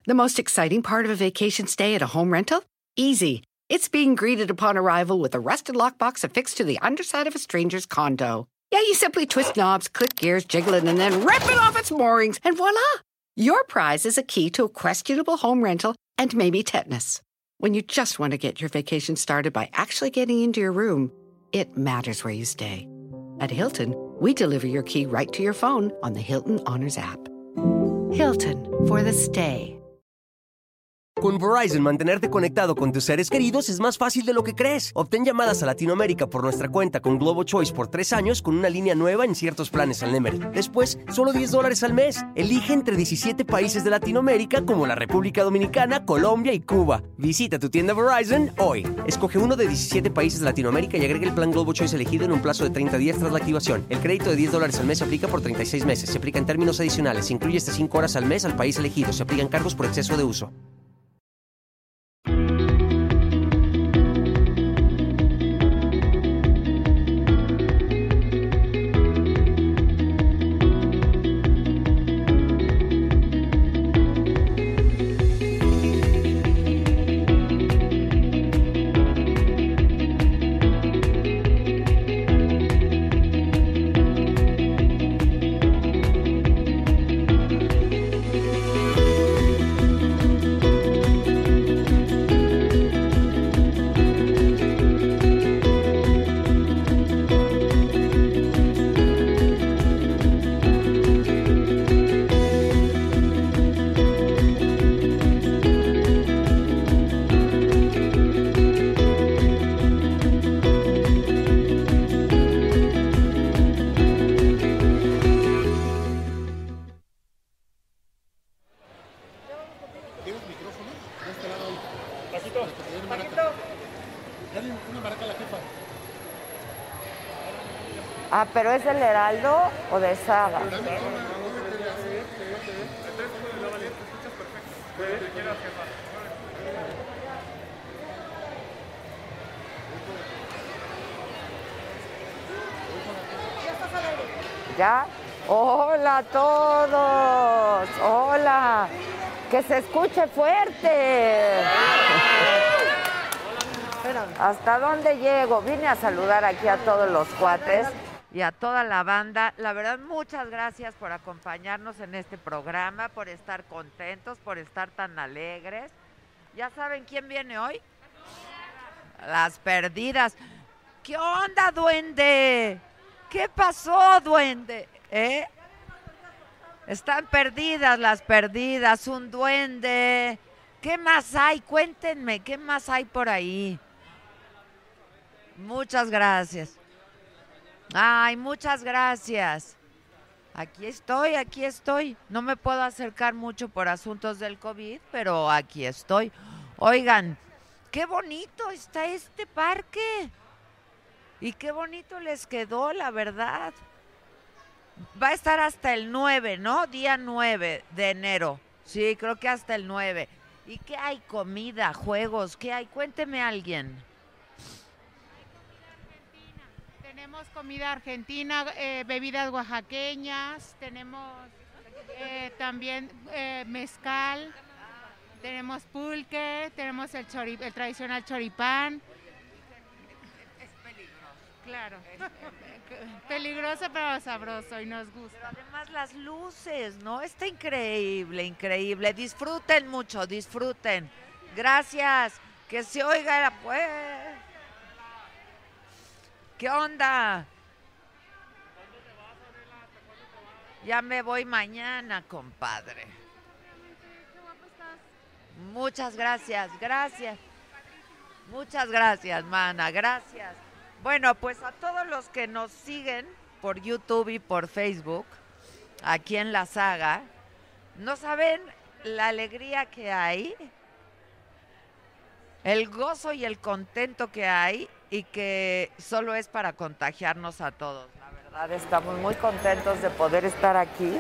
The most exciting part of a vacation stay at a home rental? Easy. It's being greeted upon arrival with a rusted lockbox affixed to the underside of a stranger's condo. Yeah, you simply twist knobs, click gears, jiggle it, and then rip it off its moorings, and voila! Your prize is a key to a questionable home rental and maybe tetanus. When you just want to get your vacation started by actually getting into your room, it matters where you stay. At Hilton, we deliver your key right to your phone on the Hilton Honors app. Hilton, for the stay. Con Verizon, mantenerte conectado con tus seres queridos es más fácil de lo que crees. Obtén llamadas a Latinoamérica por nuestra cuenta con Globo Choice por 3 años con una línea nueva en ciertos planes al Nemery. Después, solo $10 al mes. Elige entre 17 países de Latinoamérica como la República Dominicana, Colombia y Cuba. Visita tu tienda Verizon hoy. Escoge uno de 17 países de Latinoamérica y agrega el plan Globo Choice elegido en un plazo de 30 días tras la activación. El crédito de $10 al mes se aplica por 36 meses. Se aplica en términos adicionales. Se incluye hasta 5 horas al mes al país elegido. Se aplican cargos por exceso de uso. Ah, ¿pero es del Heraldo o de Saga? ¿Ya? ¡Hola a todos! ¡Hola! ¡Que se escuche fuerte! ¿Hasta dónde llego? Vine a saludar aquí a todos los cuates y a toda la banda. La verdad, muchas gracias por acompañarnos en este programa, por estar contentos, por estar tan alegres. ¿Ya saben quién viene hoy? Las perdidas. ¿Qué onda, duende? ¿Qué pasó, duende? Están perdidas las perdidas, un duende. ¿Qué más hay? Cuéntenme, ¿qué más hay por ahí? Muchas gracias. Ay, muchas gracias. Aquí estoy. No me puedo acercar mucho por asuntos del COVID, pero aquí estoy. Oigan, qué bonito está este parque. Y qué bonito les quedó, la verdad. Va a estar hasta el 9, ¿no? Día 9 de enero. Sí, creo que hasta el 9. ¿Y qué hay? Comida, juegos, ¿qué hay? Cuénteme alguien. Tenemos comida argentina, bebidas oaxaqueñas, tenemos también mezcal, tenemos pulque, tenemos el tradicional choripán. Es peligroso. Claro, peligroso pero sabroso y nos gusta. Pero además las luces, ¿no? Está increíble, increíble. Disfruten mucho, disfruten. Gracias, que se oiga pues. ¿Qué onda? Ya me voy mañana, compadre. Muchas gracias, gracias. Muchas gracias, mana, gracias. Bueno, pues a todos los que nos siguen por YouTube y por Facebook, aquí en La Saga, no saben la alegría que hay, el gozo y el contento que hay y que solo es para contagiarnos a todos. La verdad, estamos muy contentos de poder estar aquí.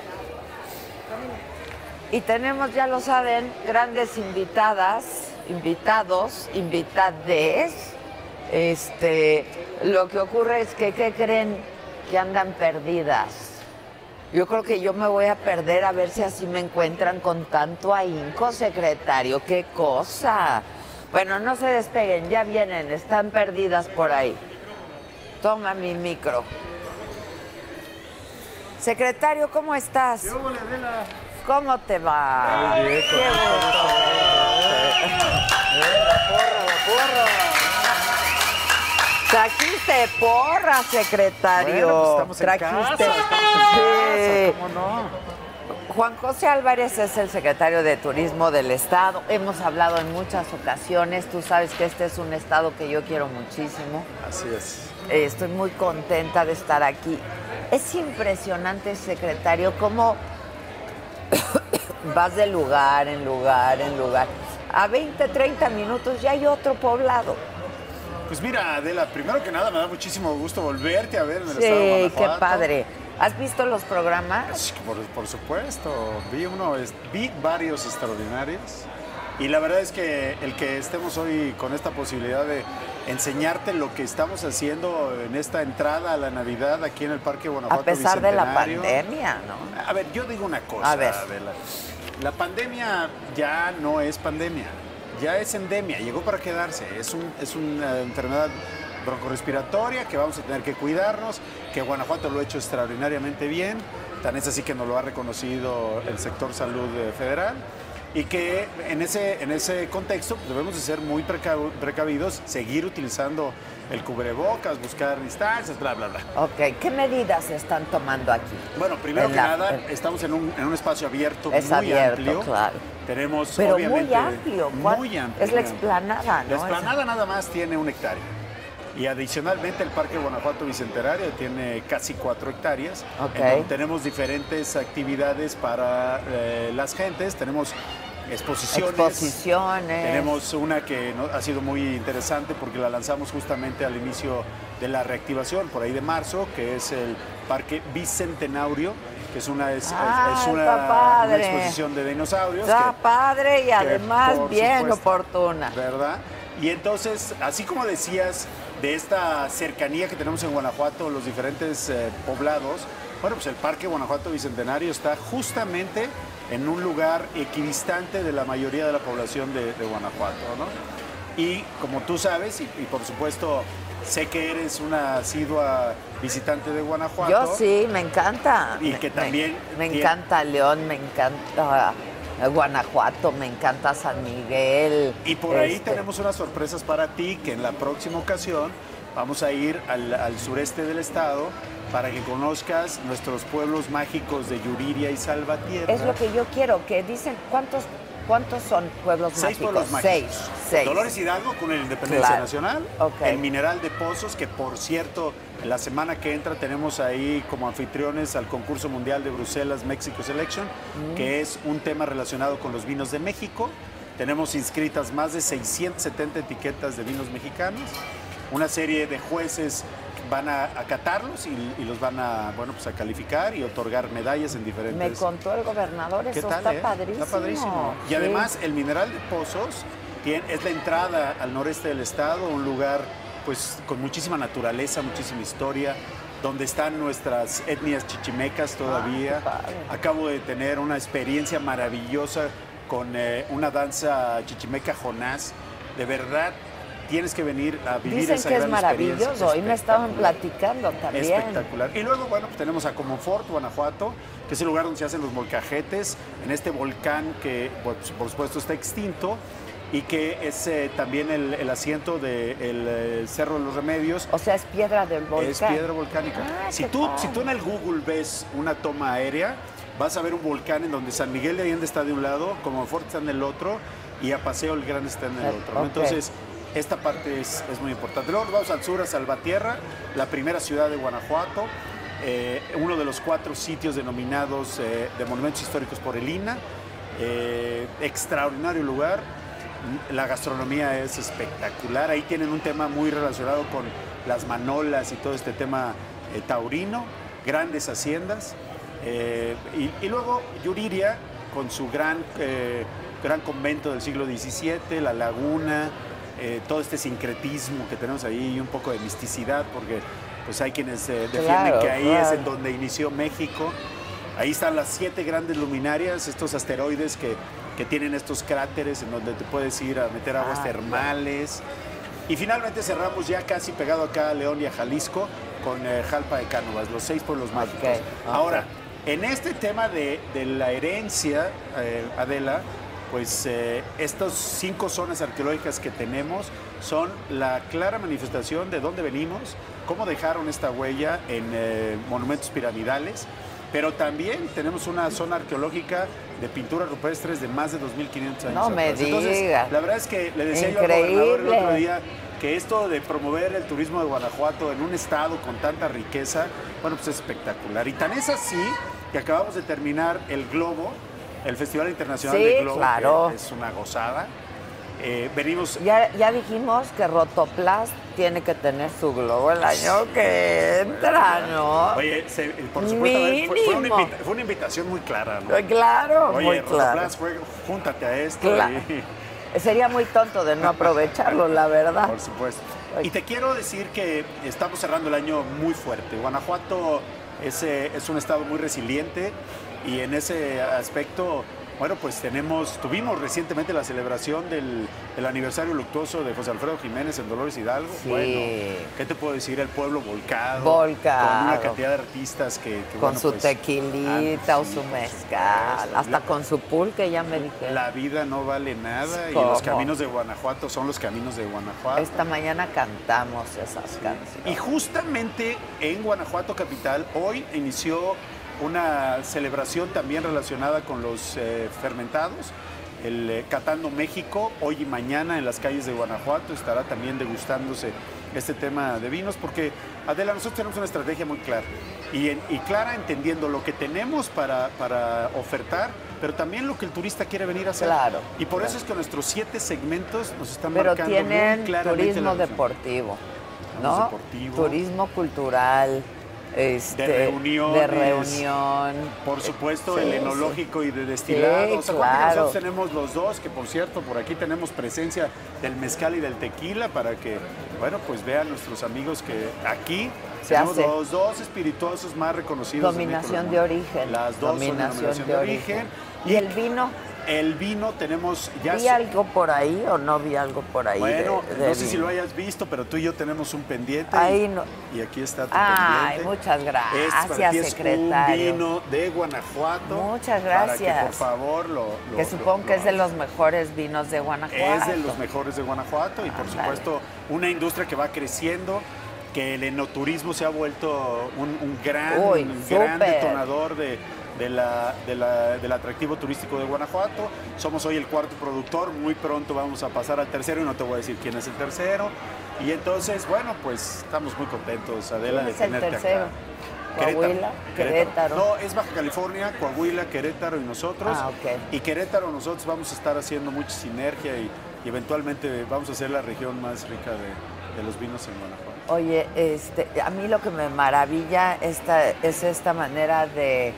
Y tenemos, ya lo saben, grandes invitadas, invitados, invitades. Lo que ocurre es que, ¿qué creen? Que andan perdidas. Yo creo que yo me voy a perder a ver si así me encuentran con tanto ahínco, secretario. ¡Qué cosa! Bueno, no se despeguen, ya vienen, están perdidas por ahí. Toma mi micro. Secretario, ¿cómo estás? Yo, Adela. ¿Cómo te va? Muy bien, ¡Qué gusto! La porra. Trajiste porra, secretario. Bueno, pues estamos en casa, Sí. ¿cómo no? Juan José Álvarez es el secretario de Turismo del Estado. Hemos hablado en muchas ocasiones. Tú sabes que este es un estado que yo quiero muchísimo. Así es. Estoy muy contenta de estar aquí. Es impresionante, secretario, cómo vas de lugar en lugar en lugar. A 20, 30 minutos ya hay otro poblado. Pues mira, Adela, primero que nada me da muchísimo gusto volverte a ver en el estado de Sí, Guanajuato. qué padre. ¿Has visto los programas? Sí, por supuesto, vi varios extraordinarios y la verdad es que el que estemos hoy con esta posibilidad de enseñarte lo que estamos haciendo en esta entrada a la Navidad aquí en el Parque Guanajuato A pesar de la Bicentenario. pandemia, ¿no? A ver, yo digo una cosa, A ver. Adela. La pandemia ya no es pandemia, ya es endemia, llegó para quedarse. Es una enfermedad broncorrespiratoria que vamos a tener que cuidarnos, que Guanajuato lo ha hecho extraordinariamente bien, tan es así que nos lo ha reconocido el sector salud federal, y que en ese contexto pues, debemos de ser muy precavidos, seguir utilizando el cubrebocas, buscar distancias, bla, bla, bla. Ok, ¿qué medidas se están tomando aquí? Bueno, primero En que la- nada, estamos en un espacio abierto, Es muy abierto, amplio. claro. Tenemos, Pero obviamente, muy amplio. muy amplio. Es la explanada, ¿no? La explanada nada más tiene 1 hectárea. Y adicionalmente el Parque Guanajuato Bicentenario tiene casi 4 hectáreas. Ok. En donde tenemos diferentes actividades para las gentes. Tenemos exposiciones. Tenemos una que ha sido muy interesante porque la lanzamos justamente al inicio de la reactivación, por ahí de marzo, que es el Parque Bicentenario, que es una está padre. exposición de dinosaurios. Está que- padre y además por bien supuesto, oportuna. ¿verdad? Y entonces, así como decías de esta cercanía que tenemos en Guanajuato, los diferentes poblados, bueno, pues el Parque Guanajuato Bicentenario está justamente en un lugar equidistante de la mayoría de la población de Guanajuato, ¿no? Y como tú sabes, y por supuesto sé que eres una asidua visitante de Guanajuato. Yo sí, me encanta. Y que también Me tiene- encanta León, me encanta Guanajuato, me encanta San Miguel. Y por ahí tenemos unas sorpresas para ti, que en la próxima ocasión vamos a ir al sureste del estado para que conozcas nuestros pueblos mágicos de Yuriria y Salvatierra. Es lo que yo quiero, que dicen, ¿cuántos son pueblos 6 mágicos? pueblos mágicos. Seis. Dolores Hidalgo con el Independencia Claro. Nacional, Ok. el Mineral de Pozos, que por cierto, la semana que entra tenemos ahí como anfitriones al concurso mundial de Bruselas Mexico Selection, que es un tema relacionado con los vinos de México. Tenemos inscritas más de 670 etiquetas de vinos mexicanos. Una serie de jueces van a catarlos y los van a, bueno, pues a calificar y otorgar medallas en diferentes... Me contó el gobernador, ¿Qué eso tal, está eh? padrísimo. Está padrísimo. Y Sí. además el Mineral de Pozos es la entrada al noreste del estado, un lugar pues con muchísima naturaleza, muchísima historia, donde están nuestras etnias chichimecas todavía. qué padre. Acabo de tener una experiencia maravillosa con una danza chichimeca Jonás. De verdad, tienes que venir a vivir Dicen esa que es gran experiencia. maravilloso, hoy me estaban Espectacular. platicando también. Espectacular. Y luego, bueno, pues tenemos a Comonfort, Guanajuato, que es el lugar donde se hacen los molcajetes, en este volcán que, pues, por supuesto, está extinto y que es también el asiento del Cerro de los Remedios. O sea, es piedra del volcán. Es piedra volcánica. Ah, Si qué tú padre. en el Google ves una toma aérea, vas a ver un volcán en donde San Miguel de Allende está de un lado, Comonfort está en el otro y a Paseo el Grande está en el otro, ¿no? Ok. Entonces, esta parte es muy importante. Luego nos vamos al sur, a Salvatierra, la primera ciudad de Guanajuato, uno de los 4 sitios denominados de monumentos históricos por el INAH. Extraordinario lugar. La gastronomía es espectacular. Ahí tienen un tema muy relacionado con las manolas y todo este tema taurino. Grandes haciendas. Y luego Yuriria, con su gran convento del siglo XVII, la laguna, todo este sincretismo que tenemos ahí y un poco de misticidad, porque pues hay quienes defienden Claro, que ahí claro. es en donde inició México. Ahí están las 7 grandes luminarias, estos asteroides que tienen estos cráteres en donde te puedes ir a meter aguas termales. Y finalmente cerramos ya casi pegado acá a León y a Jalisco con Jalpa de Cánovas, los 6 pueblos mágicos. Okay. Ahora, en este tema de la herencia, Adela, pues estas 5 zonas arqueológicas que tenemos son la clara manifestación de dónde venimos, cómo dejaron esta huella en monumentos piramidales, pero también tenemos una zona arqueológica de pinturas rupestres de más de 2.500 años. No me atrás. Entonces, digas. la verdad es que le decía yo al gobernador el otro día que esto de promover el turismo de Guanajuato en un estado con tanta riqueza, bueno, pues es espectacular. Y tan es así que acabamos de terminar el Globo, el Festival Internacional de Globo, claro, que es una gozada. Venimos... Ya dijimos que Rotoplas tiene que tener su globo el año que entra, ¿no? Oye, por supuesto, fue una invitación muy clara, ¿no? Claro, oye, muy claro. Rotoplas, júntate a esto. Claro. Sería muy tonto de no aprovecharlo, la verdad. Por supuesto. Y te quiero decir que estamos cerrando el año muy fuerte. Guanajuato es un estado muy resiliente y en ese aspecto, bueno, pues tuvimos recientemente la celebración del aniversario luctuoso de José Alfredo Jiménez en Dolores Hidalgo. Sí. Bueno, ¿qué te puedo decir? El pueblo volcado. Con una cantidad de artistas que con bueno, su pues, tequilita o su mezcal, hasta con su pulque, ya me dijeron. La vida no vale nada y ¿Cómo? los caminos de Guanajuato son los caminos de Guanajuato. Esta mañana cantamos esas canciones. Y justamente en Guanajuato capital hoy inició una celebración también relacionada con los fermentados. El Catando México, hoy y mañana en las calles de Guanajuato estará también degustándose este tema de vinos, porque Adela, nosotros tenemos una estrategia muy clara y clara entendiendo lo que tenemos para ofertar, pero también lo que el turista quiere venir a hacer. Claro. Y por eso es que nuestros 7 segmentos nos están Pero marcando tienen muy claramente turismo la visión. deportivo, ¿no? Deportivo. Turismo cultural. De reunión. Por supuesto, Sí, el enológico y de destilado. Sí, O sea, porque claro. nosotros tenemos los dos, que por cierto, por aquí tenemos presencia del mezcal y del tequila para que, bueno, pues vean nuestros amigos que aquí tenemos los dos espirituosos más reconocidos. Dominación de origen. Las dos dominación son de origen. ¿Y el vino? El vino tenemos ya... ¿Vi algo por ahí o no vi algo por ahí? Bueno, de no sé si vino? lo hayas visto, pero tú y yo tenemos un pendiente. Ahí no. Y aquí está tu Ay, pendiente. muchas gracias, es secretario. un vino de Guanajuato. Muchas Para que, gracias. por favor, que supongo que es de los mejores vinos de Guanajuato. Es de los mejores de Guanajuato y, por supuesto, una industria que va creciendo, que el enoturismo se ha vuelto un gran detonador del atractivo turístico de Guanajuato. Somos hoy el 4º productor, muy pronto vamos a pasar al 3º y no te voy a decir quién es el 3º. Y entonces, bueno, pues estamos muy contentos, Adela, de tenerte acá. ¿Quién es el 3º? ¿Coahuila? ¿Querétaro? No, es Baja California, Coahuila, Querétaro y nosotros. Ok. Y Querétaro nosotros vamos a estar haciendo mucha sinergia y eventualmente vamos a ser la región más rica de los vinos en Guanajuato. Oye, a mí lo que me maravilla es esta manera de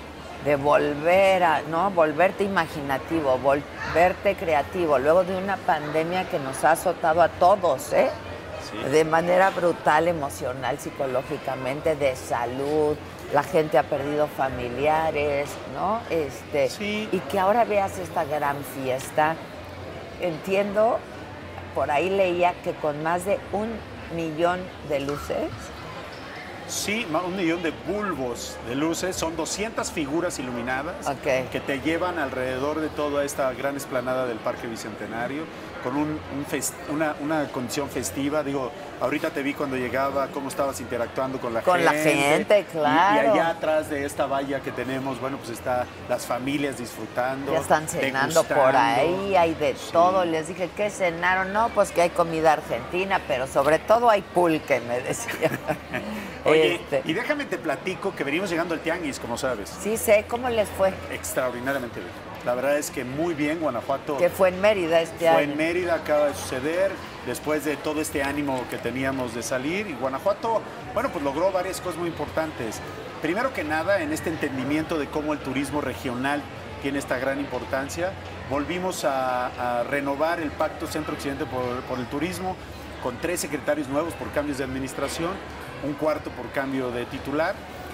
volverte imaginativo, volverte creativo, luego de una pandemia que nos ha azotado a todos, ¿eh? Sí. De manera brutal, emocional, psicológicamente, de salud, la gente ha perdido familiares, ¿no? Sí. Y que ahora veas esta gran fiesta, entiendo, por ahí leía que con más de 1 millón de luces. Sí, 1 millón de bulbos de luces, son 200 figuras iluminadas que te llevan alrededor de toda esta gran explanada del Parque Bicentenario, con una condición festiva. Digo, ahorita te vi cuando llegaba, cómo estabas interactuando con la gente. Con la gente, claro. Y allá atrás de esta valla que tenemos, bueno, pues está las familias disfrutando. Ya están cenando por ahí, hay de todo. Les dije, ¿qué cenaron? No, pues que hay comida argentina, pero sobre todo hay pulque, me decía. Oye, y déjame te platico que venimos llegando al Tianguis, como sabes. Sí sé, ¿cómo les fue? Extraordinariamente bien. La verdad es que muy bien, Guanajuato. Que fue en Mérida este año. Fue en Mérida, acaba de suceder, después de todo este ánimo que teníamos de salir. Y Guanajuato, bueno, pues logró varias cosas muy importantes. Primero que nada, en este entendimiento de cómo el turismo regional tiene esta gran importancia, volvimos a renovar el Pacto Centro-Occidente por el Turismo, con 3 secretarios nuevos por cambios de administración, un 4º por cambio de titular.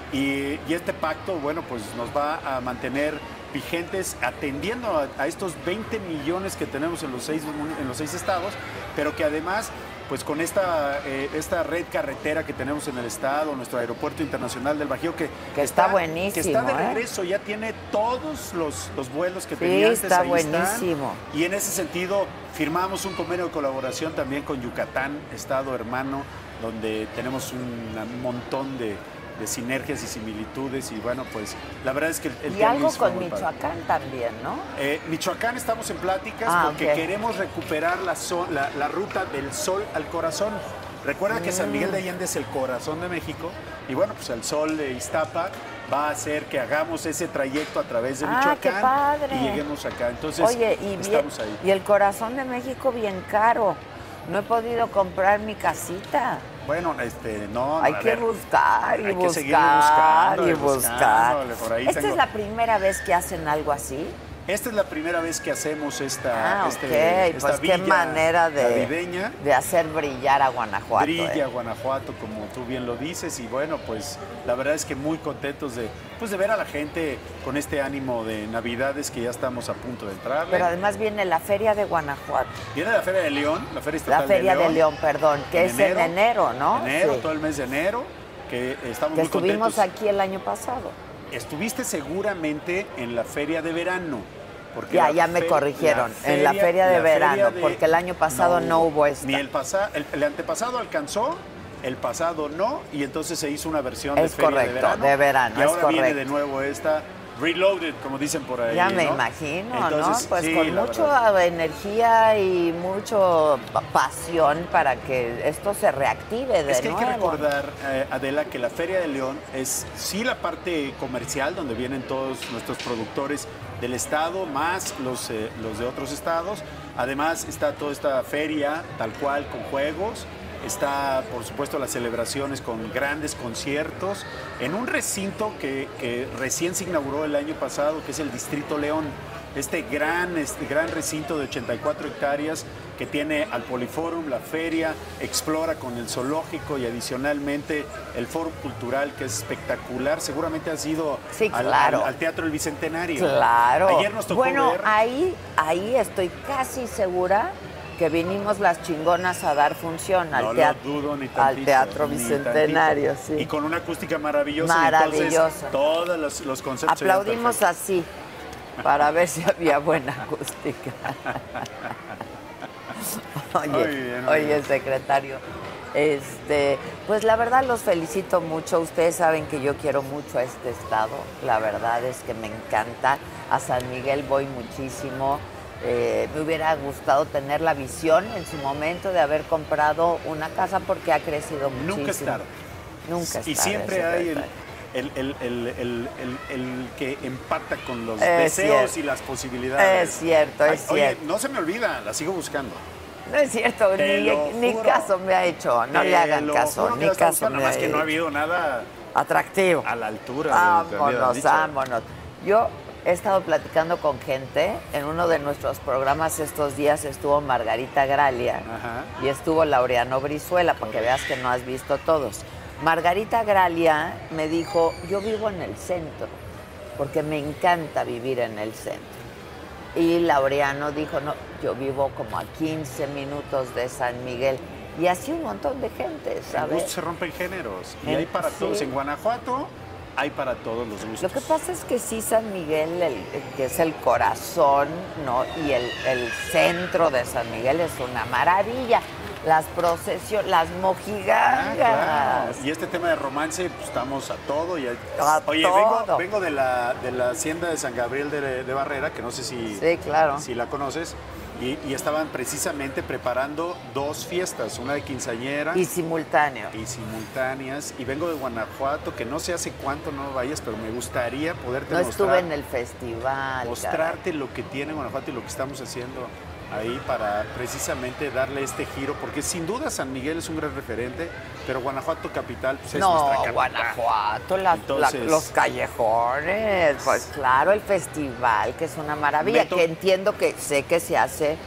Y este pacto, bueno, pues nos va a mantener vigentes atendiendo a estos 20 millones que tenemos en los seis estados, pero que además, pues con esta red carretera que tenemos en el estado, nuestro aeropuerto internacional del Bajío, que está buenísimo. Que está de regreso, ya tiene todos los vuelos que tenía antes. Está ahí buenísimo. Y en ese sentido, firmamos un convenio de colaboración también con Yucatán, estado hermano, donde tenemos un montón de sinergias y similitudes, y bueno, pues la verdad es que y algo con Michoacán también, ¿no? Michoacán estamos en pláticas porque queremos recuperar la ruta del Sol al Corazón. Recuerda que San Miguel de Allende es el corazón de México, y bueno, pues el Sol de Iztapa va a hacer que hagamos ese trayecto a través de Michoacán. ¡Qué padre! Y lleguemos acá. Entonces, oye, estamos ahí. Y el corazón de México bien caro. No he podido comprar mi casita. Bueno, no. Hay que buscar y hay buscar que seguir buscando y buscar. Por ahí ¿Esta es la primera vez que hacen algo así? Esta es la primera vez que hacemos esta pues villa qué manera navideña. de hacer brillar a Guanajuato. Brilla Guanajuato, como tú bien lo dices, y bueno, pues la verdad es que muy contentos de ver a la gente con este ánimo de Navidades que ya estamos a punto de entrar. Pero además viene la Feria de Guanajuato. Viene la Feria de León, la Feria Estatal de León. La Feria de León, perdón, que es en enero, ¿no? Enero, todo el mes de enero, que estamos muy contentos. Que estuvimos aquí el año pasado. Estuviste seguramente en la Feria de Verano. Porque ya me corrigieron, en la feria de verano, porque el año pasado no hubo esta. Ni el antepasado alcanzó, el pasado no, y entonces se hizo una versión de feria de verano. Y ahora viene de nuevo esta Reloaded, como dicen por ahí. Ya me imagino, entonces, ¿no? Pues sí, con mucha energía y mucha pasión para que esto se reactive de nuevo. Es que hay que recordar, Adela, que la Feria de León es sí la parte comercial, donde vienen todos nuestros productores del estado, más los de otros estados. Además está toda esta feria, tal cual, con juegos. Está, por supuesto, las celebraciones con grandes conciertos en un recinto que recién se inauguró el año pasado, que es el Distrito León. Este gran recinto de 84 hectáreas que tiene al Poliforum, la feria, explora con el zoológico y adicionalmente el Foro Cultural, que es espectacular. Seguramente has ido al Teatro del Bicentenario. Claro. Ayer nos tocó ver. Ahí estoy casi segura que vinimos las chingonas a dar función al Teatro Bicentenario, sí. Y con una acústica maravillosa. Maravillosa. Entonces, todos los conceptos. Aplaudimos así, para ver si había buena acústica. Oye, secretario, pues la verdad los felicito mucho. Ustedes saben que yo quiero mucho a este estado. La verdad es que me encanta. A San Miguel voy muchísimo. Me hubiera gustado tener la visión en su momento de haber comprado una casa porque ha crecido muchísimo. Nunca es tarde. Nunca es tarde. Y siempre hay el que empata con los deseos y las posibilidades. Es cierto, es cierto. Oye, no se me olvida, la sigo buscando. No es cierto, ni caso me ha hecho, no le hagan caso, ni caso me ha hecho. Nada más que no ha habido nada atractivo. A la altura. Vámonos. Yo he estado platicando con gente. En uno de nuestros programas estos días estuvo Margarita Gralia y estuvo Laureano Brizuela, para que veas que no has visto todos. Margarita Gralia me dijo, yo vivo en el centro, porque me encanta vivir en el centro. Y Laureano dijo, no, yo vivo como a 15 minutos de San Miguel. Y así un montón de gente, ¿sabes? El gusto se rompen géneros. Y hay para todos. En Guanajuato hay para todos los gustos. Lo que pasa es que sí, San Miguel, que es el corazón, ¿no? Y el centro de San Miguel es una maravilla. Las procesiones, las mojigangas. Claro. Y este tema de romance, pues estamos a todo. Oye, vengo de la hacienda de San Gabriel de Barrera, que no sé si la conoces. Y estaban precisamente preparando dos fiestas, una de quinceañera. Y simultáneas. Y vengo de Guanajuato, que no sé hace cuánto no vayas, pero me gustaría poderte mostrar. No estuve en el festival. Mostrarte lo que tiene Guanajuato y lo que estamos haciendo ahí para precisamente darle este giro, porque sin duda San Miguel es un gran referente, pero Guanajuato capital pues es nuestra capital. Guanajuato, los callejones, pues claro, el festival, que es una maravilla, que entiendo que sé que se hace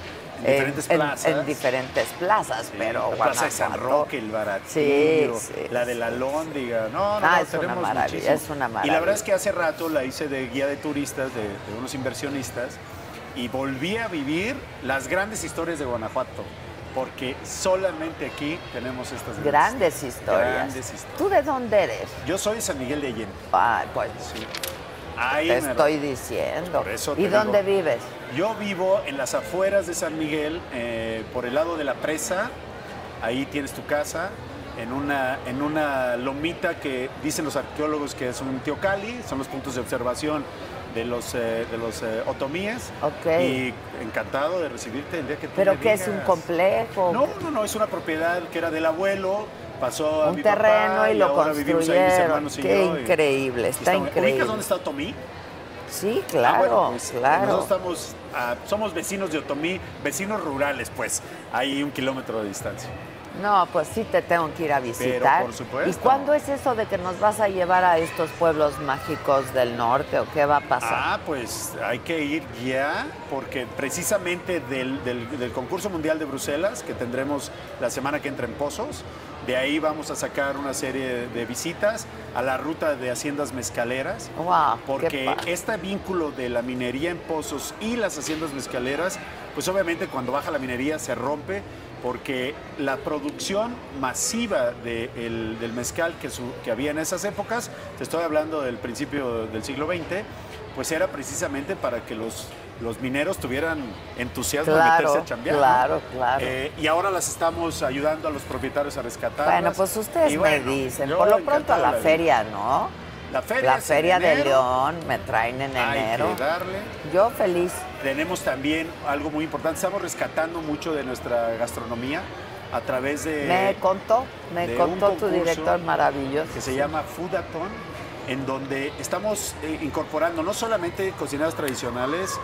diferentes plazas. En diferentes plazas, Sí, pero la Plaza de San Guanajuato. Roque, el Baratillo, Sí, la de la Lóndiga. No, es tenemos una maravilla, muchísimo. es una Y maravilla. la verdad es que hace rato la hice de guía de turistas, de unos inversionistas, y volví a vivir las grandes historias de Guanajuato, porque solamente aquí tenemos estas Grandes historias. Grandes historias. ¿Tú de dónde eres? Yo soy de San Miguel de Allende. Ay, pues Sí. Ahí te mero. estoy diciendo. Por eso ¿Y te dónde digo. vives? Yo vivo en las afueras de San Miguel, por el lado de la presa. Ahí tienes tu casa, en una lomita que dicen los arqueólogos que es un teocalli, son los puntos de observación de los otomíes. Ok. Y encantado de recibirte el día que tú ¿Pero me qué es un digas. complejo? No, es una propiedad que era del abuelo, pasó a Un mi terreno papá, y lo ahora vivimos ahí mis construyeron. hermanos y Qué yo, y increíble, está estamos- increíble. ¿Ubicas dónde está Otomí? Sí, claro, Bueno, pues, claro. Nosotros somos vecinos de Otomí, vecinos rurales, pues, ahí 1 kilómetro de distancia. No, pues sí te tengo que ir a visitar. por supuesto. ¿Y cuándo es eso de que nos vas a llevar a estos pueblos mágicos del norte o qué va a pasar? Pues hay que ir ya, porque precisamente del concurso mundial de Bruselas, que tendremos la semana que entra en Pozos, de ahí vamos a sacar una serie de visitas a la ruta de haciendas mezcaleras. Wow, qué Porque padre. este vínculo de la minería en Pozos y las haciendas mezcaleras, pues obviamente cuando baja la minería se rompe, porque la producción masiva del mezcal que había en esas épocas, te estoy hablando del principio del siglo XX, pues era precisamente para que los mineros tuvieran entusiasmo de meterse a chambear, ¿no? Claro. Y ahora las estamos ayudando a los propietarios a rescatarlas. Bueno, pues ustedes Y me bueno, dicen, yo por lo pronto a encantado la de vida. feria, ¿no? La feria, La es feria en de enero. León me traen en enero. Hay que darle. Yo feliz. Tenemos también algo muy importante. Estamos rescatando mucho de nuestra gastronomía a través de... Me contó de un tu concurso director maravilloso. que se llama Foodathon, en donde estamos incorporando no solamente cocineras tradicionales,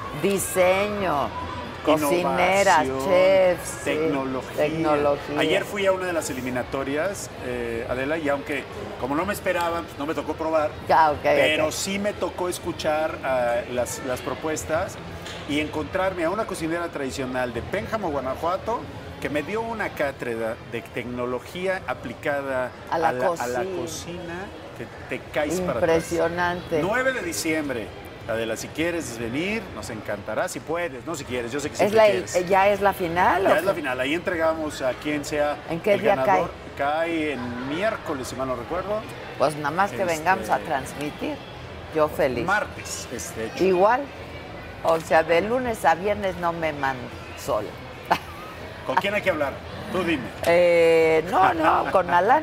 diseño, cocineras, innovación, chefs, sí, tecnología. Ayer fui a una de las eliminatorias, Adela, y aunque como no me esperaban, pues no me tocó probar, pero sí me tocó escuchar las propuestas y encontrarme a una cocinera tradicional de Pénjamo, Guanajuato, que me dio una cátedra de tecnología aplicada a la cocina, que te caes para atrás. Impresionante. 9 de diciembre. Adela, si quieres venir, nos encantará. Si puedes, no si quieres, yo sé que sí quieres. ¿Ya es la final? Ya ¿o es la qué? final. Ahí entregamos a quien sea ¿En qué el día ganador. Cae en miércoles, si mal no recuerdo. Pues nada más que vengamos a transmitir. Yo feliz. Martes, de hecho. Igual. O sea, de lunes a viernes no me mando sola. ¿Con quién hay que hablar? Tú dime. No, con Alan.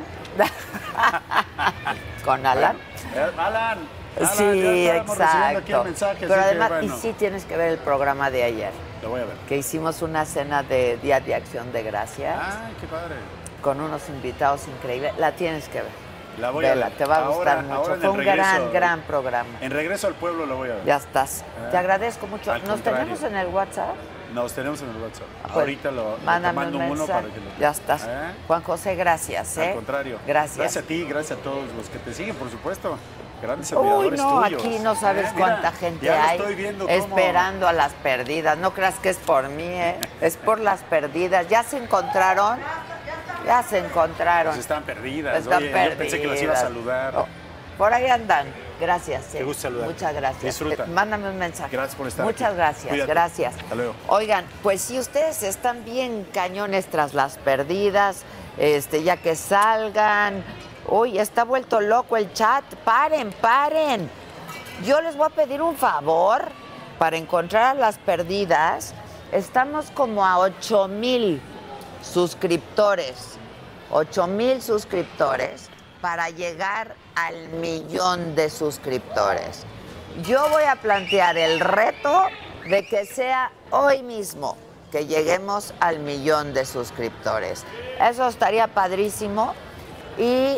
¿Con Alan? Alan. Sí, ya estábamos recibiendo aquí el exacto. mensaje, Pero así que, además, bueno, y sí tienes que ver el programa de ayer, lo voy a ver. que hicimos una cena de Día de Acción de Gracias Ay, qué padre. con unos invitados increíbles. La tienes que ver. La voy a Vela, ver. te va a gustar Ahora mucho. en Fue el un regreso, gran programa. En regreso al pueblo lo voy a ver. Ya estás. Te agradezco mucho. Al ¿Nos contrario. tenemos en el WhatsApp? Nos tenemos en el WhatsApp. Pues, Ahorita lo mándame mando un uno mensaje. para que lo... Ya estás. ¿Eh? Juan José, gracias. Al contrario. Gracias. Gracias a ti, gracias a todos los que te siguen, por supuesto. Grandes Uy, admiradores no, tuyos. aquí no sabes Mira, cuánta gente ya lo hay estoy viendo cómo... esperando a las perdidas. No creas que es por mí, es por las perdidas. ¿Ya se encontraron? Ya se encontraron. Pues están perdidas. Están Oye, perdidas. yo pensé que las iba a saludar. Oh, por ahí andan. Gracias. Qué gusto saludar. Muchas gracias. Disfruta. Mándame un mensaje. Gracias por estar Muchas aquí. gracias. Cuídate. Gracias. Hasta luego. Oigan, pues si ustedes están bien cañones tras las perdidas, ya que salgan. Uy, está vuelto loco el chat. Paren. Yo les voy a pedir un favor para encontrar a las perdidas. Estamos como a 8,000 suscriptores. 8,000 suscriptores para llegar al 1,000,000 de suscriptores. Yo voy a plantear el reto de que sea hoy mismo que lleguemos al 1,000,000 de suscriptores. Eso estaría padrísimo. Y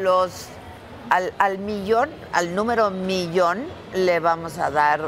al millón, al número 1,000,000, le vamos a dar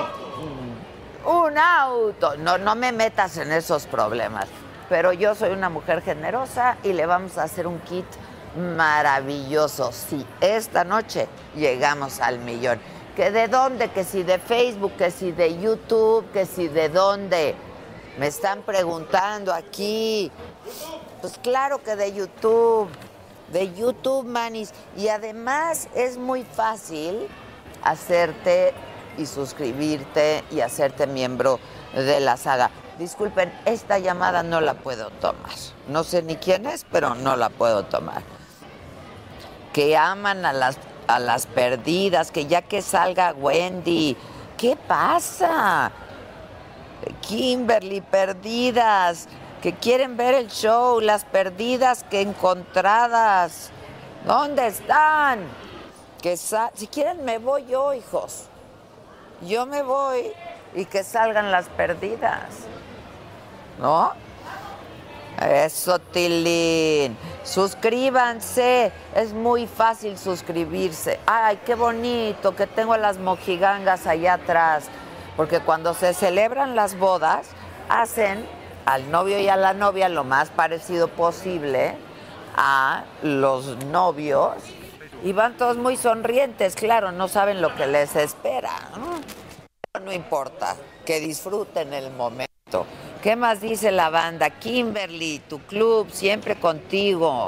un auto. No me metas en esos problemas. Pero yo soy una mujer generosa y le vamos a hacer un kit maravilloso. Si esta noche llegamos al 1,000,000. ¿Que de dónde? Que si de Facebook, que si de YouTube, que si de dónde. Me están preguntando aquí. Pues claro que de YouTube, manis. Y además es muy fácil hacerte y suscribirte y hacerte miembro de la saga. Disculpen, esta llamada no la puedo tomar. No sé ni quién es, pero no la puedo tomar. Que aman a las perdidas, que ya que salga Wendy. ¿Qué pasa? Kimberly, perdidas, que quieren ver el show, las perdidas que encontradas. ¿Dónde están? Si quieren me voy yo, hijos. Yo me voy y que salgan las perdidas. ¿No? Eso, Tilín. Suscríbanse. Es muy fácil suscribirse. Ay, qué bonito que tengo a las mojigangas allá atrás. Porque cuando se celebran las bodas, hacen al novio y a la novia lo más parecido posible a los novios. Y van todos muy sonrientes, claro, no saben lo que les espera. No importa, que disfruten el momento. ¿Qué más dice la banda? Kimberly, tu club, siempre contigo.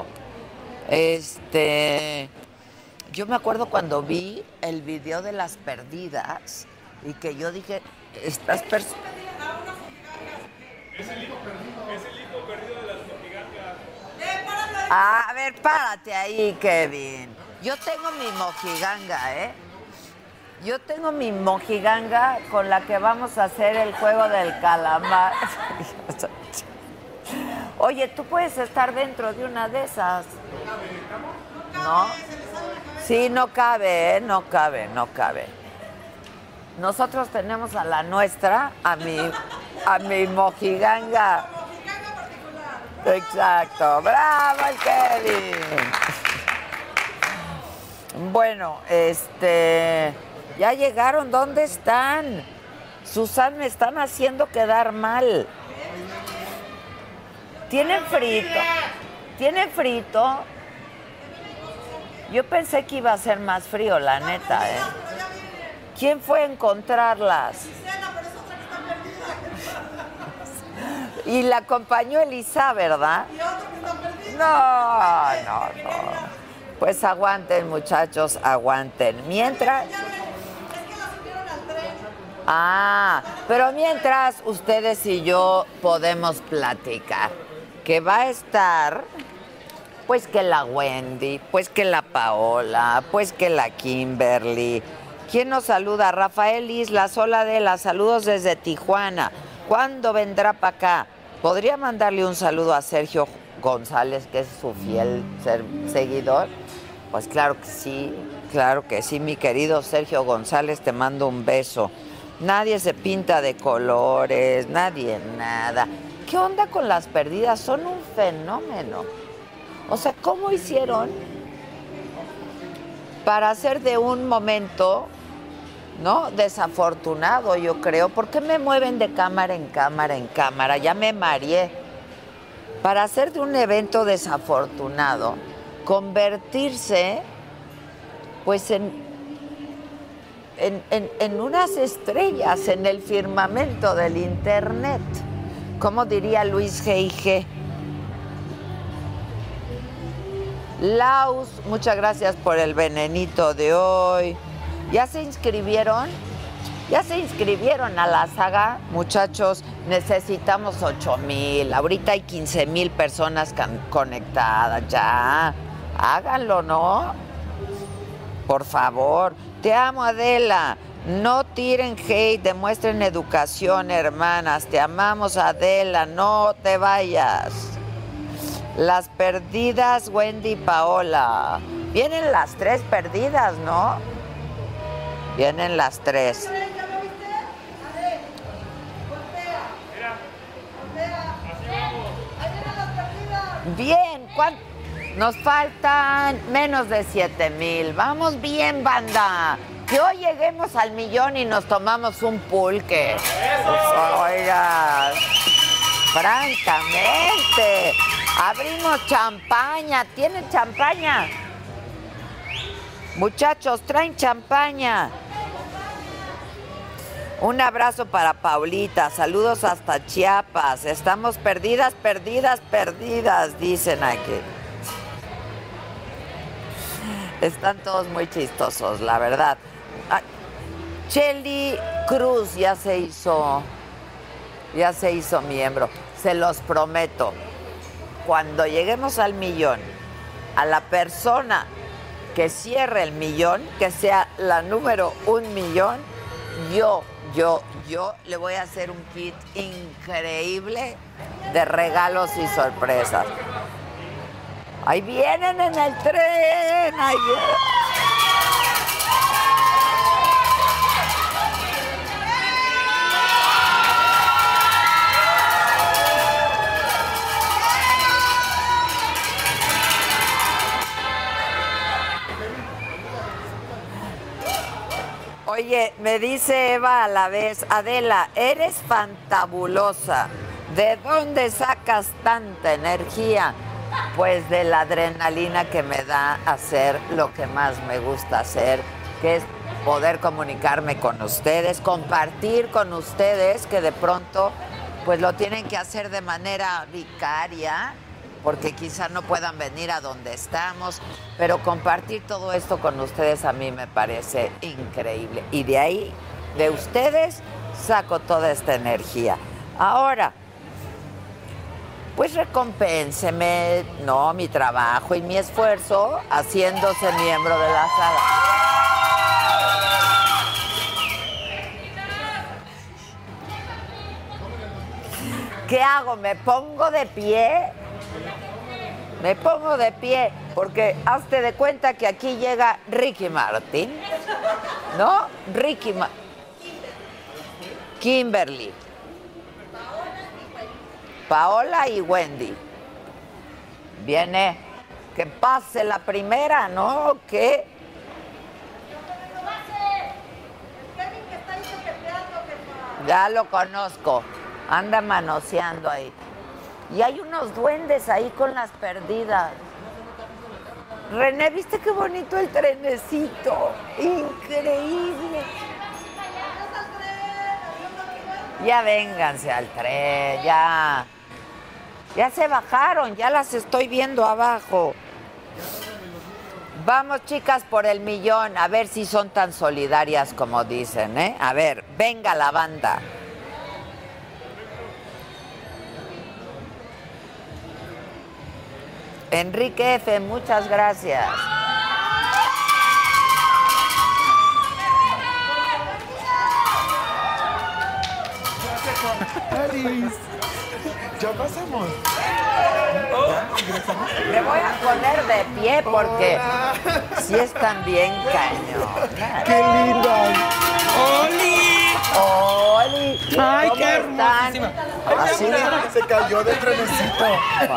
Yo me acuerdo cuando vi el video de las perdidas y que yo dije, estas personas... Es el hijo perdido de las mojigangas. A ver, párate ahí, Kevin. Yo tengo mi mojiganga, ¿eh? Yo tengo mi mojiganga con la que vamos a hacer el juego del calamar. Oye, tú puedes estar dentro de una de esas. ¿No? Sí, no cabe, ¿eh? No cabe. Nosotros tenemos a la nuestra, a mi mojiganga. Exacto. ¡Bravo, el Kevin! Bueno, ya llegaron. ¿Dónde están? Susan, me están haciendo quedar mal. ¿Tienen frito? Yo pensé que iba a ser más frío, la neta, ¿eh? ¿Quién fue a encontrarlas? Y la acompañó Elisa, ¿verdad? No. Pues aguanten, muchachos, aguanten. Mientras... pero mientras ustedes y yo podemos platicar, que va a estar, pues que la Wendy, pues que la Paola, pues que la Kimberly. ¿Quién nos saluda? Rafael Islas, hola Adela, saludos desde Tijuana. ¿Cuándo vendrá para acá? ¿Podría mandarle un saludo a Sergio González, que es su fiel seguidor? Pues claro que sí, mi querido Sergio González, te mando un beso. Nadie se pinta de colores, nadie nada. ¿Qué onda con las perdidas? Son un fenómeno. O sea, ¿cómo hicieron para hacer de un momento, ¿no?, desafortunado, yo creo? ¿Por qué me mueven de cámara en cámara? Ya me mareé. Para hacer de un evento desafortunado, convertirse, pues, en unas estrellas en el firmamento del internet. ¿Cómo diría Luis G.I.G.? Laus, muchas gracias por el venenito de hoy. ¿Ya se inscribieron? ¿Ya se inscribieron a la saga? Muchachos, necesitamos 8,000. Ahorita hay 15,000 personas conectadas. Ya, háganlo, ¿no? Por favor. Te amo, Adela. No tiren hate, demuestren educación, hermanas. Te amamos, Adela. No te vayas. Las perdidas, Wendy y Paola. Vienen las 3 perdidas, ¿no? Vienen las 3. Bien, nos faltan menos de 7,000. Vamos bien, banda. Que hoy lleguemos al 1,000,000 y nos tomamos un pulque. Oiga, francamente, abrimos champaña. ¿Tienen champaña? Muchachos, traen champaña. Un abrazo para Paulita, saludos hasta Chiapas. Estamos perdidas, dicen aquí. Están todos muy chistosos, la verdad. Chely Cruz ya se hizo miembro. Se los prometo, cuando lleguemos al 1,000,000, a la persona que cierre el 1,000,000, que sea la número 1,000,000, yo le voy a hacer un kit increíble de regalos y sorpresas. Ahí vienen en el tren. Ahí vienen. Oye, me dice Eva a la vez, Adela, eres fantabulosa. ¿De dónde sacas tanta energía? Pues de la adrenalina que me da hacer lo que más me gusta hacer, que es poder comunicarme con ustedes, compartir con ustedes, que de pronto pues lo tienen que hacer de manera vicaria, porque quizá no puedan venir a donde estamos, pero compartir todo esto con ustedes a mí me parece increíble. Y de ahí, de ustedes, saco toda esta energía. Ahora, pues recompénseme, ¿no?, mi trabajo y mi esfuerzo haciéndose miembro de la sala. ¿Qué hago? ¿Me pongo de pie? Me pongo de pie, porque hazte de cuenta que aquí llega Ricky Martin, ¿no? Kimberly, Paola y Wendy. Viene, que pase la primera, ¿no? ¿Qué? Ya lo conozco, anda manoseando ahí. Y hay unos duendes ahí con las perdidas. René, ¿viste qué bonito el trenecito? Increíble. Ya vénganse al tren, ya. Ya se bajaron, ya las estoy viendo abajo. Vamos, chicas, por el 1,000,000, a ver si son tan solidarias como dicen, ¿eh? A ver, venga la banda. Enrique F., muchas gracias. Alice, ya pasamos. Me voy a poner de pie porque sí están bien cañonas. ¡Qué lindas! ¡Oli! ¡Ay, ¿Cómo qué están? hermosísima! Así Se cayó del trenecito.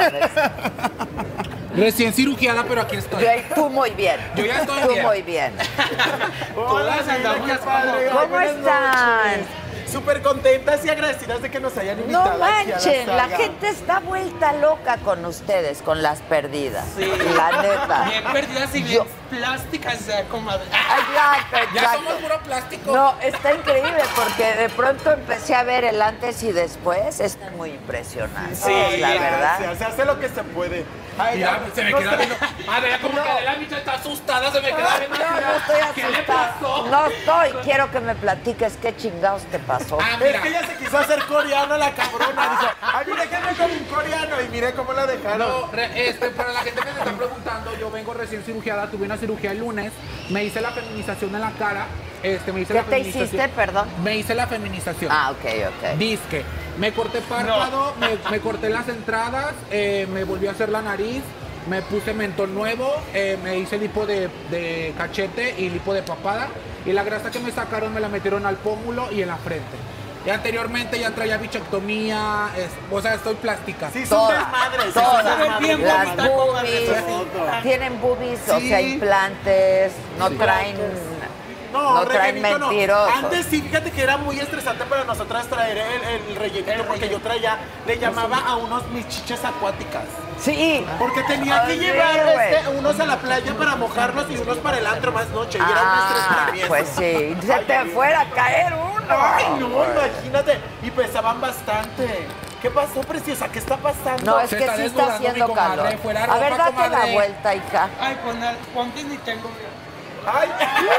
Recién cirugiada, pero aquí estoy. Tú muy bien. Yo ya estoy Tú bien. muy bien. Todas andamos padre. ¿Cómo Buenas están? noches. Súper contentas y agradecidas de que nos hayan No invitado. aquí a manchen, la saga. gente está vuelta loca con ustedes, con las perdidas. Sí. La neta. Bien perdidas y bien plásticas, comadre. Exacto, Ya exacto. somos puro plástico. No, está increíble porque de pronto empecé a ver el antes y después. Está muy impresionante, Sí, la verdad. Se hace lo que se puede. Ay, Mira, se me no queda sé. viendo. Adela, como que Adela bicha está asustada, se me queda viendo. No estoy ¿Qué le asustada. pasó? No estoy. Quiero que me platiques qué chingados te pasó. Ah, Es mira. que ella se quiso hacer coreana, la cabrona. Dijo, ay, mire, déjenme con un coreano. Y mire cómo la dejaron. No, para la gente que se está preguntando, yo vengo recién cirugiada, tuve una cirugía el lunes, me hice la feminización en la cara, me hice ¿Qué la te feminización. hiciste, perdón? Me hice la feminización. Ah, ok. Disque. Me corté párpado, me corté las entradas, me volví a hacer la nariz, me puse mentón nuevo, me hice lipo de cachete y lipo de papada, y la grasa que me sacaron me la metieron al pómulo y en la frente. Y anteriormente ya traía bichectomía, o sea, estoy plástica. Sí, son Todas, desmadres. sí, todas. son desmadres, Bien Las comadre. boobies, tienen boobies, o sea, Sí. implantes, no Sí. traen No traen rellenito no. mentirosos. Antes sí, fíjate que era muy estresante para nosotras traer el rellenito, porque yo traía, le llamaba a unos mis chiches acuáticas. Sí. Porque tenía que Sí, llevar güey. unos a la playa para mojarlos y unos para el antro más noche. Y era un estrés para mí eso. Pues sí, se Ay, te ay, fuera a caer uno. Ay, no, imagínate. Y pesaban bastante. ¿Qué pasó, preciosa? ¿Qué está pasando? No, es Se que está sí está desnudando, haciendo mi comadre, calor. fuera A ver, ropa, date la comadre. vuelta, hija. Ay, ponte ni tengo. Ay,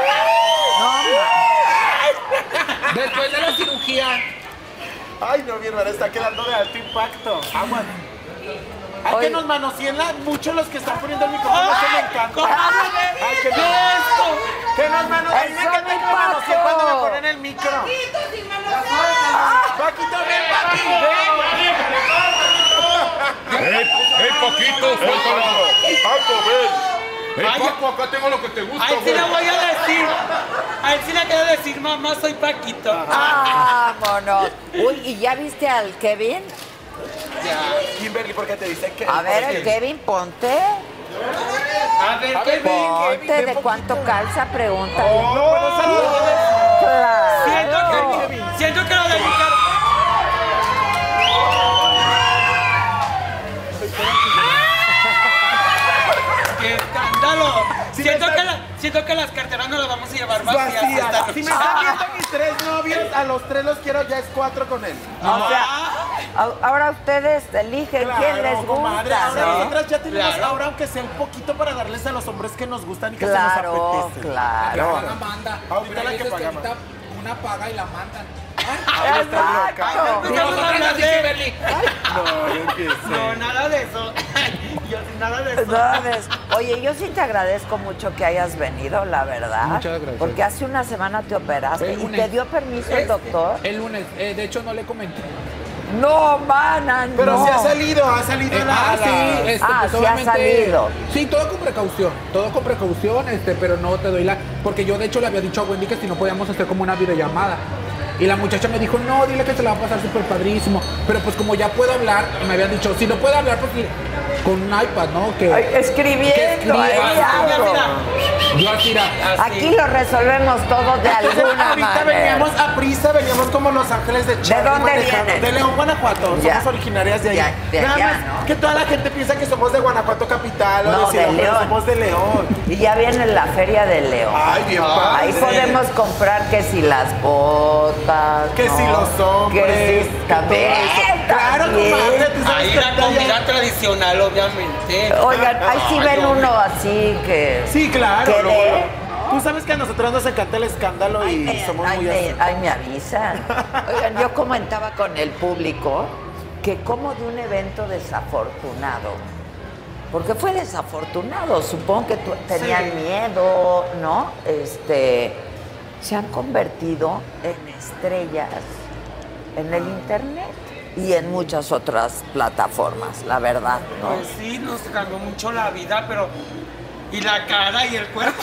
Después de la cirugía. ay, no, mi hermana está quedando de alto impacto. Aguas. Ay, Oye. que nos manoseen mucho los que están poniendo el micrófono, eso me encanta. Ay, que ¿Qué es esto? que nos manoseen. Dime ¡Eso que me me manoseen pasó! cuando me ponen el micro. Paquito, ven, papi, ¡Ey, Paquito, suéltalo! ¡Paco, ven! ¡Ey, Paco, acá tengo lo que te gusta, A él sí güey! le voy a decir. A él sí le quiero decir, mamá, soy Paquito. Vámonos. Uy, ¿y ya viste al Kevin? Kimberly, ¿por qué te dicen que? A ver, el Kevin, ponte. A ver, ¿qué Ponte, ¿de cuánto calza? Pregúntale. No puedo salir. Claro. Siento que lo de mi cara. ¡Qué escándalo! Sí, Siento que las carteras no las vamos a llevar vacías esta Vacía. noche. Si me están viendo mis 3 novios, a los 3 los quiero, ya es 4 con él. O sea, ahora ustedes eligen quién les comadre, gusta, ahora ¿no? nosotras ya tenemos, Claro. ahora aunque sea un poquito para darles a los hombres que nos gustan y que se Claro, nos apetece. claro. La manda. Ahorita Pero la hay que veces que pagamos. ahorita una paga y la mandan. Exacto. Nosotras así, Kimberly. No, yo qué sé. No, nada de eso. Yo sí, nada de eso. Nada de eso. Oye, yo sí te agradezco mucho que hayas venido, la verdad. Muchas gracias. Porque hace una semana te operaste. El ¿Y lunes. te dio permiso el doctor? El lunes. De hecho, no le comenté. No, mana, no. Pero sí ha salido la... Sí, sí ha obviamente- salido. Sí, todo con precaución, pero no te doy porque yo de hecho le había dicho a Wendy que si no podíamos hacer como una videollamada. Y la muchacha me dijo, no, dile que se la va a pasar súper padrísimo. Pero pues como ya puedo hablar, me habían dicho, si no puede hablar, pues con un iPad, ¿no? Ay, escribiendo ahí algo. Yo así era. Aquí lo resolvemos todo de alguna Ahorita manera. veníamos a prisa, veníamos como Los Ángeles de Charlie. dónde manejando. vienen? De León, Guanajuato. Ya. Somos originarias de ahí. Ya, de Nada allá, más ¿no? que toda la gente piensa que somos de Guanajuato capital o No, de Ciudad, de pero León. somos de León. Y ya viene la Feria de León. Ay, bien padre. Ahí podemos comprar que si las botas, Que ¿no? si los hombres, que si que también, todo eso. Claro, también. comadre, tú sabes Ahí que la ahorita comida ya- tradicional, obviamente. Oigan, ahí sí ven uno así que... Sí, claro. que luego, de- luego. Tú sabes que a nosotros nos encanta el escándalo y somos muy así. Ay, me avisan. Oigan, yo comentaba con el público que como de un evento desafortunado, porque fue desafortunado, supongo que tenían miedo, ¿no? Se han convertido en estrellas en el internet y en muchas otras plataformas, la verdad, ¿no? Pues sí, nos cambió mucho la vida, pero... Y la cara y el cuerpo.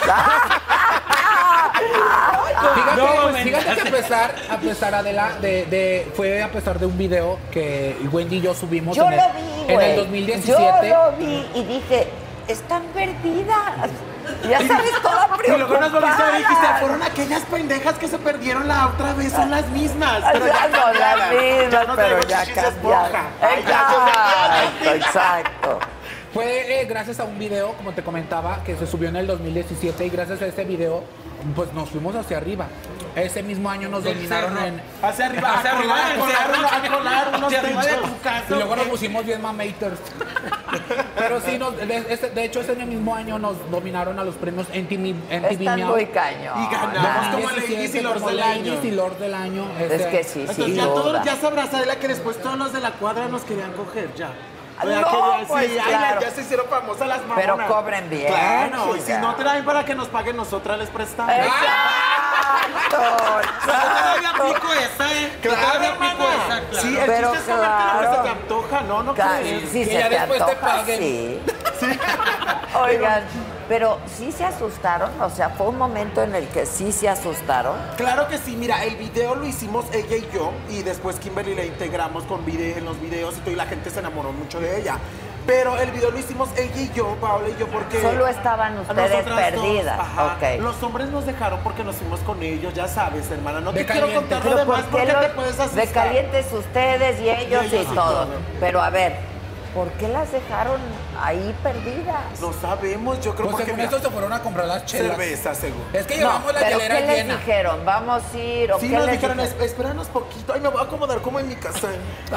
Fíjate, No, pues, me fíjate que encanta. a pesar Adela, fue a pesar de un video que Wendy y yo subimos Yo en lo el, vi, en güey. el 2017. Yo lo vi y dije, están perdidas. Ya sabes, toda Y luego nos volviste a ver y dijiste, preocupada. fueron aquellas pendejas que se perdieron la otra vez, son las mismas. Ya son las cambiaron. mismas, no pero tenemos ya chichis de cambiaron. esponja. Ay, ya. Fue Exacto. gracias a un video, como te comentaba, que se subió en el 2017 y gracias a ese video, pues nos fuimos hacia arriba. Ese mismo año nos Del dominaron cerro. en... Hacia arriba, Hacia arriba del cerro. a colar unos Hacia arriba de techos. tu casa. Y luego nos pusimos bien mamaters. Pero sí, de hecho ese mismo año nos dominaron a los premios MTV Están Miau. muy cañón. Y ganamos como Ladies y Lords del año. Ladies y Lords del año. Es que sí, Entonces sin ya duda. todos, ya sabrás, Adela, que después todos los de la cuadra nos querían coger, ya. No, Ya querían- pues, sí, ay, claro. ya se hicieron famosas las mamonas. Pero cobren bien, Claro, y si chica. no traen para que nos paguen, nosotras les prestamos. Exacto. Yo todavía aplico esa, Yo todavía aplico hermana. esa, claro. Sí, el Pero chiste es comerte lo que claro. se te antoja, ¿no? No Casi, crees. sí Que se ya te después te antoja, paguen. sí. Oigan, pero sí se asustaron, o sea, fue un momento en el que sí se asustaron. Claro que sí, mira, el video lo hicimos ella y yo y después Kimberly le integramos con video, en los videos y todo y la gente se enamoró mucho de ella. Pero el video lo hicimos ella y yo, Paola y yo, porque... Solo estaban ustedes nosotras dos, perdidas. ajá. Ok. Los hombres nos dejaron porque nos fuimos con ellos, ya sabes, hermana. No te De quiero caliente. contar lo Pero demás ¿por qué porque te puedes asustar. de calientes ustedes y ellos y ellos y todo? todo. Pero a ver, ¿por qué las dejaron ahí perdidas? No sabemos, yo creo Pues porque según esto se fueron a comprar las chelas. cerveza, seguro. Es que No, llevamos la ¿pero hielera qué les llena. dijeron? ¿Vamos a ir o Sí, qué nos les dijeron, dijeron? espéranos poquito. Ay, me voy a acomodar como en mi casa.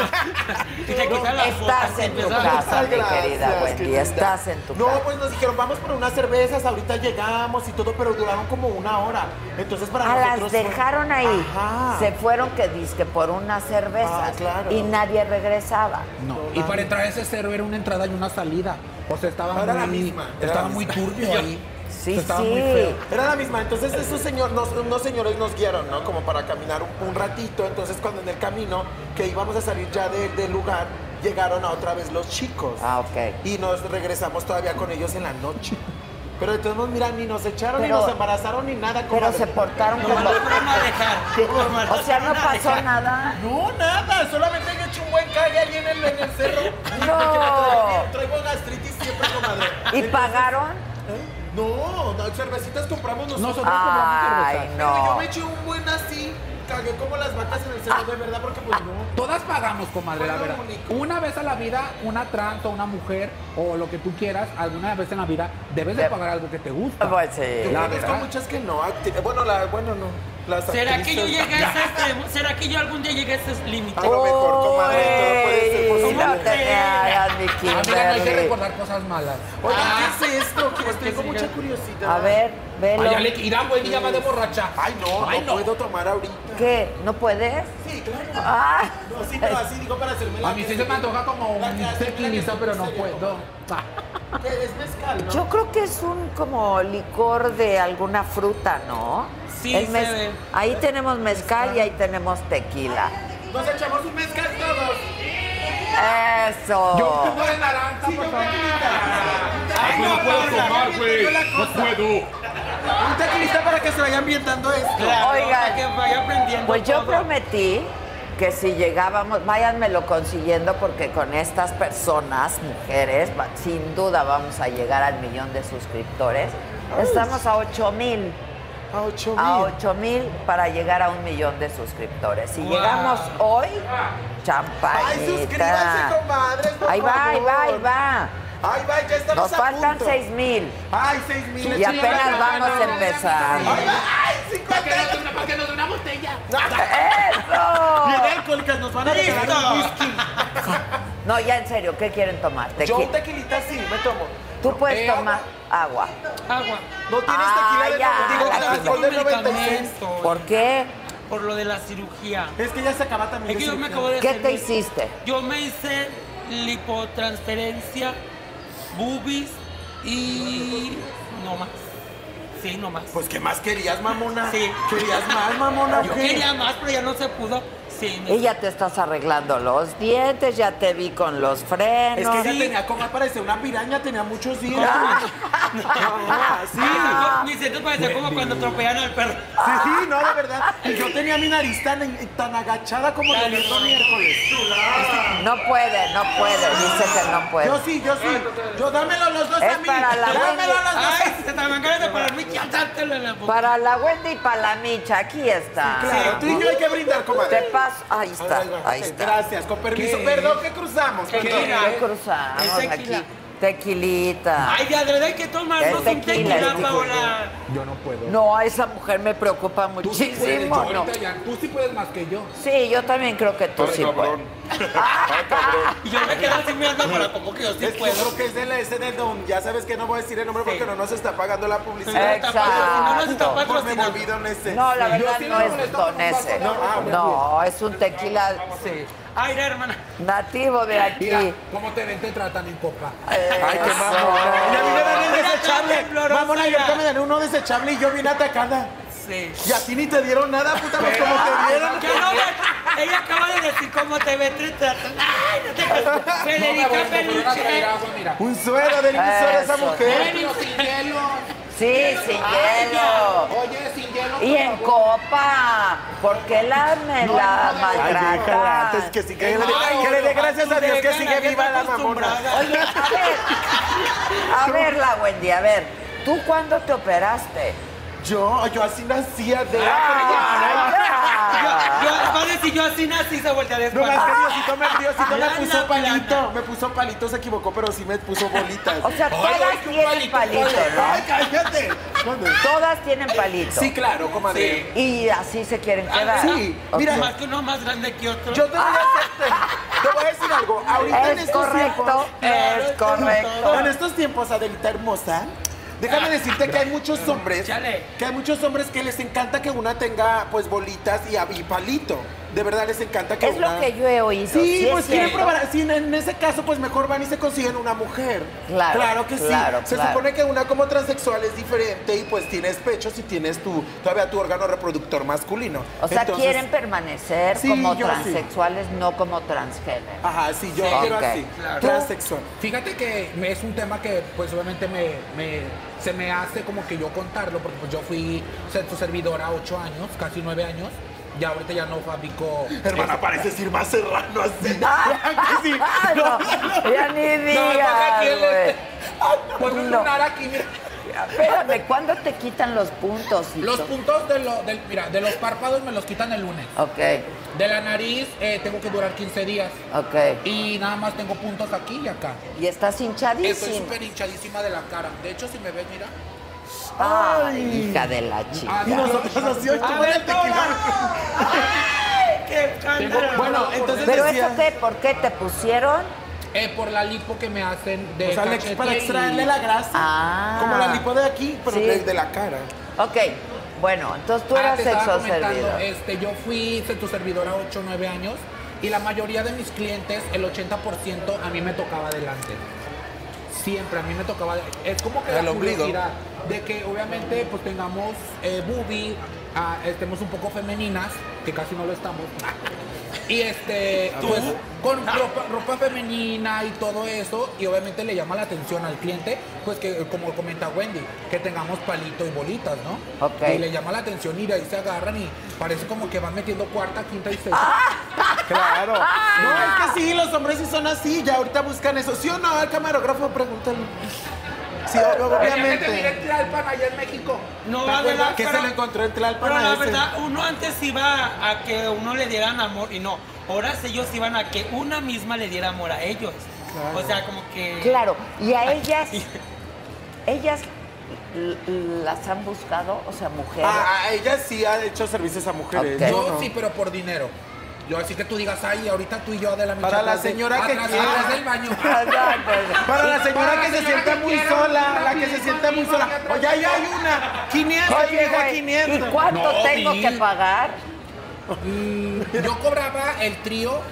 Y te quitan las Estás botas y en tu empiezan- casa, Ay, mi gracias, querida Wendy, querida. estás en tu No, casa. pues nos dijeron, vamos por unas cervezas, ahorita llegamos y todo, pero duraron como 1 hora. Entonces para nosotros las fue- dejaron ahí. Ajá. Se fueron que dizque por unas cervezas. Ah, claro. Y nadie regresaba. No, y para entrar a ese cerro era una entrada y una salida. O sea, estaba Era la muy, misma, era estaba la muy misma. turbio ahí. Sí, O sea, estaba sí. muy feo. Era la misma, entonces unos señores nos guiaron, ¿no? Como para caminar un ratito, entonces cuando en el camino que íbamos a salir ya del lugar, llegaron a otra vez los chicos. Ah, ok. Y nos regresamos todavía con ellos en la noche. Pero entonces, mira, ni nos echaron, Pero- ni nos embarazaron, ni nada. Pero comadre. se portaron No, como... no van a dejar. O sea, no pasó nada. No, nada, solamente he hecho un buen calle ahí en el cerro. No. Traigo gastritis siempre, comadre. ¿Y pagaron? No, cervecitas compramos nosotros. Nosotros compramos Ay, cerveza. Pero yo no. me eché un buen así, cagué como las vacas en el cerro, de verdad, porque pues no. Todas pagamos, comadre, la Fue lo verdad. único. Una vez a la vida, una trans o una mujer o lo que tú quieras, alguna vez en la vida, debes de pagar algo que te gusta. Pues sí. Yo La conozco verdad. muchas que no. Bueno, no. Las ¿Será que yo actrices. llegué a ese extremo? ¿Será que yo algún día llegué a ese límite? A lo mejor, comadre, todo puede ser Uy, posible. no te hagas, mi Amiga, no hay que Kimberly. recordar cosas malas. Oigan, ¿qué es esto? Que tengo mucha curiosidad. A ver, velo. Ay, ya le irá, güey, ya va de borracha. Ay, no puedo tomar ahorita. ¿Qué? ¿No puedes? Sí, claro. Ah. No, sí, pero así digo para hacerme la A mí sí que- se me antoja como la un que hace tequilista, la que pero no sería puedo. como- Que es mezcal, ¿no? Yo creo que es un como licor de alguna fruta, ¿no? Sí, El se mez- ve. Ahí tenemos mezcal y ahí tenemos tequila. Nos echamos un mezcal todos. Eso. Yo un jugo de naranja, por favor. Ay, no puedo tomar, güey. No puedo. Un tequilista para que se vaya ambientando esto. Claro, Oigan, para que vaya aprendiendo Pues yo todo. prometí que si llegábamos, váyanmelo consiguiendo porque con estas personas, mujeres, sin duda vamos a llegar al 1,000,000 de suscriptores. Estamos a 8,000. A 8,000. A 8,000 para llegar a 1,000,000 de suscriptores. Si Wow. llegamos hoy, champañita. Ay, suscríbanse, comadres, por Ahí va, ahí favor. va, ahí va. Ay, va, ya estamos Nos a faltan punto. 6,000. Ay, 6,000. Y apenas vamos empezando. Ay, ay, 50. Para que nos dé una botella. ¡Eso! Bien alcohólicas, nos van a regalar un whisky. No, ya en serio, ¿qué quieren tomar? Yo un tequilita sí, me tomo. Tú puedes tomar agua. Agua. No tienes Ah, tequila de ya, digo, la alcohol Tengo de 96. medicamento. ¿Por qué? Por lo de la cirugía. Es que ya se acaba también. Es que de yo me cirugía. acabo de ¿Qué hacer te mi- hiciste? Yo me hice lipotransferencia, boobies y no más. Sí, no más. Pues, ¿qué más querías, mamona? Sí. ¿Querías más, mamona? Yo ¿Qué? quería más, pero ya no se pudo. Sí, Y ya te estás arreglando los dientes, ya te vi con los frenos. Es que ella Sí. tenía como parecía una piraña, tenía muchos dientes. Ah, sí. mis dientes parecían como cuando atropellan al perro. Sí, no, de verdad. Y yo tenía mi nariz tan agachada como el otro miércoles. No puede, dice que no puede. Yo sí. Yo dámelo los dos Es a mí. para la Dámelo Wendy. los dos. Ay, se te van ganas de pararme y quitárselo en la boca. Para la Wendy y para la Micha, aquí está. Claro, tú y yo hay que brindar, comadre. Te paso, ahí está, ahí está. Gracias, con permiso. ¿Qué? Perdón que cruzamos. ¿Qué? Perdón. ¿Qué cruzamos Es tequila. aquí? Tequilita. Ay, de adrede hay que tomarnos un tequila, tequila, es tequila. Paola. Yo no puedo. No, a esa mujer me preocupa Tú sí puedes, yo muchísimo. No. ahorita ya. Tú sí puedes más que yo. Sí, yo también creo que tú Ay, sí puedes. cabrón. Ay, cabrón. Y yo me quedo así mirando para poco que yo sí Es que yo puedo. creo que es de ese de don. Ya sabes que no voy a decir el nombre porque no nos está pagando la publicidad. Exacto. No nos está Pues me patrocinando. movido en ese. No, la verdad sí no me es molesto don con un vaso ese. de agua. No, es un tequila Ay, hermana. nativo de aquí. Mira, ¿cómo te ven, te tratan en copa? Ay, qué Eso. mamón. Y a mí me dan el Mira, desechable. temblorosa Mamón, ayer ya. que me dan uno desechable y yo vine atacada. Sí. Y a ti ni te dieron nada, puta, pues como te dieron. Que no ve- ella acaba de decir cómo te ve te tratan. Ay, no te No me Federica voy a poner a traer Peluche. agua, mira. Un suero, denle un suero a esa Eso. mujer. Pero sin hielo. Sí, sin hielo. Oye, sin hielo. Y en copa. ¿Por qué me la maltrata? Antes que sí, que le dé gracias a Dios que sigue viva la mamona. Oye, a ver, la Wendy, a ver, ¿tú cuándo te operaste? Yo así nacía de... Yo así nací, se voltea de No, espalda. es que Diosito me puso palito. Me puso palito, se equivocó, pero sí me puso bolitas. O sea, todas tienen palito, ¡Ay, ¿no? cállate! Todas tienen palito. Sí, claro, comadre. Y así se quieren quedar. Sí, mira. Más que uno más grande que otro. Yo te voy a decir algo. Ahorita en Es estos correcto, tiempos... es correcto. En estos tiempos, Adelita hermosa, déjame decirte que hay muchos hombres, que les encanta que una tenga pues bolitas y palito. De verdad les encanta que Es una... lo que yo he oído. Sí, es pues quieren cierto. probar. Sí, en ese caso, pues mejor van y se consiguen una mujer. Claro, que claro, sí. Se claro. supone que una como transexual es diferente y pues tienes pechos y tienes todavía tu órgano reproductor masculino. O sea, Entonces, quieren permanecer sí, como yo sí. transexuales, no como transgénero. Ajá, sí, yo quiero Ok. así. ¿Tú? Transexual. Fíjate que es un tema que pues obviamente se me hace como que yo contarlo, porque pues yo fui tu servidora 8 años, casi 9 años. Ya ahorita ya no fabrico... Hermana, pareces Irma Serrano así. Sí. No, ya ni digas, güey. Puedo No. lunar aquí, mira. Espérame, ¿cuándo te quitan los puntos? Los puntos de los párpados me los quitan el lunes. Ok, De la nariz tengo que durar 15 días. ok. Y nada más tengo puntos aquí y acá. Y estás hinchadísimo. Estoy súper hinchadísima de la cara. De hecho, si me ves, mira. Ay, hija de la chica. Y nosotros así, ¡ay, qué buena tequila! ¡Qué escándalo! Bueno, entonces ¿Pero decía... eso qué? ¿Por qué te pusieron? Por la lipo que me hacen de O sea, cachete para extraerle y- la grasa. Ah. Como la lipo de aquí, pero Sí. de la cara. Ok, bueno, entonces tú eras te estaba sexo comentando, servidor. yo fui tu servidora 8 o 9 años y la mayoría de mis clientes, el 80% a mí me tocaba adelante. Siempre a mí me tocaba. Es como que El la ombligo. curiosidad de que obviamente pues tengamos boobie, estemos un poco femeninas, que casi no lo estamos. Y pues con ropa femenina y todo eso, y obviamente le llama la atención al cliente, pues que como comenta Wendy, que tengamos palito y bolitas, ¿no? Ok. Y le llama la atención y de ahí se agarran y parece como que van metiendo cuarta, quinta y sexta. Claro. No, es que sí, los hombres sí son así. Ya ahorita buscan eso. ¿Sí o no? Al camarógrafo, pregúntale. Sí, Obviamente mira obviamente. en Tlalpan, allá en México. No, ¿Te la acuerdas verdad, que se pero- le encontró en Tlalpan Pero a la ese? verdad, uno antes iba a que uno le dieran amor y no. Ahora ellos iban a que una misma le diera amor a ellos. Claro. O sea, como que... Claro, y a ellas las han buscado, o sea, mujeres. Ella sí ha hecho servicios a mujeres. Ok. Yo no. sí, pero por dinero. Yo así que tú digas, ay, ahorita tú y yo de la Para la señora que quiera. atrás del baño. Para la señora Para la que se señora sienta que muy quiera, sola, una la que se pizza, sienta muy una sola. pizza, Oye, ahí hay una. 500, Oye, vieja, güey, 500. ¿y cuánto No, tengo Bill. que pagar? Yo cobraba el trío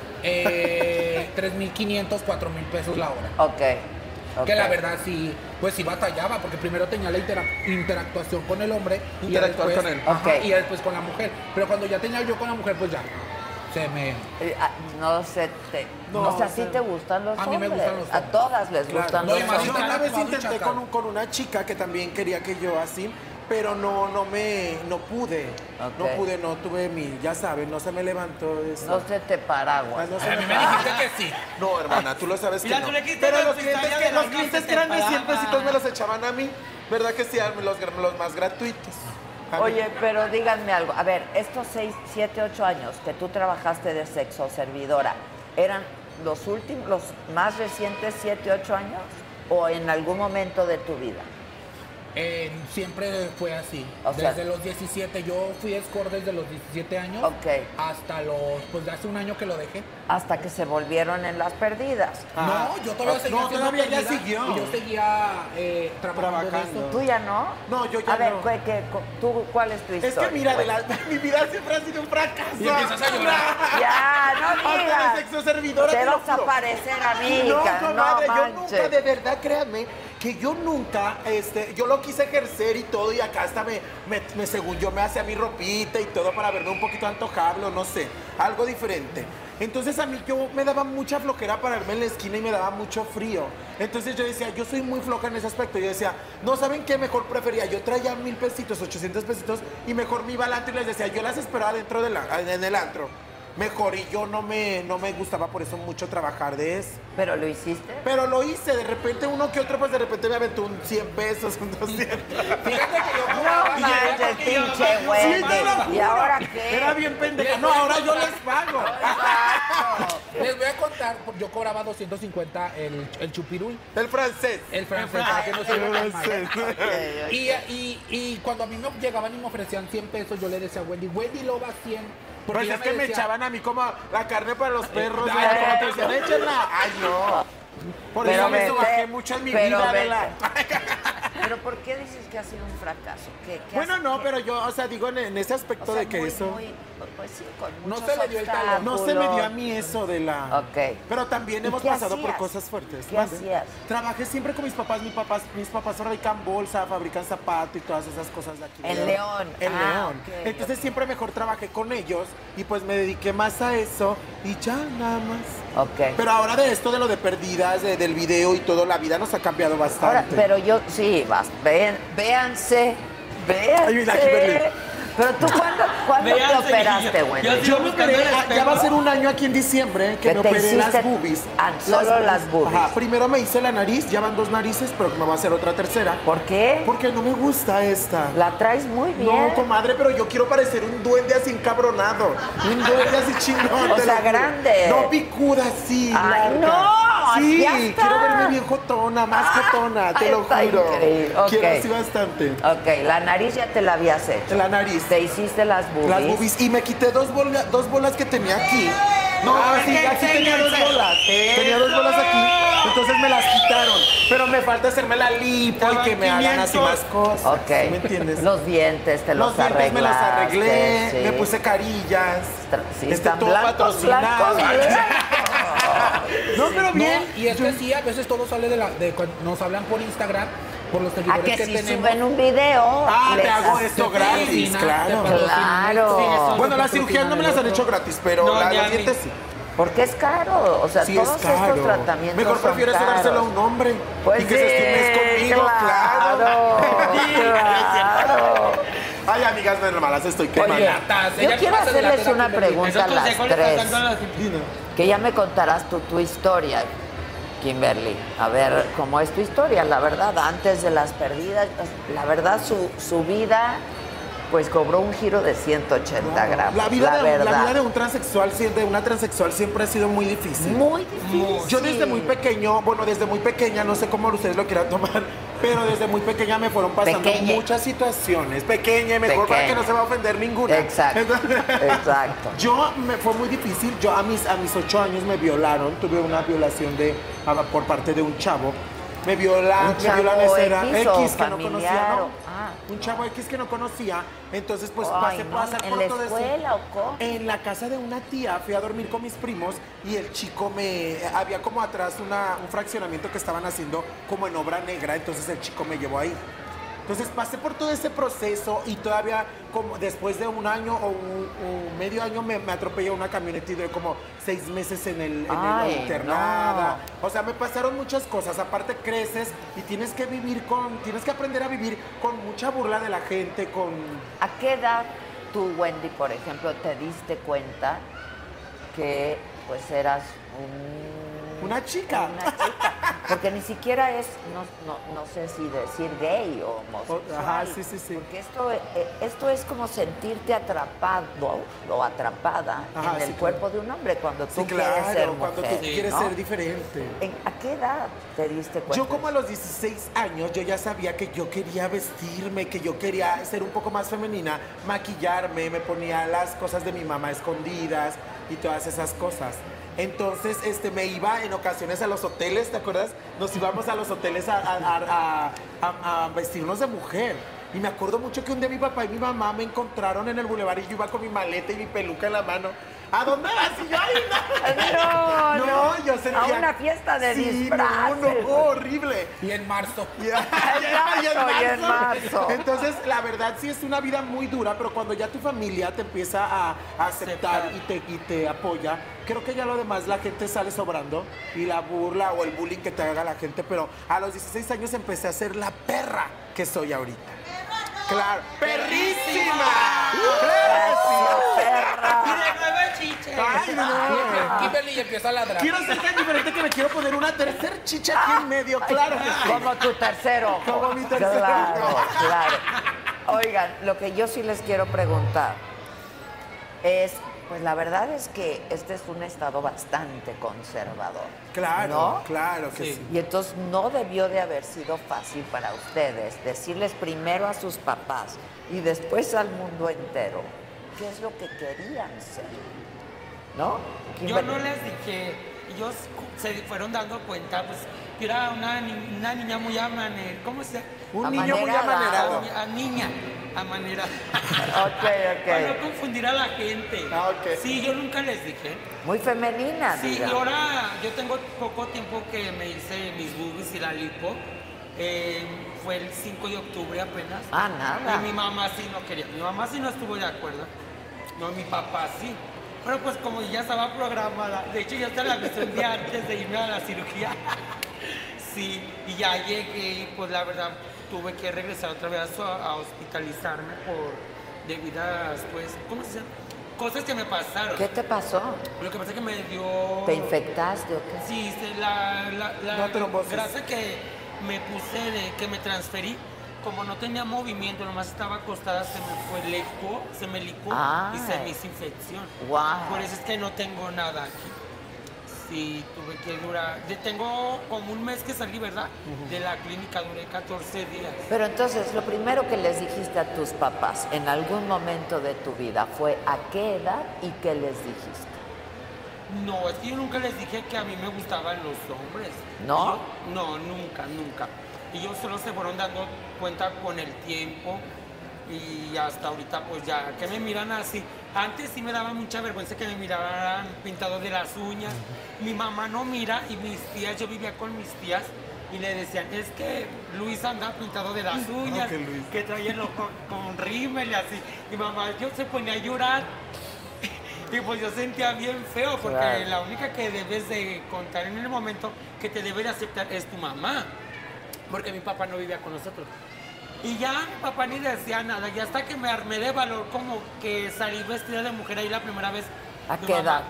3,500, 4,000 pesos la hora. Ok. Que la verdad sí, pues sí batallaba, porque primero tenía la interactuación con el hombre y Interactuar después, con él. ajá, Ok. y después con la mujer. Pero cuando ya tenía yo con la mujer, pues ya, se me... No sé, No, o sea, o ¿sí sea, te gustan los a mí me hombres? gustan los A hombres. todas les gustan No, los y más Yo hombres. una vez Claro, intenté chacal. con una chica que también quería que yo así, pero no pude. Ok. No tuve ya sabes, no se me levantó eso. No se te paraguas. No se A mí me me dijiste que sí. No, hermana, tú lo sabes que Mira, no. tú le quitaste Pero la los clientes pestaña que de los las clientes manos, se grandes te siempre paraba. me los echaban a mí. ¿Verdad que sí? Los más gratuitos. Oye, pero díganme algo. A ver, estos 6, 7, 8 años que tú trabajaste de sexo servidora, ¿eran los últimos, los más recientes 7, 8 años? ¿O en algún momento de tu vida? Siempre fue así. O sea- desde los 17, yo fui escort desde los 17 años Ok. hasta pues de hace un año que lo dejé. Hasta que se volvieron en las perdidas. No, yo todavía seguía No, haciendo todavía ya perdida siguió. y yo seguía trabajando de Trabajando. eso. ¿Tú ya no? No, yo ya A ver, no. ¿tú cuál es tu Es historia? que mira, Bueno, mi vida siempre ha sido un fracaso. Y empiezas a llorar. Ya, no Hasta de digas. sexo servidora, Te te lo vas a juro. parecer a mí, No, hija, comadre, no yo manches. nunca, de verdad, créanme, que yo nunca, yo lo quise ejercer y todo, y acá hasta según yo me hacía mi ropita y todo para verme un poquito antojable, o no sé, algo diferente. Entonces a mí yo me daba mucha flojera pararme en la esquina y me daba mucho frío. Entonces yo decía, yo soy muy floja en ese aspecto. Yo decía, no, ¿saben qué? Mejor prefería, yo traía 1,000 pesitos, 800 pesitos, y mejor me iba al antro y les decía, yo las esperaba dentro en el antro. Mejor, y yo no me gustaba por eso mucho trabajar de eso. ¿Pero lo hiciste? Pero lo hice, de repente uno que otro, pues de repente me aventó un 100 pesos, un 200. Fíjate que yo No manches, pinche güey. ¿Y ahora qué? Era bien pendeja. No, ahora yo les pago. Les voy a contar, yo cobraba 250 el chupirul. El francés. El francés, para que no se lo francés. Y cuando a mí me llegaban y me ofrecían 100 pesos, yo le decía a Wendy lo va a 100. Pues es que me echaban a mí como la carne para los perros. Ay, Como te decían, échenla. Ay, no. Por eso me sobajé mucho en mi vida. Pero ¿por qué dices que ha sido un fracaso? Bueno, no, pero yo, o sea, digo en ese aspecto de que eso... Pues sí, con no muchos se le dio el talón. No se me dio a mí eso de la... Ok. Pero también hemos pasado por cosas fuertes. ¿Qué hacías? Trabajé siempre con mis papás. Mis papás fabrican bolsa, fabrican zapatos y todas esas cosas de aquí. En León. En León. Okay, Entonces siempre mejor trabajé con ellos y pues me dediqué más a eso y ya, nada más. Ok. Pero ahora de esto, de lo de perdidas, del video y todo, la vida nos ha cambiado bastante. Ahora, pero yo, sí, véanse. Ay, mira, Kimberly. Pero tú, ¿cuándo te operaste, güey? Yo me operé, ya va a ser un año aquí en diciembre que me operé las boobies. Solo las boobies. Ajá, primero me hice la nariz, ya van 2 narices, pero me va a hacer otra tercera. ¿Por qué? Porque no me gusta esta. La traes muy bien. No, comadre, pero yo quiero parecer un duende así encabronado. Un duende así chingón. O sea, grande. No, picuda, sí. Ay, larga. no. Sí, ya está. quiero verme bien jotona, más jotona, te lo Está juro. increíble. Okay. Quiero así bastante. Ok, la nariz ya te la habías hecho. La nariz. Te hiciste las boobies. Las boobies. Y me quité dos bolas que tenía aquí. No, sí, aquí tenía 2 bolas. Tenía 2 bolas aquí. Entonces me las quitaron. Pero me falta hacerme la lipo y que me hagan así más cosas. Ok. ¿Sí me entiendes? Los dientes te los arreglaste. Los dientes me los arreglé. Sí. Me puse carillas. Sí, están todo blancos, patrocinado. No, pero bien. No, y es que sí, a veces todo sale de cuando nos hablan por Instagram, por los seguidores que si tenemos. suben un video. Te hago esto gratis, claro. Claro. Bueno, las cirugías no me las han hecho gratis, pero los dientes sí. Porque es caro, o sea, sí, todos es caro. estos tratamientos mejor prefieres dárselo a un hombre pues y que se estime conmigo, claro. Ay, amigas malas, estoy quemando. Oye, yo quiero hacerles una pregunta a las 3. Que ya me contarás tu historia, Kimberly. A ver, ¿cómo es tu historia? La verdad, antes de las perdidas, la verdad, su vida... pues cobró un giro de 180 grados. La vida de un transexual, de una transexual siempre ha sido muy difícil. Muy difícil. Yo desde muy pequeño, desde muy pequeña, no sé cómo ustedes lo quieran tomar, pero desde muy pequeña me fueron pasando muchas situaciones. Pequeña, mejor para que no se va a ofender ninguna. Exacto. Exacto. Me fue muy difícil. Yo a mis 8 años me violaron. Tuve una violación por parte de un chavo. Me viola la mesera X que no conocía, ¿no? Un chavo X que no conocía. Entonces, pues pasé por todo eso. ¿En la escuela o cómo? En la casa de una tía fui a dormir con mis primos y el chico había como atrás un fraccionamiento que estaban haciendo como en obra negra, entonces el chico me llevó ahí. Entonces pasé por todo ese proceso y todavía como después de un año o medio año me atropelló una camioneta y duré como 6 meses en la internada. No. O sea, me pasaron muchas cosas. Aparte creces y tienes que aprender a vivir con mucha burla de la gente, ¿A qué edad tú, Wendy, por ejemplo, te diste cuenta que pues eras una chica? Porque ni siquiera es, no sé si decir gay o homosexual. Ajá, sí. Porque esto es como sentirte atrapado o atrapada en el cuerpo de un hombre cuando tú quieres ser mujer. Cuando tú quieres ser diferente. ¿A qué edad te diste cuenta? Yo como a los 16 años yo ya sabía que yo quería vestirme, que yo quería ser un poco más femenina, maquillarme, me ponía las cosas de mi mamá escondidas y todas esas cosas. Entonces, me iba en ocasiones a los hoteles, ¿te acuerdas? Nos íbamos a los hoteles a vestirnos de mujer. Y me acuerdo mucho que un día mi papá y mi mamá me encontraron en el bulevar y yo iba con mi maleta y mi peluca en la mano. ¿A dónde vas? Y yo, ay, no. Yo sentía... A una fiesta de disfraces. No, horrible. Y en marzo. Y en marzo. Entonces, la verdad sí es una vida muy dura, pero cuando ya tu familia te empieza a aceptar y te apoya, creo que ya lo demás la gente sale sobrando y la burla o el bullying que te haga la gente, pero a los 16 años empecé a ser la perra que soy ahorita. Claro. ¡Perrísima! ¡Perra! Y de nueve chiches. ¡Ay, no! Kimberly empieza a ladrar. Quiero ser tan diferente que me quiero poner una tercer chicha aquí en medio, claro que sí. Como tu tercero. Como mi tercero. Claro. Oigan, lo que yo sí les quiero preguntar es, pues la verdad es que este es un estado bastante conservador. Claro, ¿no? claro que sí. Y entonces no debió de haber sido fácil para ustedes decirles primero a sus papás y después al mundo entero qué es lo que querían ser, ¿no? Yo no les dije, ellos se fueron dando cuenta, pues yo era una niña muy amanerada, ¿cómo se llama? Un niño muy amanerado. Niña amanerada. Ok. Para no confundir a la gente. Ok. Sí, yo nunca les dije. Muy femenina, Sí, digamos. y ahora yo tengo poco tiempo que me hice mis boobies y la lipo. Fue el 5 de octubre apenas. Ah, nada. Y mi mamá sí no quería. Mi mamá sí no estuvo de acuerdo. No, mi papá sí. Pero pues como ya estaba programada, de hecho ya hasta la avisé un día antes de irme a la cirugía. Sí, y ya llegué y pues la verdad tuve que regresar otra vez a hospitalizarme por debidas, pues, ¿cómo se llama? Cosas que me pasaron. ¿Qué te pasó? Lo que pasa es que me dio... ¿Te infectaste o qué? Sí, la trombosis. grasa que me puse de que me transferí, como no tenía movimiento, nomás estaba acostada, se me licuó y se me hizo infección. Wow. Por eso es que no tengo nada aquí. Sí, tuve que durar. Tengo como un mes que salí, ¿verdad? De la clínica, duré 14 días. Pero entonces, lo primero que les dijiste a tus papás en algún momento de tu vida fue ¿a qué edad y qué les dijiste? No, es que yo nunca les dije que a mí me gustaban los hombres. ¿No? No, nunca. Y ellos solo se fueron dando cuenta con el tiempo y hasta ahorita pues ya que me miran así. Antes sí me daba mucha vergüenza que me miraran pintado de las uñas. Mi mamá no mira y mis tías, yo vivía con mis tías y le decían, es que Luis anda pintado de las uñas, que trae el ojo con rímel y así. Y mamá, yo se ponía a llorar. Y pues yo sentía bien feo porque la única que debes de contar en el momento que te debe de aceptar es tu mamá. Porque mi papá no vivía con nosotros. Y ya mi papá ni decía nada. Y hasta que me armé de valor, como que salí vestida de mujer ahí la primera vez. ¿A qué edad?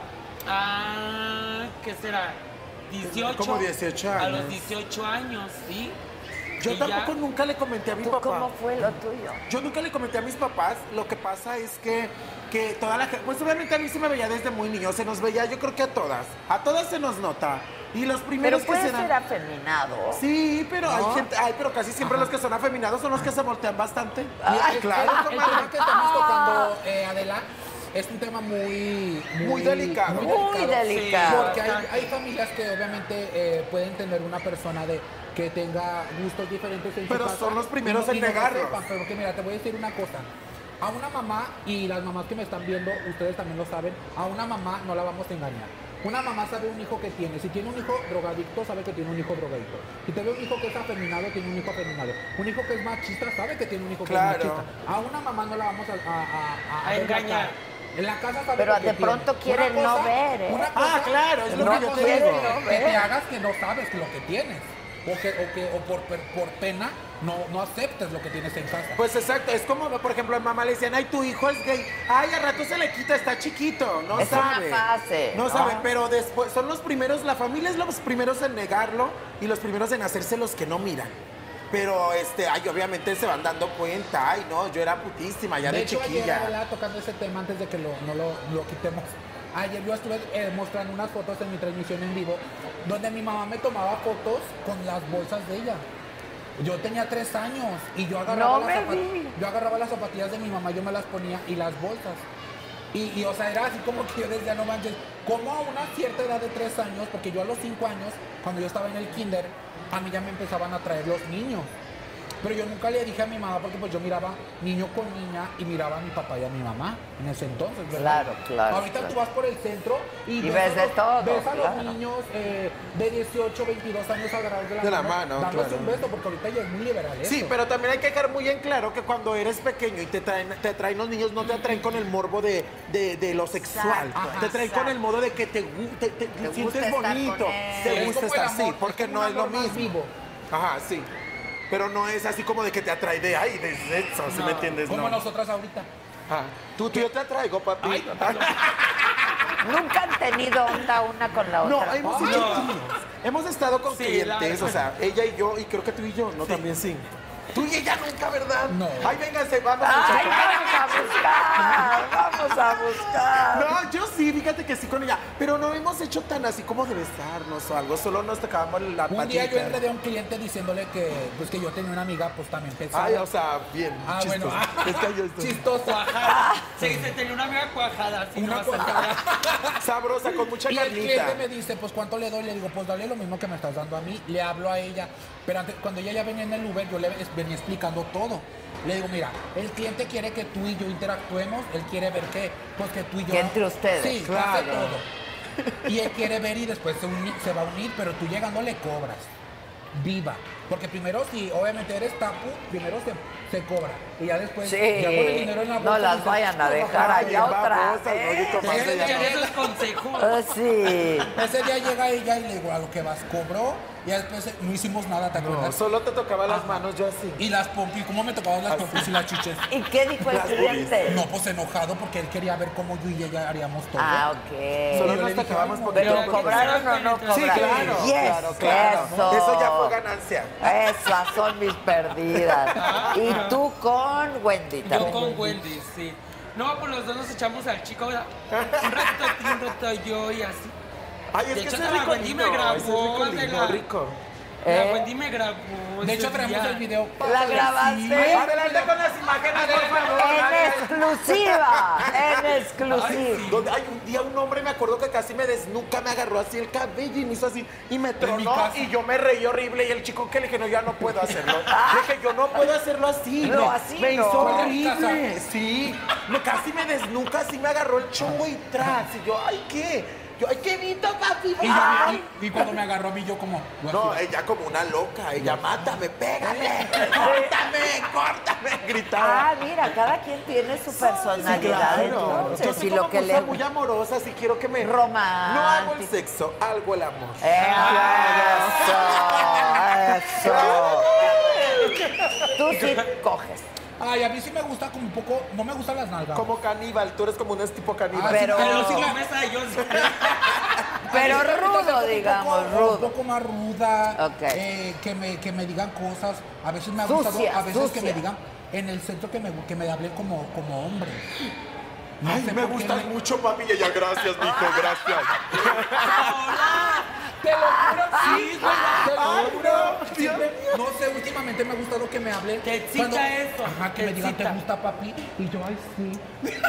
¿Qué será? 18. Como 18 años. A los 18 años, sí. Yo Y tampoco ya, nunca le comenté a mi ¿Tú papá. cómo fue lo tuyo? Yo nunca le comenté a mis papás. Lo que pasa es que toda la gente, pues obviamente a mí se me veía desde muy niño, se nos veía, yo creo que a todas se nos nota. Y los primeros Pero que se puede ser afeminado. Sí, pero ¿no? hay gente, pero casi siempre los que son afeminados son los que se voltean bastante. Claro, Claro, el tema que estamos tocando, Adela, es un tema Muy delicado. Muy delicado. Porque hay familias que obviamente pueden tener una persona que tenga gustos diferentes en Pero su casa, son los primeros y en no lo negarlos. sepan. Pero que mira, te voy a decir una cosa. A una mamá, y las mamás que me están viendo, ustedes también lo saben, a una mamá no la vamos a engañar. Una mamá sabe un hijo que tiene. Si tiene un hijo drogadicto, sabe que tiene un hijo drogadicto. Si te ve un hijo que es afeminado, tiene un hijo afeminado. Un hijo que es machista, sabe que tiene un hijo que es machista. A una mamá no la vamos a engañar. En la casa sabe Pero lo que de pronto tiene. quieren Una no cosa- ver, ¿eh? una cosa- claro, es lo una que yo cosa te es digo. que te hagas que no sabes lo que tienes. O por pena no aceptes lo que tienes en casa. Pues exacto, es como, por ejemplo, a mamá le decían, ay, tu hijo es gay. Ay, al rato se le quita, está chiquito, no Es sabe. una fase, No ¿no? sabe, pero después son los primeros, la familia es los primeros en negarlo y los primeros en hacerse los que no miran. Pero, obviamente se van dando cuenta, ay, no, yo era putísima ya de hecho, chiquilla. ayer hablaba tocando ese tema antes de que no lo quitemos. Ayer yo estuve mostrando unas fotos en mi transmisión en vivo donde mi mamá me tomaba fotos con las bolsas de ella. Yo tenía 3 años y yo agarraba, yo agarraba las zapatillas de mi mamá, yo me las ponía y las bolsas. Y o sea, era así como que yo decía, no manches, como a una cierta edad de 3 años, porque yo a los 5 años, cuando yo estaba en el kinder, a mí ya me empezaban a traer los niños. Pero yo nunca le dije a mi mamá porque pues yo miraba niño con niña y miraba a mi papá y a mi mamá en ese entonces, ¿verdad? Claro. Ahorita tú vas por el centro y ves de todo. Ves a claro. los niños de 18, 22 años agarrados De la mano, dándose claro. un beso porque ahorita ya es muy liberal eso. Sí, pero también hay que dejar muy en claro que cuando eres pequeño y te traen los niños, no te atraen con el morbo de lo sexual. Exacto, te traen con el modo de que te gusta sientes estar bonito, con él. te Es gusta como el estar así, amor, porque es no un es lo amor más mismo. vivo. Ajá, sí. Pero no es así como de que te atrae de sexo, ¿sí me entiendes? Como No. nosotras ahorita. Ah, tú yo te atraigo, papi. Ay, ¿Nunca han tenido onda una con la No, otra? hemos hecho tríos. Hemos estado con Sí, clientes, la- o sea, ella y yo, y creo que tú y yo, ¿no? También sí. Tú y ella nunca, ¿verdad? No. Ay, vénganse, vamos, ¡Ay, muchachos. vamos a buscar! No, yo sí, fíjate que sí con ella. Pero no hemos hecho tan así como de besarnos o algo. Solo nos tocábamos la patita. Un día yo enredé a un cliente diciéndole que, pues, que yo tenía una amiga pues también pesada. Ay, o sea, bien. Ah, chistoso. bueno. Es que yo estoy- Chistosa. Cuajada. Sí, se tenía una amiga cuajada. Así Una no vas a cuajada. Sabrosa, con mucha Y el carnita. cliente me dice, pues, ¿cuánto le doy? Le digo, pues, dale lo mismo que me estás dando a mí. Le hablo a ella. Pero antes, cuando ella ya venía en el Uber, yo le venía explicando todo. Le digo, mira, el cliente quiere que tú y yo interactuemos. Él quiere ver que, pues, que tú y yo... Que entre ustedes, Sí, claro. hace todo. Y él quiere ver y después se va a unir, pero tú llegando le cobras. Viva. Porque primero, si obviamente eres tapu, primero se cobra. Y ya después, Sí, ya con el dinero en la bolsa... no las dices, vayan a "No, dejar Ay, allá otra babosas, no, vez". ni tomarse Sí, ya sí, no. Esos consejos. Sí. Ese día llega ella y le digo, a lo que vas, cobró. Y después no hicimos nada, ¿te No, acuerdas? solo te tocaba las manos, yo así. Y las pompis, ¿cómo me tocaban las pompis y las chiches? ¿Y qué dijo el Las cliente? No, pues enojado porque él quería ver cómo yo y ella haríamos todo. Ah, Solo ok. yo le nos dije, tocábamos "Ay, poquito. ¿Pero a poquito. cobraron o no cobraron? Sí, claro, Yes, claro. Eso ya fue ganancia. Esas son mis perdidas. Y tú con Wendy Yo también. con Wendy, sí. No, pues los dos nos echamos al chico, ¿verdad? Un ratito a ti, un ratito yo y así. Ay, es De que hecho, ese es la rico Wendy me lindo, grabó ese es rico de lindo, la- rico. La Wendy me grabó. De hecho, ese traemos día. el video. ¿La grabaste? Adelante con las imágenes, por favor. En exclusiva. En exclusiva. Donde hay un día un hombre, me acuerdo que casi me desnuca, me agarró así el cabello y me hizo así y me mi tronó casa. y yo me reí horrible y el chico que le dije, no, ya no puedo hacerlo. Le dije, yo no puedo hacerlo así. No, me, así me no. hizo Fue en mi casa. horrible. Sí, casi me desnuca, así me agarró el chongo y tras. Y yo, ay, ¿qué? Yo, ay, qué bonito, papi. Y, Ay. y cuando me agarró a mí, yo como... No, ella como una loca, ella mátame, pégale, córtame, gritaba. Ah, mira, cada quien tiene su personalidad. Claro. Entonces, Yo soy y como lo que cosa le muy amorosa, si quiero que me... Romántico. No hago el sexo, hago el amor. Eso. Tú sí coges. Ay, a mí sí me gusta como un poco... No me gustan las nalgas. Como caníbal, tú eres como un tipo caníbal. Ah, Pero- Pero si comes a ellos. Pero A mí sí me gusta ser rudo, como digamos, un rudo. poco más ruda. Ok. Que me digan cosas. A veces me ha Sucia, gustado... A veces que sucia. me digan en el centro que me hablen como hombre. No Ay, sé me por qué gustas mucho, papi. Y ella, gracias, mijo, gracias. Te lo juro, sí, güey. Te lo Ay, juro. no, Siempre- no sé, últimamente me ha gustado que me hablen. Te excita eso, Ajá, que te me digan, ¿te excita. gusta, papi? Y yo, ay, sí.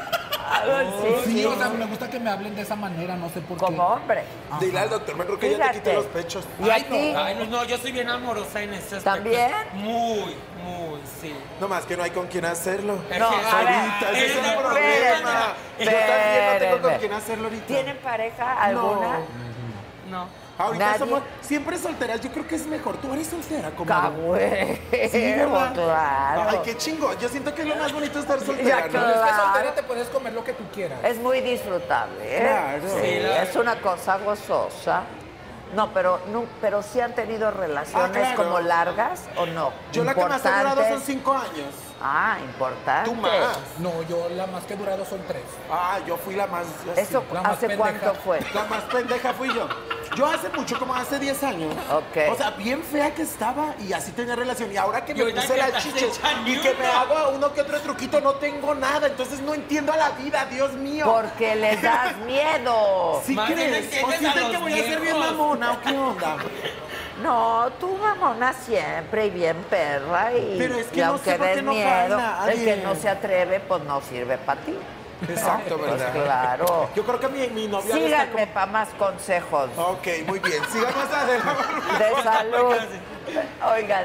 Sí, Sí, o sea, me gusta que me hablen de esa manera, no sé por qué. como hombre. Dile al doctor, me creo que ella te Fíjate. quite los pechos. ¿Y a Ay, no. ti? Ay, no, yo soy bien amorosa en ese aspecto. ¿También? Muy, sí. No más que no hay con quién hacerlo. No, a ver, Ahorita, ese es el espérenme, problema. Yo también no tengo con espérenme. quién hacerlo ahorita. ¿Tienen pareja alguna? No. Ahorita Nadie. somos siempre solteras. Yo creo que es mejor. Tú eres soltera, como. Cagüey. Sí, ¿verdad? Claro. Ay, qué chingo. Yo siento que es lo más bonito estar Ya, soltera, ¿no? Pero es que Claro. soltera te puedes comer lo que tú quieras. Es muy disfrutable, ¿eh? Claro. Sí, Sí, la- es una cosa gozosa. No, pero sí han tenido relaciones claro. como largas o no. Yo la que más he durado son Importantes. 5 años. Ah, importante. Tú más. No, yo la más que he durado son 3. Ah, yo fui la más. así. ¿Eso la más hace pendeja. cuánto fue? La más pendeja fui yo. Yo hace mucho, como hace 10 años. Ok. O sea, bien fea que estaba y así tenía relación. Y ahora que Y me ahorita puse que las estás chiches hecha y que me ñuda. hago uno que otro truquito, no tengo nada. Entonces no entiendo a la vida, Dios mío. Porque les das miedo. ¿Sí Más bien crees? ¿O entiendes a sienten que los voy a ser bien viejos. mamona o qué onda? No, tú mamona siempre y bien perra y, Pero es que y no aunque sé por qué des no cae miedo, nadie. el que no se atreve pues no sirve para ti. Exacto, Pues ¿verdad? claro. Yo creo que mi novia debe estar Síganme para más consejos como... Ok, muy bien. Sigamos adelante. de salud. Oigan,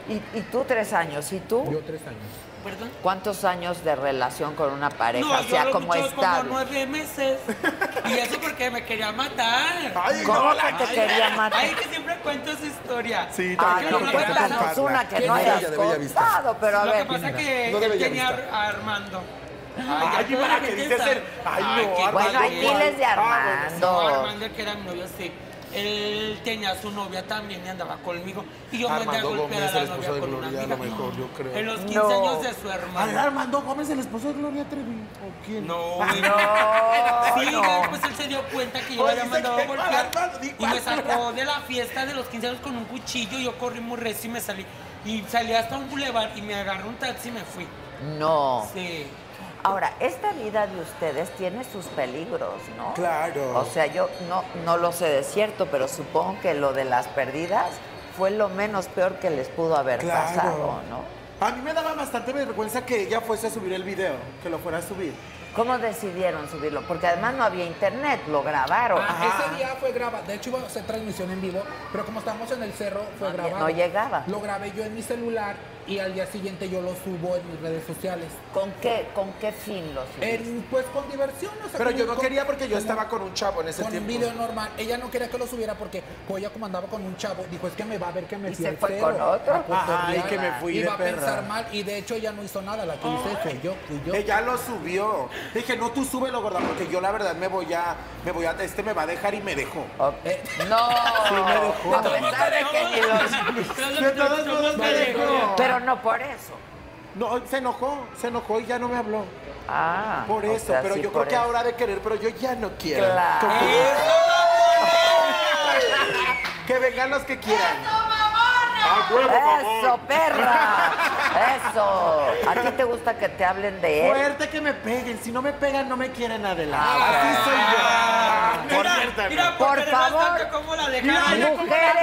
¿Y tú 3 años? ¿Y tú? Yo 3 años. ¿Perdón? ¿Cuántos años de relación con una pareja? No, O sea, yo como como estable. 9 meses. Y eso porque me quería matar. ¿Cómo que te quería matar? Ay, que siempre cuento esa historia. Sí, Ay, no, también quiero cuéntanos contarla. una que ¿Quién no era? hayas De Bella Vista. contado, pero a Lo ver. que pasa es que No de él Bella tenía Vista. a Armando. Ay, ya para toda que la dices gente el... Ay, no, qué Armando. Bueno, hay padre. miles de Armando. No, Armando, que era mi novio, sí. Él tenía a su novia también y andaba conmigo. Y yo mandé a Armando golpear Gómez, a el la novia esposo de con una Gloria, a amiga. lo mejor, yo creo. En los 15 No. años de su Ay, hermano. Armando Gómez, el esposo de Gloria Trevi. ¿O quién? No, No, sí, no. después él se dio cuenta que yo Oye, le había dice mandado a que golpear Armando, di y me cuál sacó de la fiesta de los 15 años con un cuchillo. Yo corrí muy recio y me salí. Y salí hasta un bulevar y me agarré un taxi y me fui. No. Sí. Ahora, esta vida de ustedes tiene sus peligros, ¿no? Claro. O sea, yo no lo sé de cierto, pero supongo que lo de las perdidas fue lo menos peor que les pudo haber Claro. pasado, ¿no? A mí me daba bastante vergüenza que ella fuese a subir el video, que lo fuera a subir. ¿Cómo decidieron subirlo? Porque además no había internet, lo grabaron. Ese día fue grabado. De hecho, iba a hacer transmisión en vivo, pero como estábamos en el cerro, fue grabado. no llegaba. Lo grabé yo en mi celular y al día siguiente yo lo subo en mis redes sociales. ¿Con qué fin lo subiste? Pues con diversión, o sea, Pero como- yo no quería porque yo como- estaba con un chavo en ese con tiempo. un video normal. Ella no quería que lo subiera porque pues ella como andaba con un chavo, dijo, es que me va a ver que me ¿Y fui se al fue cerro con otro? a cotorrear. Ajá, y que me fui y de va a perra. pensar mal. Y de hecho ella no hizo nada, la que hice fui yo. Ella lo subió. Dije, no, tú súbelo, gorda, porque yo la verdad me va a dejar y me dejó. No, Sí, me dejó. a pesar de que ni los... De todos modos me dejó. Pero no por eso. No, se enojó y ya no me habló. Ah, Por o eso, sea, pero sí, yo por creo que eso. ahora de querer, pero yo ya no quiero. Claro. Que vengan los que quieran. ¡A huevo, ¡Eso, mamón! perra! ¡Eso! ¿A ti te gusta que te hablen de él? Fuerte que me peguen. Si no me pegan, no me quieren adelante. Ah, Así soy yo. Mira, Por porque además favor. tanto como la dejaron.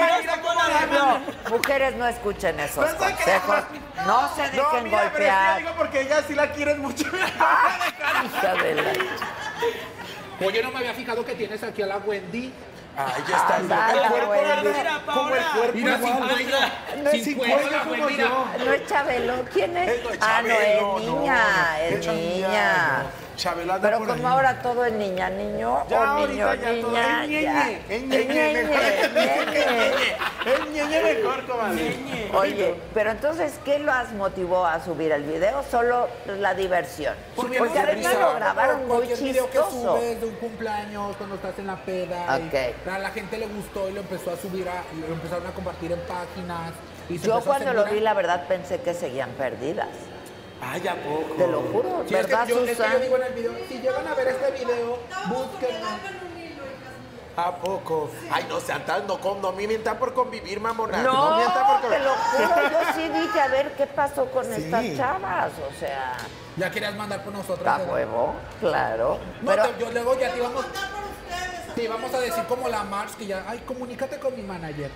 Mujeres no escuchen esos No sé qué- consejos. No se dejen No, mira, pero es que golpear. digo porque ella sí la quieres mucho. Hija de la... Oye, no me había fijado que tienes aquí a la Wendy. Ay, ya está. Ándale, El cuerpo, güey. ¿verdad? Como el cuerpo. Mira, sin igual. cuello. No es Sin cuello cuello, como güey, mira. yo. No es Chabelo, ¿quién es? No es Ah, no, Chabelo, es niña, es Hecho niña. no. Chabelo anda Pero por como ahí. ahora todo es niña, niño, Ya, o niño, ahorita ya todo niña, es ya. ñeñe, es Es ñeñe, ñeñe, mejor. ñeñe. Es ñeñe mejor, comadre. Oye, pero entonces, ¿qué los motivó a subir el video? Solo la diversión. Porque Porque nos además risa. lo grabaron muy Cualquier video que chistoso. subes de un cumpleaños, cuando estás en la peda. Ok. A la gente le gustó y lo empezó a subir, lo empezaron a compartir en páginas. Y se Yo empezó a cuando lo hacer vi, viral. la verdad, pensé que seguían perdidas. Ay, ¿a poco? Te lo juro, Sí, es que ¿verdad, yo, es que Susan? yo digo en el video, si llegan a ver este video, búsquenlo. ¿A poco? Ay, no sean tan, no mientan por convivir, mamona. No, mientan por te convivir. lo juro, yo sí dije, a ver qué pasó con Sí. estas chavas, o sea, Ya querías mandar por nosotros. a ¿verdad? huevo, claro. No, Pero, yo luego ya te íbamos a decir como la Mars que ya, ay, comunícate con mi manager.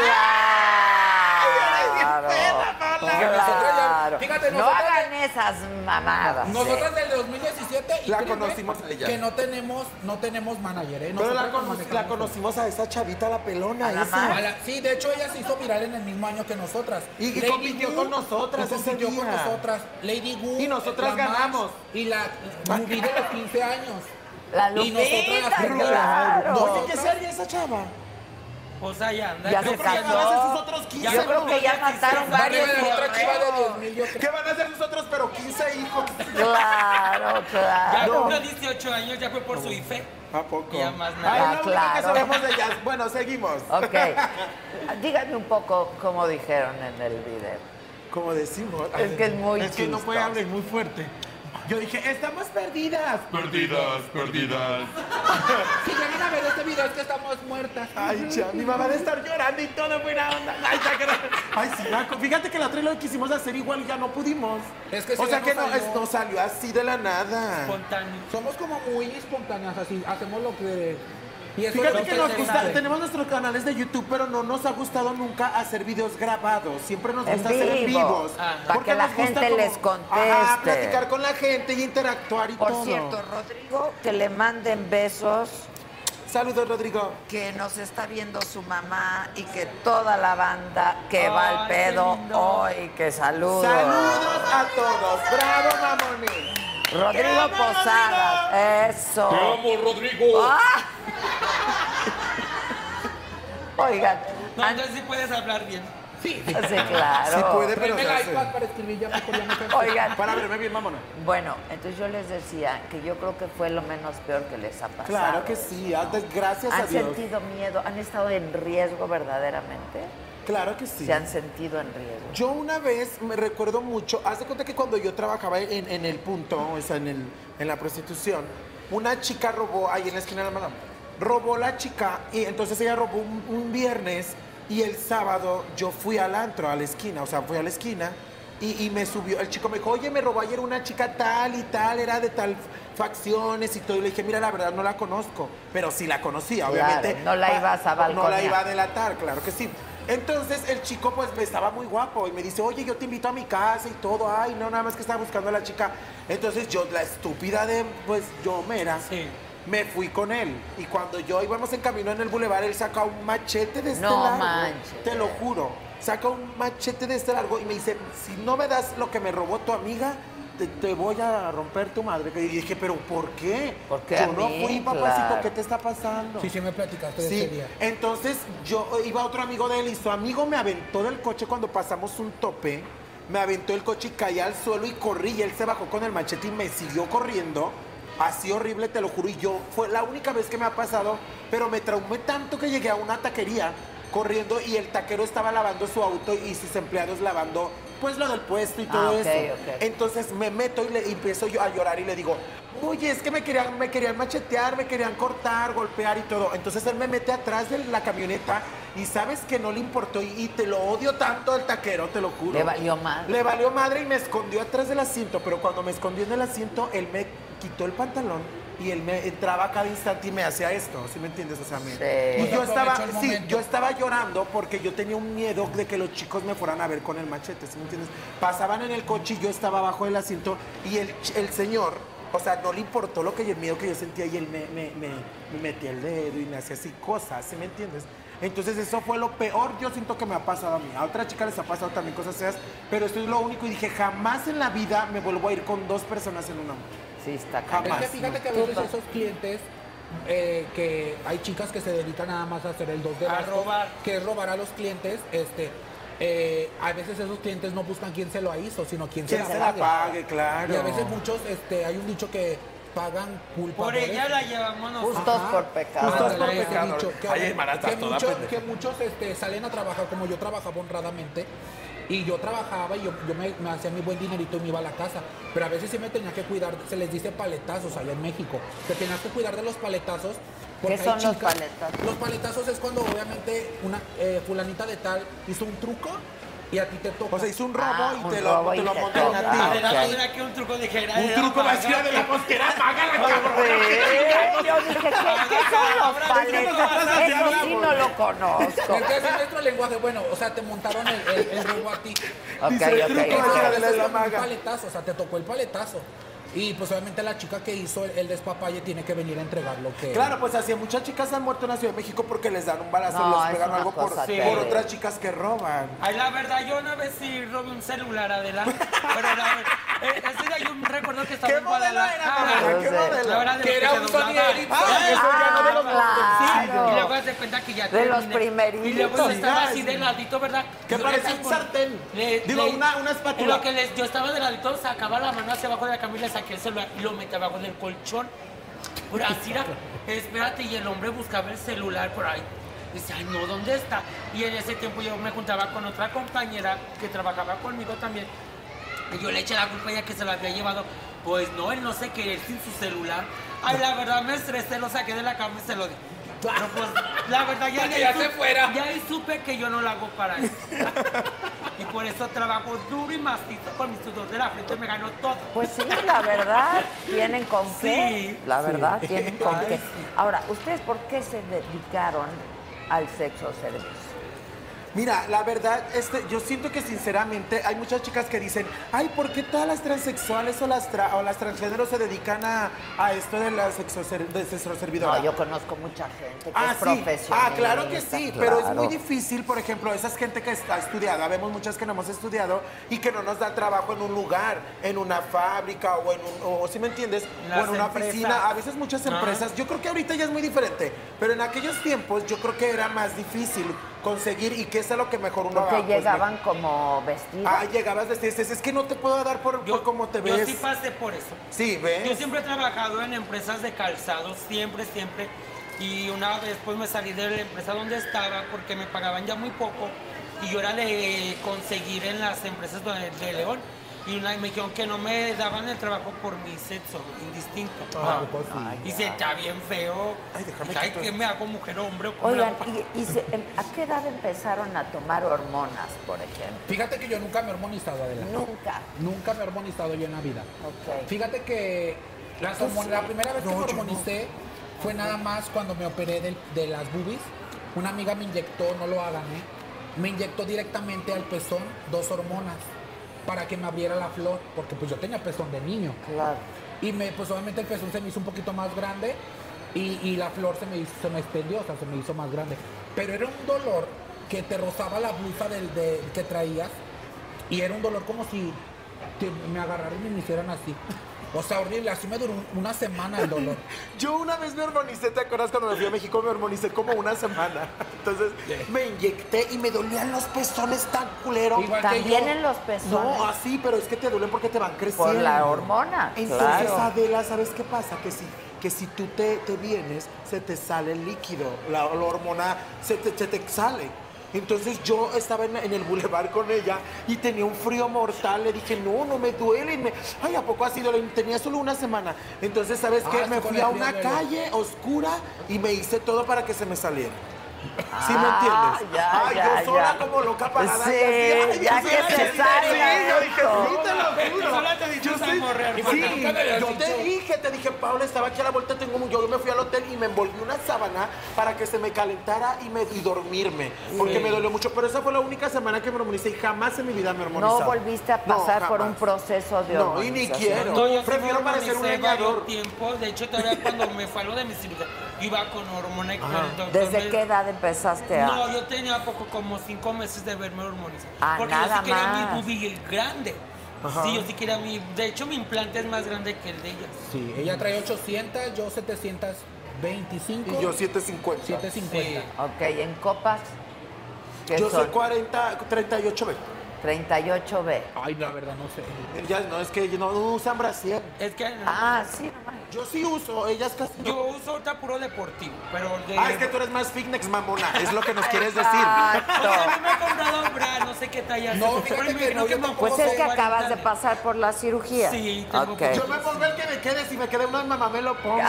claro, Nosotros ya- claro. fíjate, No nosotros- hagan esas mamadas. Nosotras del 2017 y La créeme conocimos a ella. que no tenemos manager, ¿eh? Pero Nosotras nos la manejamos. conocimos a esa chavita, la pelona, ¿A la esa. Mar? Sí, de hecho ella se hizo viral en el mismo año que nosotras. Y Lady compitió Wu, con nosotras y ese compitió día. con nosotras. Lady Wu. Y nosotras la Max, ganamos. Y la Ruby de los 15 años. La Y nosotras Lupita, las claro. Oye, ¿qué sería esa chava? Pues ahí anda. Ya Creo se que ya casó. van a hacer sus otros 15. Yo creo que ya mataron varios Arriba de la otra chiva de borregos. 10,000, yo creo. ¿Qué van a hacer nosotros, pero 15 hijos? Claro, Ya claro. cumplió 18 años, ya fue por su IFE. ¿A poco? Y ya más Ay, nada. lo único claro. que sabemos de ellas. Bueno, seguimos. Ok. Díganme un poco cómo dijeron en el video. Como decimos. Es que es muy Es que no puede chistoso. hablar muy fuerte. Yo dije, estamos perdidas. Perdidas, perdidas. Si llegan a ver este video es que estamos muertas. Ay, ya, mi mamá de estar llorando y todo buena onda. Ay, ya que ay, sí, Marco, fíjate que la otra lo quisimos hacer igual y ya no pudimos. Es que o sí, sea ya que no no, salió. no salió así de la nada. Espontáneo. Somos como muy espontáneas, así, hacemos lo que... Y eso Fíjate le que gusta nos a gusta, nadie. tenemos nuestros canales de YouTube, pero no nos ha gustado nunca hacer videos grabados. Siempre nos En gusta hacer en vivo, vivos. para Porque que la nos gusta gente como- les conteste. Ajá, platicar con la gente y interactuar y Por todo. cierto, Rodrigo, que le manden besos Saludos, Rodrigo. Que nos está viendo su mamá y que toda la banda que va al Ay, pedo qué lindo. hoy, que saludos. Saludos a todos. ¡Bravo, mamones! Rodrigo Posadas, eso. Te amo, Rodrigo. ¡Ah! Oigan, No, entonces sí puedes hablar bien. Sí, sí, claro. Sí puede, pero Tráeme el se iPad hace. para escribir ya mejor ya me cansé. Oigan, Para verme bien, mamona. bueno, entonces yo les decía que yo creo que fue lo menos peor que les ha pasado. Claro que sí, gracias a ¿Han Dios. sentido miedo? ¿Han estado en riesgo verdaderamente? Claro que sí. ¿Se han sentido en riesgo? Yo una vez me recuerdo mucho, haz de cuenta que cuando yo trabajaba en el punto, o sea, en la prostitución, una chica robó ahí en la esquina de la Madame. Robó la chica y entonces ella robó un viernes y el sábado yo fui al antro, a la esquina, o sea, fui a la esquina y me subió, el chico me dijo, oye, me robó ayer una chica tal y tal, era de tal facciones y todo. Y le dije, mira, la verdad no la conozco, pero sí la conocía, Claro, obviamente. no la ibas a balconear. No la iba a delatar, claro que sí. Entonces el chico pues estaba muy guapo y me dice, oye, yo te invito a mi casa y todo. Ay, no, nada más que estaba buscando a la chica. Entonces yo, la estúpida de, pues yo mera, Sí. me fui con él. Y cuando yo íbamos en camino en el bulevar, él saca un machete de este No largo. manches. Te lo juro. Saca un machete de este largo y me dice, si no me das lo que me robó tu amiga, te voy a romper tu madre. Y dije, ¿pero por qué? ¿Por qué Yo a no mí? fui, papacito, Claro. ¿qué te está pasando? Sí, me platicaste de Sí, ese día. entonces yo iba otro amigo de él y su amigo me aventó del coche cuando pasamos un tope, me aventó el coche y caí al suelo y corrí y él se bajó con el machete y me siguió corriendo, así horrible, te lo juro, y yo, fue la única vez que me ha pasado, pero me traumé tanto que llegué a una taquería corriendo y el taquero estaba lavando su auto y sus empleados lavando pues lo del puesto y todo ok, eso. ok. Entonces me meto y empiezo yo a llorar y le digo, oye, es que me querían machetear, me querían cortar, golpear y todo. Entonces él me mete atrás de la camioneta y sabes que no le importó y te lo odio tanto al taquero, te lo juro. Le valió madre. Le valió madre y me escondió atrás del asiento, pero cuando me escondió en el asiento, él me quitó el pantalón y él me entraba a cada instante y me hacía esto, ¿sí me entiendes? O sea, Sí. y yo estaba, Aprovechó el sí, momento. yo estaba llorando porque yo tenía un miedo de que los chicos me fueran a ver con el machete, ¿sí me entiendes? Pasaban en el coche y yo estaba abajo del asiento y el señor, o sea, no le importó lo que el miedo que yo sentía y él me metía el dedo y me hacía así cosas, ¿sí me entiendes? Entonces eso fue lo peor, yo siento que me ha pasado a mí. A otra chica les ha pasado también cosas feas, pero esto es lo único y dije, jamás en la vida me vuelvo a ir con dos personas en una moto. Sí, está Jamás. cabrón. Es que fíjate que a veces esos clientes, que hay chicas que se dedican nada más a hacer el 2 de A bastos, robar. que es robar a los clientes, a veces esos clientes no buscan quién se lo hizo, sino quién ¿Quién se la pague? Claro. Y a veces muchos, hay un dicho que pagan culpa. Por ella la llevamos nosotros. Justos por pecado. Justos por Ándale, ese pecado. dicho, que, Ay, hermana, estás que toda muchos, pendeja. que muchos salen a trabajar como yo trabajaba honradamente. Y yo trabajaba y yo me hacía mi buen dinerito y me iba a la casa. Pero a veces sí me tenía que cuidar, se les dice paletazos allá en México. Te tenías que cuidar de los paletazos. porque ¿Qué hay son los chicas- paletazos? Los paletazos es cuando obviamente una fulanita de tal hizo un truco y a ti te toca. O sea, hizo un robo Ah, y un te robo lo, y te lo te montan toca. a ti. Ah, De la ok. manera que un truco dijera. Un truco vacío de la mosquera, págala, cabrón. Yo dije, ¿qué son los paletazos? Eso sí no lo conozco. Es que ese es nuestro lenguaje. Bueno, o sea, te montaron el robo a ti. Ok, Dice, ok, truco ok. de A veces la con un maga. paletazo, o sea, te tocó el paletazo. Y pues obviamente la chica que hizo el despapalle tiene que venir a entregar lo que... Claro, pues así muchas chicas han muerto en la Ciudad de México porque les dan un balazo, No, les es pegan una algo por cosa terrible. otras chicas que roban. Ay, la verdad, yo una vez sí robé un celular, Adela. Pero ese día yo recuerdo que estaba ¿Qué en modelo Guadalajara. era, mamá? ¿Qué sé. modelo? La verdad, de Que los era se un doblaban. Sony Ericsson. Ah, eso ya no de los Sí, claro. y luego se cuenta que ya De los terminé. primeritos. Y luego yo estaba Sí, así de ladito, ¿verdad? Que Yo parece le un saco- sartén. Digo, una espátula. En lo que yo estaba de ladito, sacaba la mano hacia abajo de la cama y le saqué el celular y lo metí abajo del colchón. Pero así era, espérate, y el hombre buscaba el celular por ahí. Dice, ay, no, ¿dónde está? Y en ese tiempo yo me juntaba con otra compañera que trabajaba conmigo también. Y yo le eché la culpa a ella que se lo había llevado. Pues no, él no se quería ir sin su celular. Ay, la verdad me estresé, lo saqué de la cama y se lo di. Pero pues, la verdad ya, Para que ya se fuera. ya ahí supe que yo no lo hago para eso. Y por eso trabajo duro y macizo con mi sudor de la frente, me ganó todo. Pues sí, la verdad, tienen con qué. Sí, La verdad, tienen con Ay, qué. sí. Ahora, ¿ustedes por qué se dedicaron al sexo servicio? Mira, la verdad, yo siento que sinceramente hay muchas chicas que dicen, ay, ¿por qué todas las transexuales o las transgéneros se dedican a esto de la sexoservidora? No, yo conozco mucha gente que es profesional. Claro que sí, pero es muy difícil, por ejemplo, esa gente que está estudiada, vemos muchas que no hemos estudiado y que no nos da trabajo en un lugar, en una fábrica o ¿sí me entiendes? O en una oficina, a veces muchas empresas, yo creo que ahorita ya es muy diferente, pero en aquellos tiempos yo creo que era más difícil conseguir y que es a lo que mejor uno porque llegaban como vestidas. Llegabas vestidas. Es que no te puedo dar por cómo te ves. Yo sí pasé por eso. Sí, ¿ves? Yo siempre he trabajado en empresas de calzados, siempre. Y una vez pues me salí de la empresa donde estaba porque me pagaban ya muy poco y yo era de conseguir en las empresas de León. Y me dijeron que no me daban el trabajo por mi sexo indistinto. Y se está bien feo. Ay, ¿qué me hago, mujer o hombre? Oigan, ¿a qué edad empezaron a tomar hormonas, por ejemplo? Fíjate que yo nunca me he hormonizado, Adela. Nunca me he hormonizado yo en la vida. Ok. Fíjate que la primera vez que me hormonicé fue nada más cuando me operé de las boobies. Una amiga me inyectó, no lo hagan, me inyectó directamente al pezón 2 hormonas para que me abriera la flor, porque pues yo tenía pezón de niño. Claro. Y pues obviamente el pezón se me hizo un poquito más grande y la flor se me extendió, o sea, se me hizo más grande. Pero era un dolor que te rozaba la blusa que traías y era un dolor como si me agarraran y me hicieran así. O sea, horrible, así me duró una semana el dolor. Yo una vez me hormonicé, ¿te acuerdas cuando me fui a México? Me hormonicé como una semana. Entonces me inyecté y me dolían los pezones tan culero. ¿También en los pezones? No, así, pero es que te duelen porque te van creciendo. Por la hormona. Entonces, Adela, ¿sabes qué pasa? Que si tú te vienes, se te sale el líquido. La hormona se te sale. Entonces yo estaba en el bulevar con ella y tenía un frío mortal. Le dije, no me duele. Ay, ¿a poco así? Tenía solo una semana. Entonces, ¿sabes qué? Me fui a una calle oscura y me hice todo para que se me saliera. ¿Sí me entiendes? Yo sola como loca parada. Sí, ya que se salga. Sí, yo dije, sí, te lo juro. Sola te diste a morrer. Yo te dije, Paula, estaba aquí a la vuelta, yo me fui al hotel y me envolví una sábana para que se me calentara y dormirme, porque me dolió mucho, pero esa fue la única semana que me hormonicé y jamás en mi vida me hormonizaba. No volviste a pasar por un proceso de hormonización. No, y ni quiero. Yo prefiero parecer un leñador. De hecho, todavía cuando me fue a lo de mi cirugía, iba con hormona y con el doctor. ¿Desde qué edad empezaste a...? No, yo tenía como 5 meses de haberme hormonizado. Porque nada yo sí quería más. mi boobie grande. Sí, yo sí quería de hecho, mi implante es más grande que el de ella. Sí, ella trae 800, yo 725. Y yo 750. 750. Sí. Ok, ¿en copas? Yo soy 38B. 38B. Ay, la verdad, no sé. Ya no, es que no usan brasier. Es que... Sí. Yo sí uso, ellas casi no. Yo uso ahorita puro deportivo, pero... Es que tú eres más fitness, mamona, es lo que nos quieres decir. O sea, a mí me he comprado un bra, no sé qué talla. No, fíjate que no, yo tampoco. Pues es que acabas de pasar por la cirugía. Sí, tengo Yo me pongo el que me quede, si me queda una mamá me lo pongo.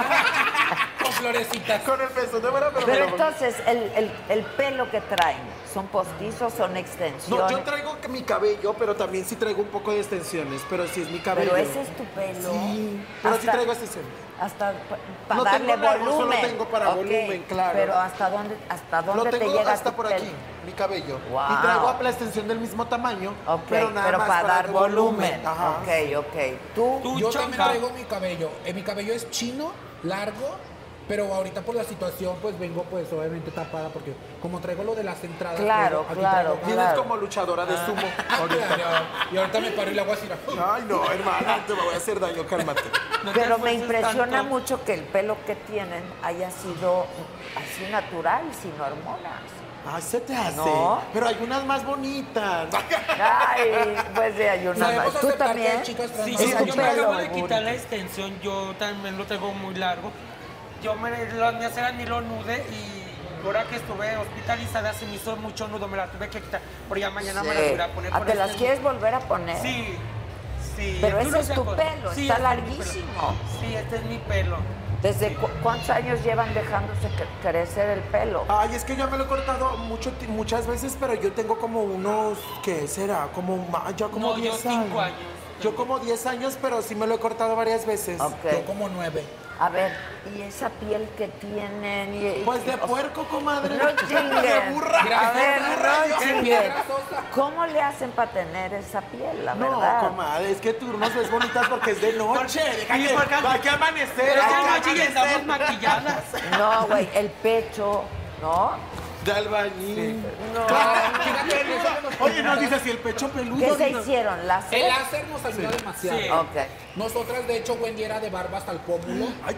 Con florecitas. Con el pezón de verdad, Pero entonces, el pelo que traen, ¿son postizos, son extensiones? No, yo traigo mi cabello, pero también sí traigo un poco de extensiones, pero sí es mi cabello. Pero ese es tu pelo. Sí, pero sí traigo extensiones. Hasta para No darle tengo largo, volumen. solo tengo para volumen, claro. Pero ¿hasta dónde Lo te tengo llega hasta tu por pelo? aquí, mi cabello. Wow. Y traigo la extensión del mismo tamaño, Pero nada más para dar volumen. Ajá. Ok. ¿Tú? Yo también traigo mi cabello. Mi cabello es chino, largo, pero ahorita por la situación pues vengo pues obviamente tapada porque como traigo lo de las entradas. Claro. Tienes como luchadora de sumo. Y ahorita me paro y le hago así. Ay, no, hermana, te voy a hacer daño, cálmate. Pero me impresiona mucho que el pelo que tienen haya sido así natural, sin hormonas. Ay, se te hace. ¿No? Pero hay unas más bonitas. Ay, pues sí, hay una más. ¿Tú también? Sí, Es tu yo me pelo. acabo de quitar la extensión, yo también lo tengo muy largo. Yo me hacía el hilo nude y ahora que estuve hospitalizada se me hizo mucho nudo, me la tuve que quitar, pero ya mañana me la voy a poner. ¿Te las quieres volver a poner? Sí. Pero ese es tu pelo, sí, está este larguísimo. Sí, este es mi pelo. ¿Desde cuántos años llevan dejándose crecer el pelo? Ay, es que yo me lo he cortado muchas veces, pero yo tengo como unos, ¿qué será? Ya como 10 años. Yo 5 años. Yo como 10 años, pero sí me lo he cortado varias veces. Yo como 9. A ver, ¿y esa piel que tienen? Pues de puerco, comadre. No chinguen. De burra. A ver, no Qué chinguen. ¿Cómo le hacen para tener esa piel, la verdad? No, comadre, es que tú nos ves bonitas porque es de noche. Hay que amanecer. Pero es de noche y estamos maquilladas. No, güey, el pecho, ¿no? De albañil. No. Oye, nos dice si el pecho peludo. ¿Qué se hicieron? ¿Láser? El láser nos ayudó demasiado. Sí. Ok. Nosotras, de hecho, Wendy era de barba hasta el pómulo. Ay,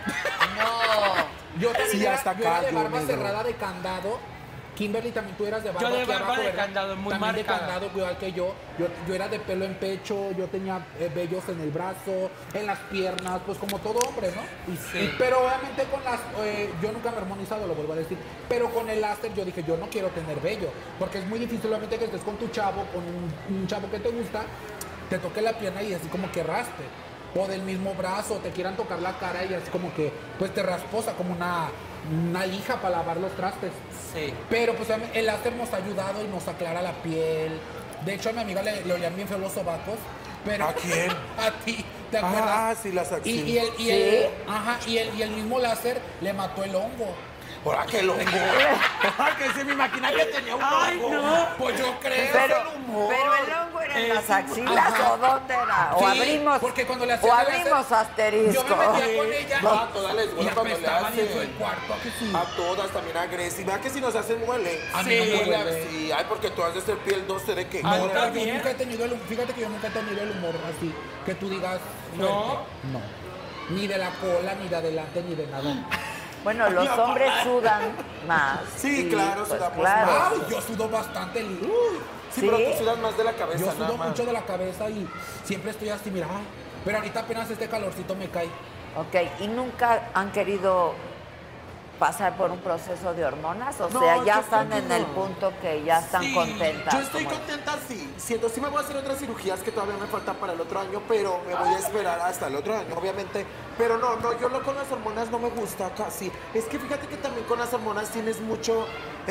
No. Yo también Sí, era, hasta yo era acá, de barba negro. cerrada de candado. Kimberly, también tú eras de barba Yo de aquí barba abajo, de ¿verdad? candado, muy también marcada. de candado, igual que yo. Yo era de pelo en pecho, yo tenía vellos en el brazo, en las piernas, pues como todo hombre, ¿no? Sí. Pero obviamente con las... yo nunca me he armonizado, lo vuelvo a decir. Pero con el láser yo dije, yo no quiero tener vello. Porque es muy difícil, obviamente, que estés con tu chavo, con un chavo que te gusta, te toque la pierna y así como que raspe. O del mismo brazo, te quieran tocar la cara y así como que, pues te rasposa como una lija para lavar los trastes. Sí. Pero pues el láser nos ha ayudado y nos aclara la piel. De hecho, a mi amiga le olían bien feo los sobacos. Pero, ¿A quién? A ti, ¿te acuerdas? Ah, sí, las axilas. Y el mismo láser le mató el hongo. Ahora que el hongo. Ahora que se me imagina que tenía un hongo. Ay, no. Pues yo creo. Pero es el humor. el hongo era en las axilas, Ajá. ¿o dónde era? O Sí, abrimos, porque cuando le o hacían el abrimos láser, asterisco. Yo me metía con ella. A todas les y gusta cuando le apestaba hacen. dentro del cuarto, ¿a que sí? A todas, también agresiva. Que si nos hacen huele. A mí no me huele. huele. Sí, ay, porque tú has de ser piel 12 de qué. Ah, No, pero yo también. nunca he tenido fíjate que yo nunca he tenido el humor así, que tú digas ¿No? fuerte. No. Ni de la cola, ni de adelante, ni de nada. Bueno, los hombres sudan más. Sí, y, claro, pues, sudamos claro. más. Ay, yo sudo bastante. Sí, ¿Sí? pero tú sudas más de la cabeza, Yo nada sudo más. mucho de la cabeza y siempre estoy así, mira. Pero ahorita apenas este calorcito me cae. Ok, ¿y nunca han querido pasar por un proceso de hormonas? O No, sea, ya yo están creo que en el no. punto que ya están Sí, contentas. Yo estoy como- contenta, sí. Siento, sí me voy a hacer otras cirugías que todavía me faltan para el otro año, pero me voy a esperar hasta el otro año, obviamente. Pero no, yo con las hormonas no me gusta casi. Es que fíjate que también con las hormonas tienes mucho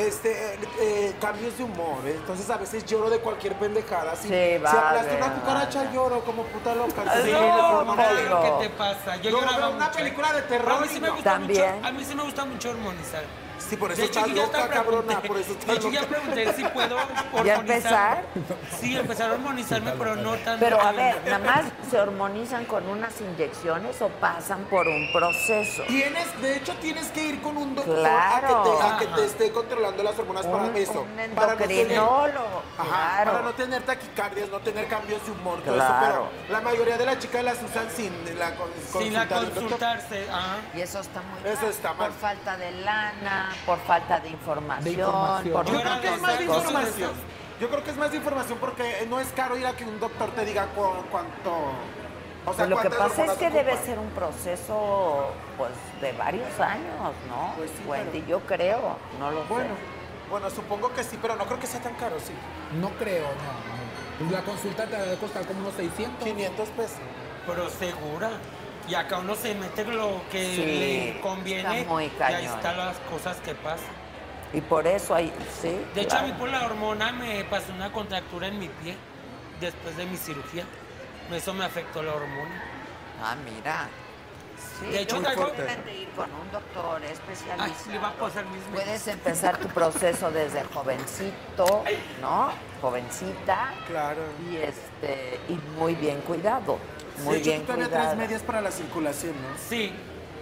cambios de humor. Entonces a veces lloro de cualquier pendejada. Si Sí, aplasto vale, una cucaracha, vale. lloro como puta loca. Ay, Sí, no, de forma Polo. hormonal. ¿Qué te pasa? Yo No, lloraba pero una mucho. película de terror, A mí sí me no. gusta También. mucho. A mí sí me gusta mucho hormonizar. Sí, por eso De hecho, estás yo ya loca, hasta cabrona. pregunté- Por eso de estás hecho, ya loca. pregunté si puedo hormonizar. ¿Ya empezar? Sí, empezar a hormonizarme, pero no tan... Pero a ver, nada más se hormonizan con unas inyecciones o pasan por un proceso. De hecho, tienes que ir con un doctor Claro. a que te esté controlando las hormonas para eso. Un Para no tener- endocrinólogo, Ajá, claro. para no tener taquicardias, no tener cambios de humor, todo Claro. eso. Pero la mayoría de las chicas las usan sin la Sin la consulta del doctor. consultarse. Ajá. Y eso está muy Eso mal. está mal. Por falta de lana, por falta de información. información. por Yo Yo creo que es más de cosas. información. Yo creo que es más de información porque no es caro ir a que un doctor te diga cuánto. O sea, Pues lo que cuántas pasa es hormonas que debe ocupas. ser un proceso pues de varios años, ¿no? Pues sí, Wendy, yo creo, no lo Bueno, supongo que sí, pero no creo que sea tan caro, sí. No creo, no. Pues la consulta te debe costar como unos 600. 500 pesos. Pero segura. Y acá uno se mete lo que Sí, le conviene. está muy y ahí cañón. están las cosas que pasan. sé. Y por eso hay, sí. De hecho, a claro. mí por la hormona me pasó una contractura en mi pie después de mi cirugía. Eso me afectó la hormona. Ah, mira. Sí, De hecho, yo traigo- creo que deben de ir con un doctor especialista. Ay, le va a pasar mis Puedes empezar tu proceso desde jovencito, ¿no? Jovencita. Claro. Y muy bien cuidado. Muy De hecho, bien tú todavía cuidado. traes medias para la circulación, ¿no? Sí.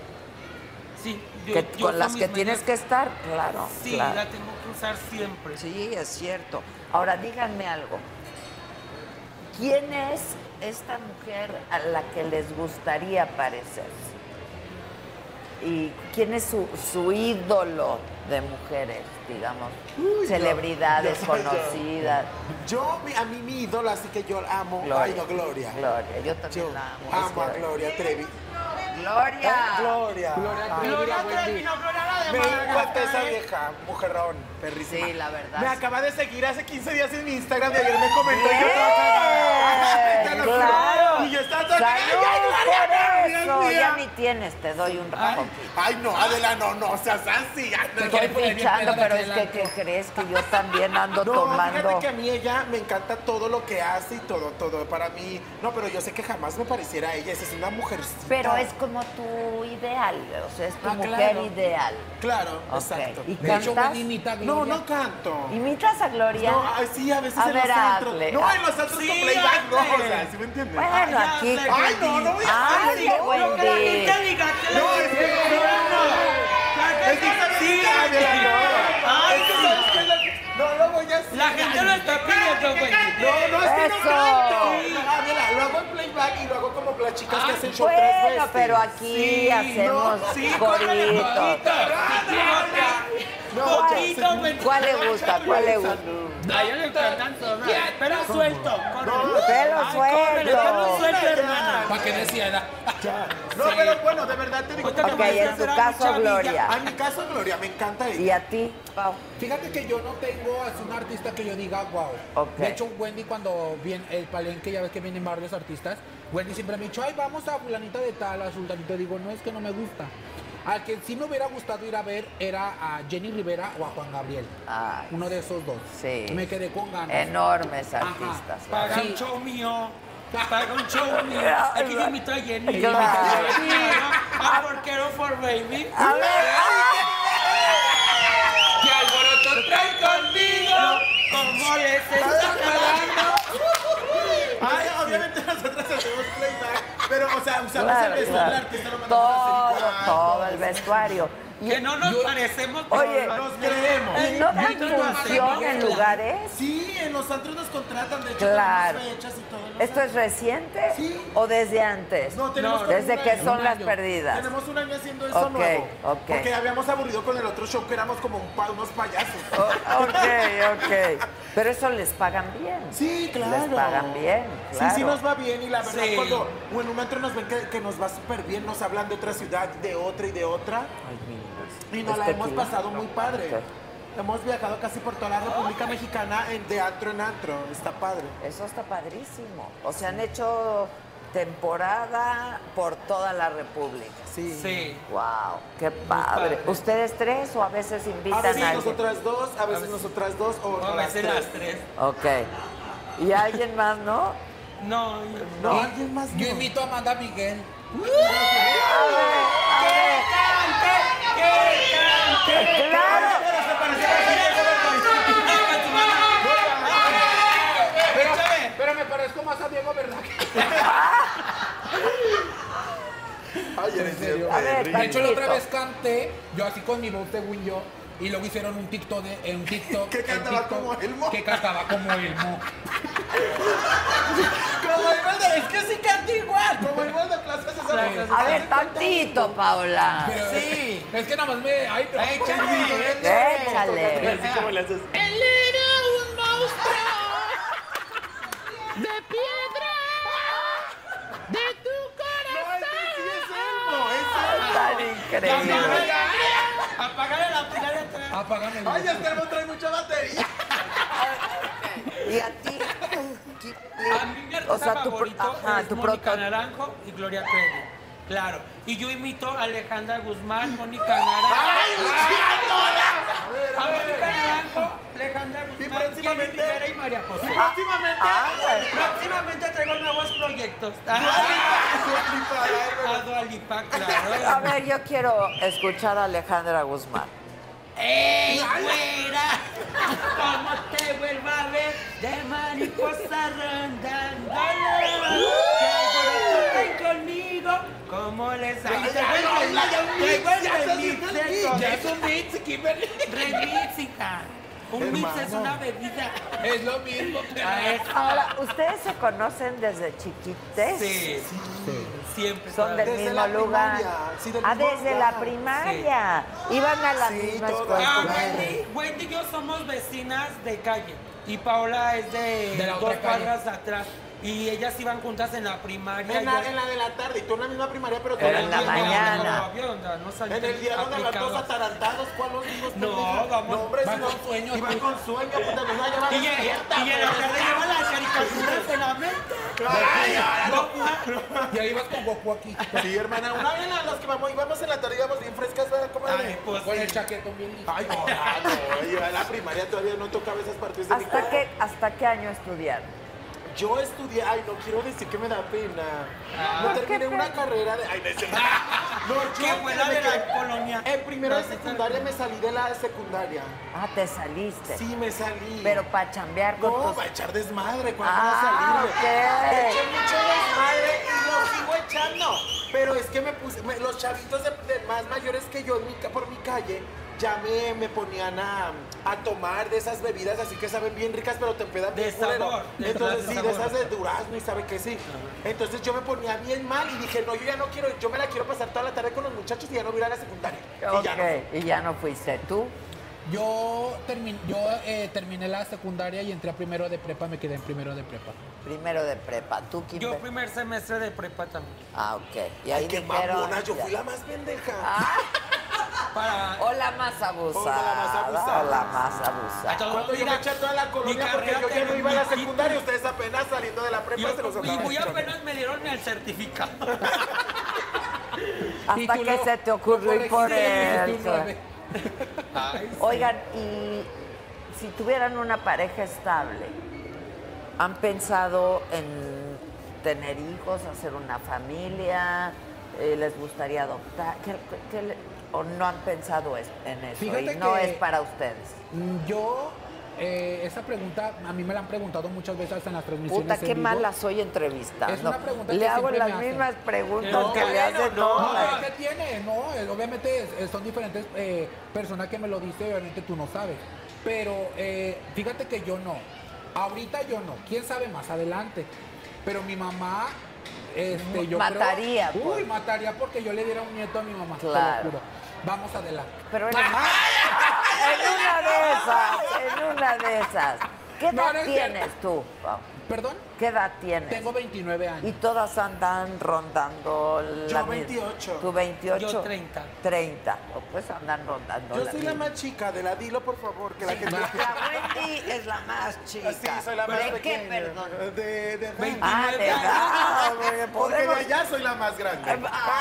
Sí. Con las uso que mis tienes medias. que estar, claro. Sí, claro. la tengo que usar siempre. Sí, es cierto. Ahora, díganme algo. ¿Quién es esta mujer a la que les gustaría parecerse? ¿Y quién es su ídolo de mujeres, digamos? Celebridades conocidas. A mí mi ídola, así que yo la amo. Gloria. Ay, no, Gloria. Gloria, yo también Yo la amo. amo a Es que- Gloria Trevi. Gloria. Gloria. Gloria Trevi, no, Gloria la de Me encanta Madagascar, esa ¿eh? vieja, mujerrón, perrísima. Sí, la verdad. Me acaba de seguir hace 15 días en mi Instagram y ayer me comentó y yo Bien, estaba cagada. Te lo juro. claro. Y yo estaba ¡Salud por Dios eso! mío. Ya ni tienes, te doy un poquito. Ay, no, Adela, no seas así. Ay, no, Estoy pinchando, pero es que, ¿qué crees? Que yo también ando no, tomando. fíjate que a mí ella me encanta todo lo que hace y todo para mí. No, pero yo sé que jamás me pareciera a ella, esa es una mujercita. Pero es como tu ideal, o sea, es tu mujer claro. ideal. Claro, Ok. exacto. ¿Y De hecho, cantas? Wendy imita a No, Gloria. no canto. ¿Imitas a Gloria? No, sí, a veces A en ver, los antros. hazle. No, en los antros Sí, con playback, no, hazle. o sea, ¿sí me entiendes? Bueno, aquí. Ay, no voy a hacer Hazle, eso. Wendy. Lo que la gente diga que No, es que es que sabes Sí, que Adela, no. Ay, Es que sí. sabes que no lo voy a hacer. La gente lo está pidiendo, güey. No, es que no Eso. canto. Adela, lo hago en playback y lo hago como las chicas que hacen show tres Bueno, veces. pero aquí Sí, hacemos no, sí, coritos. ¿Cuál le gusta? ¿Cuál le gusta? A ellos le encantan todas. Pero suelto. Pelo suelto. Suelto, hermana. ¿Para qué decía? No, pero bueno, de verdad te digo. Ok, en tu caso, Gloria. En mi caso, Gloria, me encanta ella. ¿Y a ti, Pau? Fíjate que yo no tengo así un artista que yo diga, wow. Ok. De hecho, Wendy, cuando viene el palenque, ya ves que vienen varios artistas, Wendy siempre me ha dicho, ay, vamos a fulanita de tal, a sultanito. Digo, no, es que no me gusta. Al que sí me hubiera gustado ir a ver era a Jenny Rivera o a Juan Gabriel. Ay, Uno de esos dos. sí. Me quedé con ganas. Enormes artistas. Paga Sí. un show mío. Paga un show mío. Aquí yo invito a Jenny. Claro. A Porquero for Baby. A ver, ¿Qué alboroto trae conmigo? ¿Cómo les está quedando? Ay, obviamente nosotros hacemos playback, pero, o sea, usamos claro, el vestuario claro. del artista, lo mandamos a hacer igual. Todo el vestuario. Que no nos parecemos. Oye, Nos creemos. ¿y no dan función en lugares? Sí, en los antros nos contratan, de hecho, Claro. tenemos fechas y todo. ¿Esto es reciente Sí. o desde antes? No, tenemos como Desde un que año. son Un las año. perdidas. Tenemos un año haciendo eso Ok, nuevo. ok. Porque habíamos aburrido con el otro show que éramos como unos payasos. Ok. Pero eso les pagan bien. Sí, claro. Les pagan bien, claro. Sí, nos va bien y la verdad Sí. cuando o en un antro nos ven que nos va súper bien, nos hablan de otra ciudad, de otra y de otra. Y nos la ¿Es hemos tequila? pasado muy padre. Ok. Hemos viajado casi por toda la República Mexicana de antro en antro. Está padre. Eso está padrísimo. O sea, han hecho temporada por toda la República. Sí. Sí. Wow, qué padre. padre. ¿Ustedes tres o a veces A invitan veces a alguien? nosotras dos, a veces nosotras dos o A veces las las tres. tres. Ok. ¿Y alguien más, no? No, No, alguien más Yo no. invito a Amanda Miguel. ¡Claro! Pero me parezco más a Diego, ¿verdad? Ay, eres En serio. A ver, De hecho, la otra tantito. vez canté, yo así con mi voz según yo, y luego hicieron un TikTok, Que cantaba como Elmo. Que cantaba como Elmo. Como igual de, es que sí canta igual, como igual de Plaza César. A ver, tantito, Paula. Pero Sí. Es que nada más me... Ay, pero... Échale. Así como le haces. Él era un monstruo de piedra de tu corazón. Tan increíble. Apágale la pila de atrás. Apágame el... Ay, este Elmo trae mucha batería. ¿Y a ti? A mí mi artista favorito es Mónica Naranjo y Gloria Trevi. Claro. Y yo imito a Alejandra Guzmán, Mónica Naranjo. A Mónica Naranjo, Alejandra Guzmán, Jenny próximamente- Rivera y María José. Próximamente. Próximamente traigo nuevos proyectos. A Dua Lipa, A claro. ver, yo quiero escuchar a Alejandra Guzmán. ¡Ey, güera! ¿Cómo te vuelvo a ver de mariposa rondándola? Que alboroto traen conmigo, ¿cómo les ha ido? Traigo el remix de todo. Ya es un beat, Kimberly. Remix, hija. Un mix es una bebida. Es lo mismo. Ahora, ¿ustedes se conocen desde chiquites? Sí, siempre. Son del Desde mismo la lugar. primaria, sí, del Ah, mismo desde lugar. la primaria. Iban a la Sí, misma todas. escuela. Wendy y yo somos vecinas de calle. Y Paola es de De la 2 otra calle. cuadras atrás. Y ellas iban juntas en la primaria. En la de la tarde, y tú en la misma primaria, pero tú Pero en la mañana. En el día donde van todos atarantados, ¿cuál los mismos? No, vamos. No, hombre, Van si no, con sueño, y van tú. con sueño, puta, nos van a llevar Y en la tarde llevan las caricaturas en la mente. Y ahí vas con Goku aquí. Sí, hermana, una vez los que íbamos en la tarde, íbamos bien frescas, ¿verdad, comadre? Pues Con el chaquetón bien listo. Ay, no, yo a la primaria todavía no tocaba esas partes de mi cuerpo. ¿Hasta qué año estudiaron? Yo estudié, no quiero decir que me da pena. No terminé una carrera de. Ay, no, ¿Qué fue la de la colonia? En primero de secundaria me salí de la secundaria. ¿te saliste? Sí, me salí. Pero para chambear con No, tus... para echar desmadre, cuando van a salir. ok. Eché mucho desmadre y lo sigo echando. Pero es que me puse, los chavitos de más mayores que yo por mi calle ya me ponían a tomar de esas bebidas así que saben bien ricas, pero te empedan bien culero. Entonces sí, de esas de durazno y sabe que sí. Entonces yo me ponía bien mal y dije, no, yo ya no quiero, yo me la quiero pasar toda la tarde con los muchachos y ya no voy a ir a la secundaria. Y ya no fuiste. ¿Tú? Yo terminé la secundaria y entré a primero de prepa, me quedé en primero de prepa. Primero de prepa. ¿Tú, Kimber? Yo primer semestre de prepa también. Ok. Y ahí qué dijeron... mamona, yo fui la más pendeja. O la más abusada. O la más abusada. Cuando yo me eché toda la colonia porque yo ya no iba a la secundaria, ustedes apenas saliendo de la prepa se los Y andaban muy echando. apenas me dieron el certificado. Hasta que se te ocurrió ir por él. Oigan, y si tuvieran una pareja estable, ¿han pensado en tener hijos, hacer una familia? ¿Les gustaría adoptar? ¿O no han pensado en eso? Fíjate y no que es para ustedes. Yo, esa pregunta, a mí me la han preguntado muchas veces en las transmisiones. Puta, qué mala soy entrevistando. Es una pregunta Le que hago siempre las me hacen. mismas preguntas No, que le hacen. ¿qué tiene? No, obviamente son diferentes personas que me lo dicen, obviamente tú no sabes. Pero fíjate que yo no. Ahorita yo no. ¿Quién sabe más adelante? Pero mi mamá, yo mataría. Creo, uy, mataría porque yo le diera un nieto a mi mamá. Claro. Te lo juro. Vamos adelante. Pero en una de esas. ¿Qué edad tienes tú? ¿Perdón? ¿Qué edad tienes? Tengo 29 años. Y todas andan rondando la Yo 28. ¿Tú 28? Yo 30. 30. Pues andan rondando Yo la soy la misma. más chica de la, dilo por favor, que la gente... La Wendy es la más chica. Sí, soy la más ¿De pequeña. qué, perdón? De de edad. Porque de allá soy la más grande.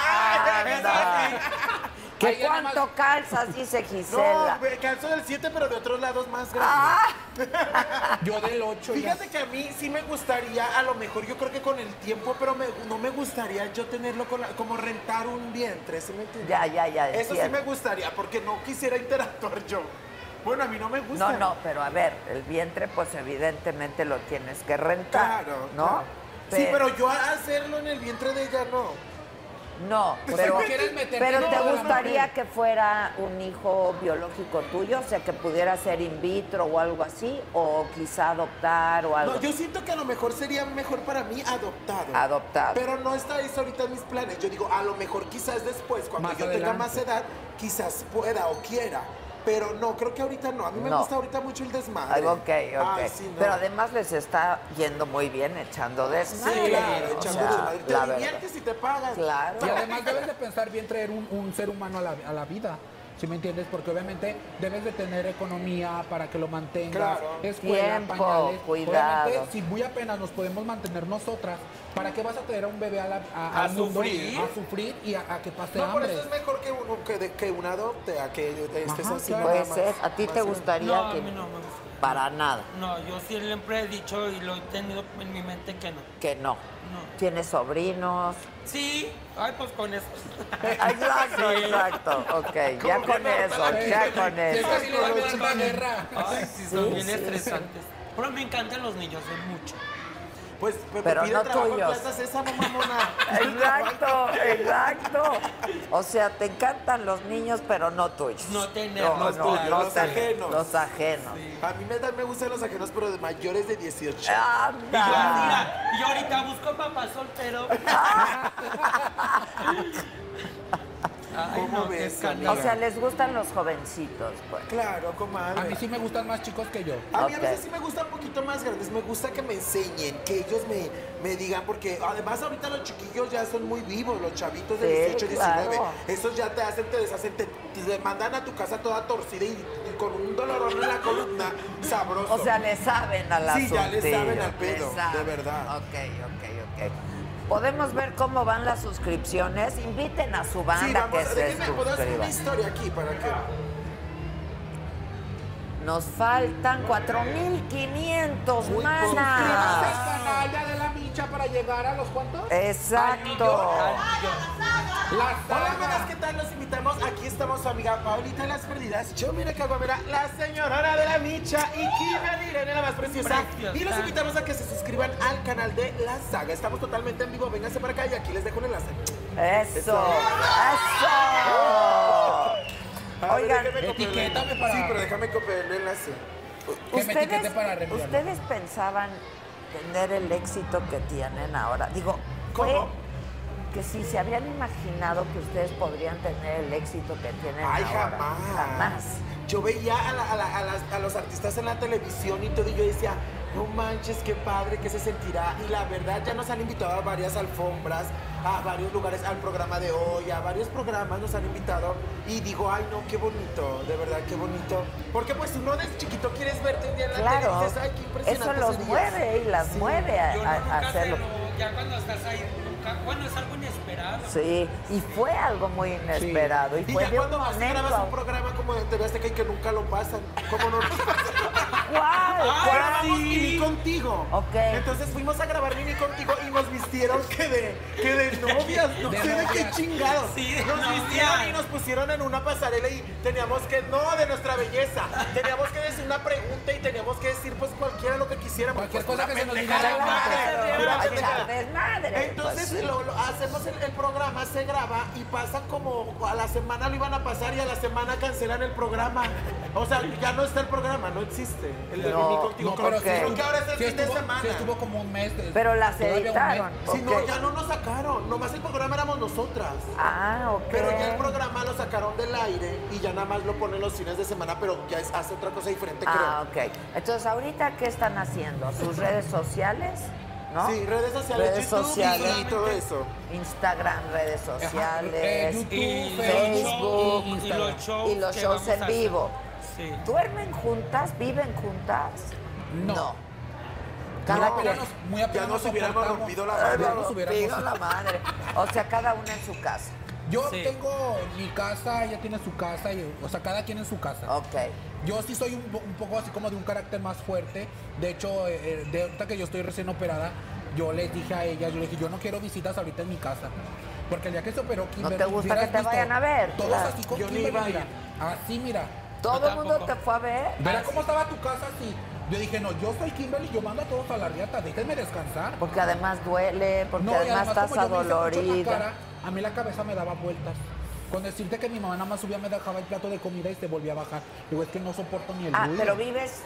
¿Qué cuánto calzas? Dice Gisela. No, me calzo del 7, pero de otros lados más grande. Yo del 8. Fíjate que a mí sí me gustaría, a lo mejor yo creo que con el tiempo, pero no me gustaría yo tenerlo como rentar un vientre, ¿sí me entiendes? Ya. Eso sí me gustaría, porque no quisiera interactuar yo. Bueno, a mí no me gusta. No, pero a ver, el vientre pues evidentemente lo tienes que rentar. Claro. ¿no? Claro. Sí, pero yo hacerlo en el vientre de ella no. No, Pues pero, si no quieres meterte, pero no, ¿te a la gustaría mujer. que fuera un hijo biológico tuyo? O sea, que pudiera ser in vitro o algo así, o quizá adoptar o algo. No, yo siento que a lo mejor sería mejor para mí adoptado. Adoptado. Pero no está eso ahorita en mis planes. Yo digo, a lo mejor quizás después, cuando Más yo tenga adelante. más edad, quizás pueda o quiera. Pero no, creo que ahorita no. A mí me No. gusta ahorita mucho el desmadre. Ok. Ay, sí, no. Pero además les está yendo muy bien echando Sí, desmadre. claro, o echando sea, desmadre. la Te verdad. diviertes y te pagan. Claro. Y además debes de pensar bien traer un ser humano a la vida. ¿Sí me entiendes? Porque obviamente debes de tener economía para que lo mantengas. Claro. Escuela, Tiempo, pañales. cuidado. Obviamente, si muy apenas nos podemos mantener nosotras, ¿para qué vas a traer a un bebé al mundo sufrir. a sufrir y a que pase No, por hambre? eso es mejor que uno adopte, a que estés Ajá, así. claro. nada Puede más. ser. ¿A ti te Más gustaría No, a que mí no me gusta. para nada? No, yo siempre he dicho y lo he tenido en mi mente que no. Que no. No. ¿Tienes sobrinos? Sí, ay, pues con eso. Exacto. Ok, ya con eso, ya con Si es eso. que si le va a dar la guerra. Ay, sí, son Sí, bien sí, estresantes. Pero me encantan los niños, es mucho. Pues, Pero pide no trabajo en tuyos. Plaza Sésamo, mamona. Exacto. O sea, te encantan los niños, pero no tuyos. No tenerlos, no, claro, no los tener- ajenos. Los ajenos. A mí me gustan los ajenos, pero de mayores de 18. Y yo, ¡Anda! mira, y yo ahorita busco papá soltero. Ay, ¿Cómo no, qué ves, escándalo. O sea, les gustan los jovencitos, pues. Claro, comadre. A mí sí me gustan más chicos que yo. A mí a Ok. veces sí me gustan un poquito más grandes, me gusta que me enseñen, que ellos me digan, porque además ahorita los chiquillos ya son muy vivos, los chavitos de Sí, 18, 19, claro. esos ya te hacen, te deshacen, te te mandan a tu casa toda torcida y con un dolorón en la columna sabroso. O sea, le saben al asunto. Sí, ya le saben al pedo, de verdad. Ok. ¿Podemos ver cómo van las suscripciones? Inviten a su banda que se déjenme, ¿puedo hacer una suscriba. historia aquí para que... Nos faltan 4,500, Suscríbanse mana. al canal de Adela Micha para llegar a los ¿cuántos? Exacto. La Hola, amigas, saga. ¿qué tal? Los invitamos. Aquí estamos su amiga Paulita de las Perdidas. Yo, mira que mira, la señora de la Micha y Kimberly Irene, la más preciosa. Y los invitamos a que se suscriban al canal de La Saga. Estamos totalmente en vivo. Vénganse para acá y aquí les dejo un enlace. Eso. Oigan, etiquétame para... Sí, pero déjame copiar el enlace. Que me etiquete para reenviarlo. ¿Ustedes pensaban tener el éxito que tienen ahora? Digo, ¿cómo? Que si se habían imaginado que ustedes podrían tener el éxito que tienen Ay, ahora. Jamás. Yo veía a los artistas en la televisión y todo, y yo decía, no manches, qué padre, qué se sentirá. Y la verdad, ya nos han invitado a varias alfombras, a varios lugares, al programa de hoy, a varios programas nos han invitado. Y digo, ay, no, qué bonito, de verdad, qué bonito. Porque pues uno desde chiquito quieres verte un día en la tele y dices, ay, qué impresionante. Eso los serías". mueve y las mueve Yo a nunca hacerlo. ya cuando estás ahí, bueno, es algo inesperado. Sí, y fue algo muy inesperado. Sí. Y Y fue ya de un cuando vas y grabas momento. un programa como de TV Azteca y que nunca lo pasan, ¿cómo no? ¿Cuál? Mini Contigo. Ok. Entonces fuimos a grabar Mini Contigo y nos vistieron que de novias, no sé de qué chingados. Sí, de nos novias. vistieron y nos pusieron en una pasarela y teníamos que, no, de nuestra belleza, teníamos que decir una pregunta y teníamos que decir pues cualquiera lo que quisiéramos. Cualquier pues, cosa una que se nos pendejada, viniera a la mente. una Ay, pendejada. desmadre. Entonces Pues, lo hacemos el programa, se graba y pasa como a la semana lo iban a pasar y a la semana cancelan el programa. O sea, ya no está el programa, no existe. El de No, Mini Contigo. No, pero Creo que ahora es el sí fin de estuvo, semana. sí estuvo como un mes. Pero las todavía un mes. editaron. Si no, Ok. ya no nos sacaron. Nomás el programa éramos nosotras. Ah, ok. Pero ya el programa lo sacaron del aire y ya nada más lo ponen los fines de semana, pero ya hace otra cosa diferente, Ah, ok. Entonces, ¿ahorita qué están haciendo? ¿Sus redes sociales? ¿No? Sí, redes sociales, Redes YouTube sociales. y todo eso. Instagram, redes sociales, YouTube, Y Facebook, y los shows, y los que shows vamos en a hacer. vivo. Sí. ¿Duermen juntas? ¿Viven juntas? No. Cada No, quien. muy apenas Ya nos hubiéramos soportamos. rompido la Ay, madre. Ya no, nos hubiéramos- pido la madre. O sea, cada una en su casa. Yo Sí. tengo mi casa, ella tiene su casa, o sea, cada quien en su casa. Ok. Yo sí soy un poco así como de un carácter más fuerte. De hecho, de ahorita que yo estoy recién operada, yo les dije a ella, yo le dije, yo no quiero visitas ahorita en mi casa. Porque el día que se operó Kimberly, te gusta hubieras que te visto vayan a ver, Todos claro. así con Yo ni Kimberly, iba a mira. ir. Así, mira. ¿Todo el mundo tampoco. te fue a ver? Verá cómo estaba tu casa así. Yo dije, no, yo soy Kimberly, yo mando a todos a la riata, déjenme descansar. Porque además duele, porque No, y además estás como yo me hice mucho en la adolorida. cara, a mí la cabeza me daba vueltas. Con decirte que mi mamá nada más subía, me dejaba el plato de comida y se volvía a bajar. Digo, es que no soporto ni el Ah, ruido. pero vives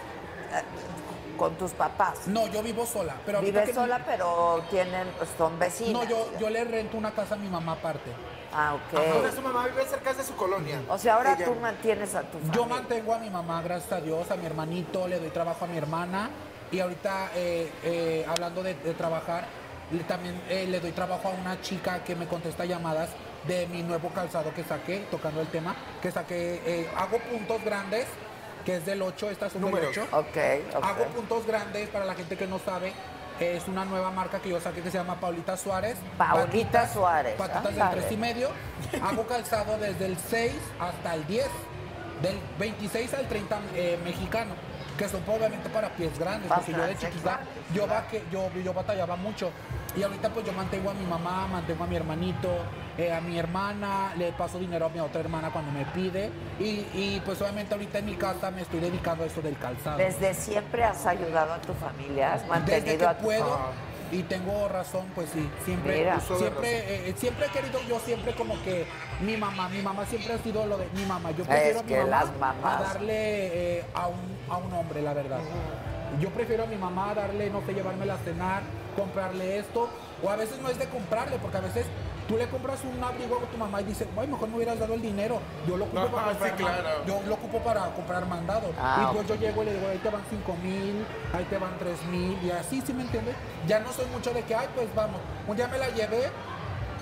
con tus papás. No, yo vivo sola. Pero ahorita Vives que sola, pero son vecinos. No, yo le rento una casa a mi mamá aparte. Ah, Ahora ok. su mamá vive cerca de su colonia. O sea, ahora Ella- tú mantienes a tu familia. Yo mantengo a mi mamá, gracias a Dios, a mi hermanito, le doy trabajo a mi hermana. Y ahorita, hablando de trabajar, también le doy trabajo a una chica que me contesta llamadas de mi nuevo calzado que saqué, tocando el tema, que saqué, hago puntos grandes, que es del 8, estas son del Números. 8. Ok. Hago puntos grandes para la gente que no sabe. Es una nueva marca que yo saqué que se llama Paulita Suárez. Paulita Suárez. Patitas del Ándale. 3,5. Hago calzado desde el 6 hasta el 10. Del 26 al 30 mexicano. Que son obviamente para pies grandes. Porque yo de chiquita, yo batallaba mucho. Y ahorita pues yo mantengo a mi mamá, mantengo a mi hermanito, a mi hermana, le paso dinero a mi otra hermana cuando me pide. Y pues obviamente ahorita en mi casa me estoy dedicando a eso del calzado. ¿Desde siempre has ayudado a tu familia? ¿Has Desde mantenido que a tu puedo familia? y tengo razón, pues sí, siempre, Mira. siempre he querido, yo siempre como que mi mamá siempre ha sido lo de mi mamá. Yo prefiero a mi que mamá las mamás. a darle a un hombre, la verdad. Yo prefiero a mi mamá darle, no sé, llevármela a cenar, comprarle esto, o a veces no es de comprarle, porque a veces tú le compras un abrigo a tu mamá y dices, ay, mejor me hubieras dado el dinero. Yo lo ocupo, No, para, sí, comprar, claro. yo lo ocupo para comprar mandado. Ah, y pues yo llego y le digo, ahí te van 5,000, ahí te van 3,000, y así, ¿sí me entiendes? Ya no soy mucho de que, ay, pues vamos. Un día me la llevé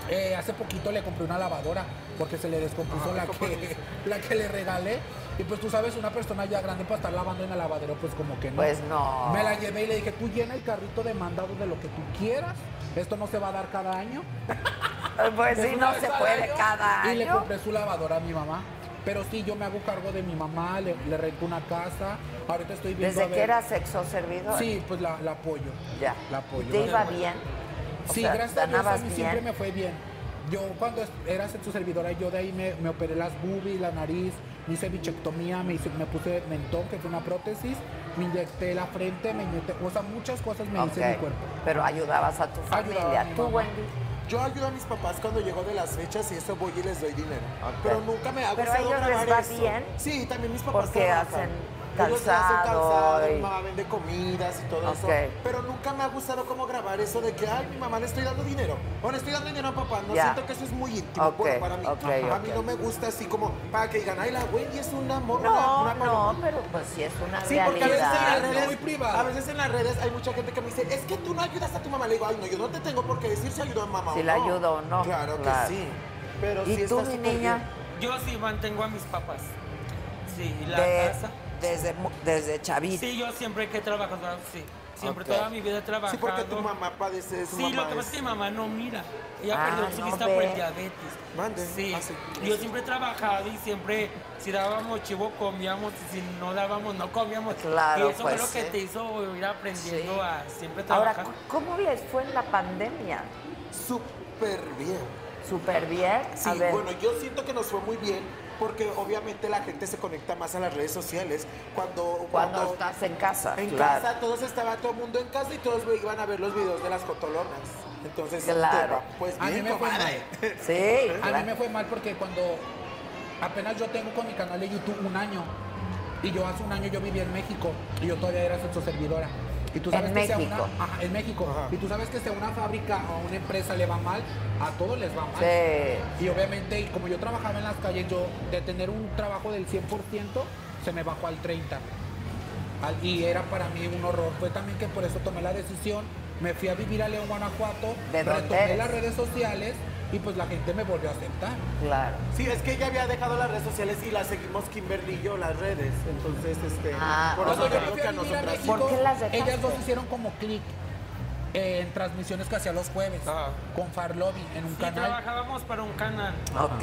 Hace poquito le compré una lavadora porque se le descompuso la que le regalé. Y pues tú sabes, una persona ya grande para estar lavando en el lavadero, pues como que no. Pues no. Me la llevé y le dije, tú llena el carrito de mandado de lo que tú quieras. Esto no se va a dar cada año. Pues sí, no se puede cada año. Y le compré su lavadora a mi mamá. Pero sí, yo me hago cargo de mi mamá, le rento una casa. Ahorita estoy viendo. ¿Desde que era sexo servidor? Sí, pues la apoyo. Ya. La apoyo. ¿Te iba bien? Sí, gracias a Dios, a mí siempre me fue bien. Yo cuando era sexo servidora, yo de ahí me operé las boobies, la nariz, me hice bichectomía, me puse mentón, que fue una prótesis, me inyecté la frente, o sea, muchas cosas me hice en mi cuerpo. Pero ayudabas a tu familia. ¿Tú, Wendy? Yo ayudo a mis papás cuando llego de las fechas y eso voy y les doy dinero. Pero nunca me ha ¿Pero gustado ellos grabar les va eso. bien? Sí, también mis papás Porque trabajan. hacen Ellos hacen calzado, y... mi mamá vende comidas y todo eso. Pero nunca me ha gustado como grabar eso de que, ay, mi mamá le estoy dando dinero. O le estoy dando dinero a papá. No siento que eso es muy íntimo para mí. A mí no me gusta así como para que digan, ay, la Wendy es un amor. No, pero pues sí es una realidad. Porque a veces en las redes, muy privada. A veces en las redes hay mucha gente que me dice, es que tú no ayudas a tu mamá. Le digo, ay, no, yo no te tengo por qué decir si ayudo a mamá si o no. la ayudo o no. Claro que sí. Pero ¿Y sí tú, está mi súper niña? bien. Yo sí mantengo a mis papás. Sí, la casa. Desde chavito. Sí, yo siempre que he trabajado, sí. Siempre, toda mi vida he trabajado. Sí, porque tu mamá padece eso. Sí, lo que pasa es que mi mamá no mira. Ella perdió su vista por el diabetes. Mande. Sí. Yo siempre he trabajado y siempre, si dábamos chivo, comíamos. Y si no dábamos, no comíamos. Claro, y eso pues, fue lo que te hizo ir aprendiendo a siempre Ahora, trabajar. ¿cómo les fue en la pandemia? Súper bien. ¿Súper bien? Sí, bueno, yo siento que nos fue muy bien porque obviamente la gente se conecta más a las redes sociales cuando estás en casa. En casa, todo el mundo en casa y todos iban a ver los videos de las cotolonas. Entonces, pues bien, a mí me fue mal. Sí, a mí me fue mal porque cuando apenas yo tengo con mi canal de YouTube 1 año y yo hace 1 año yo vivía en México y yo todavía era sexo servidora. Y tú sabes en que México. En México. Ajá. Y tú sabes que si a una fábrica o a una empresa le va mal, a todos les va mal. Sí. Y obviamente, y como yo trabajaba en las calles, yo de tener un trabajo del 100%, se me bajó al 30%. Y era para mí un horror. Fue también que por eso tomé la decisión. Me fui a vivir a León, Guanajuato, retomé las redes sociales y pues la gente me volvió a aceptar. Claro. Sí, es que ella había dejado las redes sociales y las seguimos Kimberly y yo, las redes. Entonces, por eso yo creo que a nosotras... ¿Por qué las dejaste? Ellas dos hicieron como clic en transmisiones que hacía los jueves con Farlobby en un canal. Trabajábamos para un canal. Ok.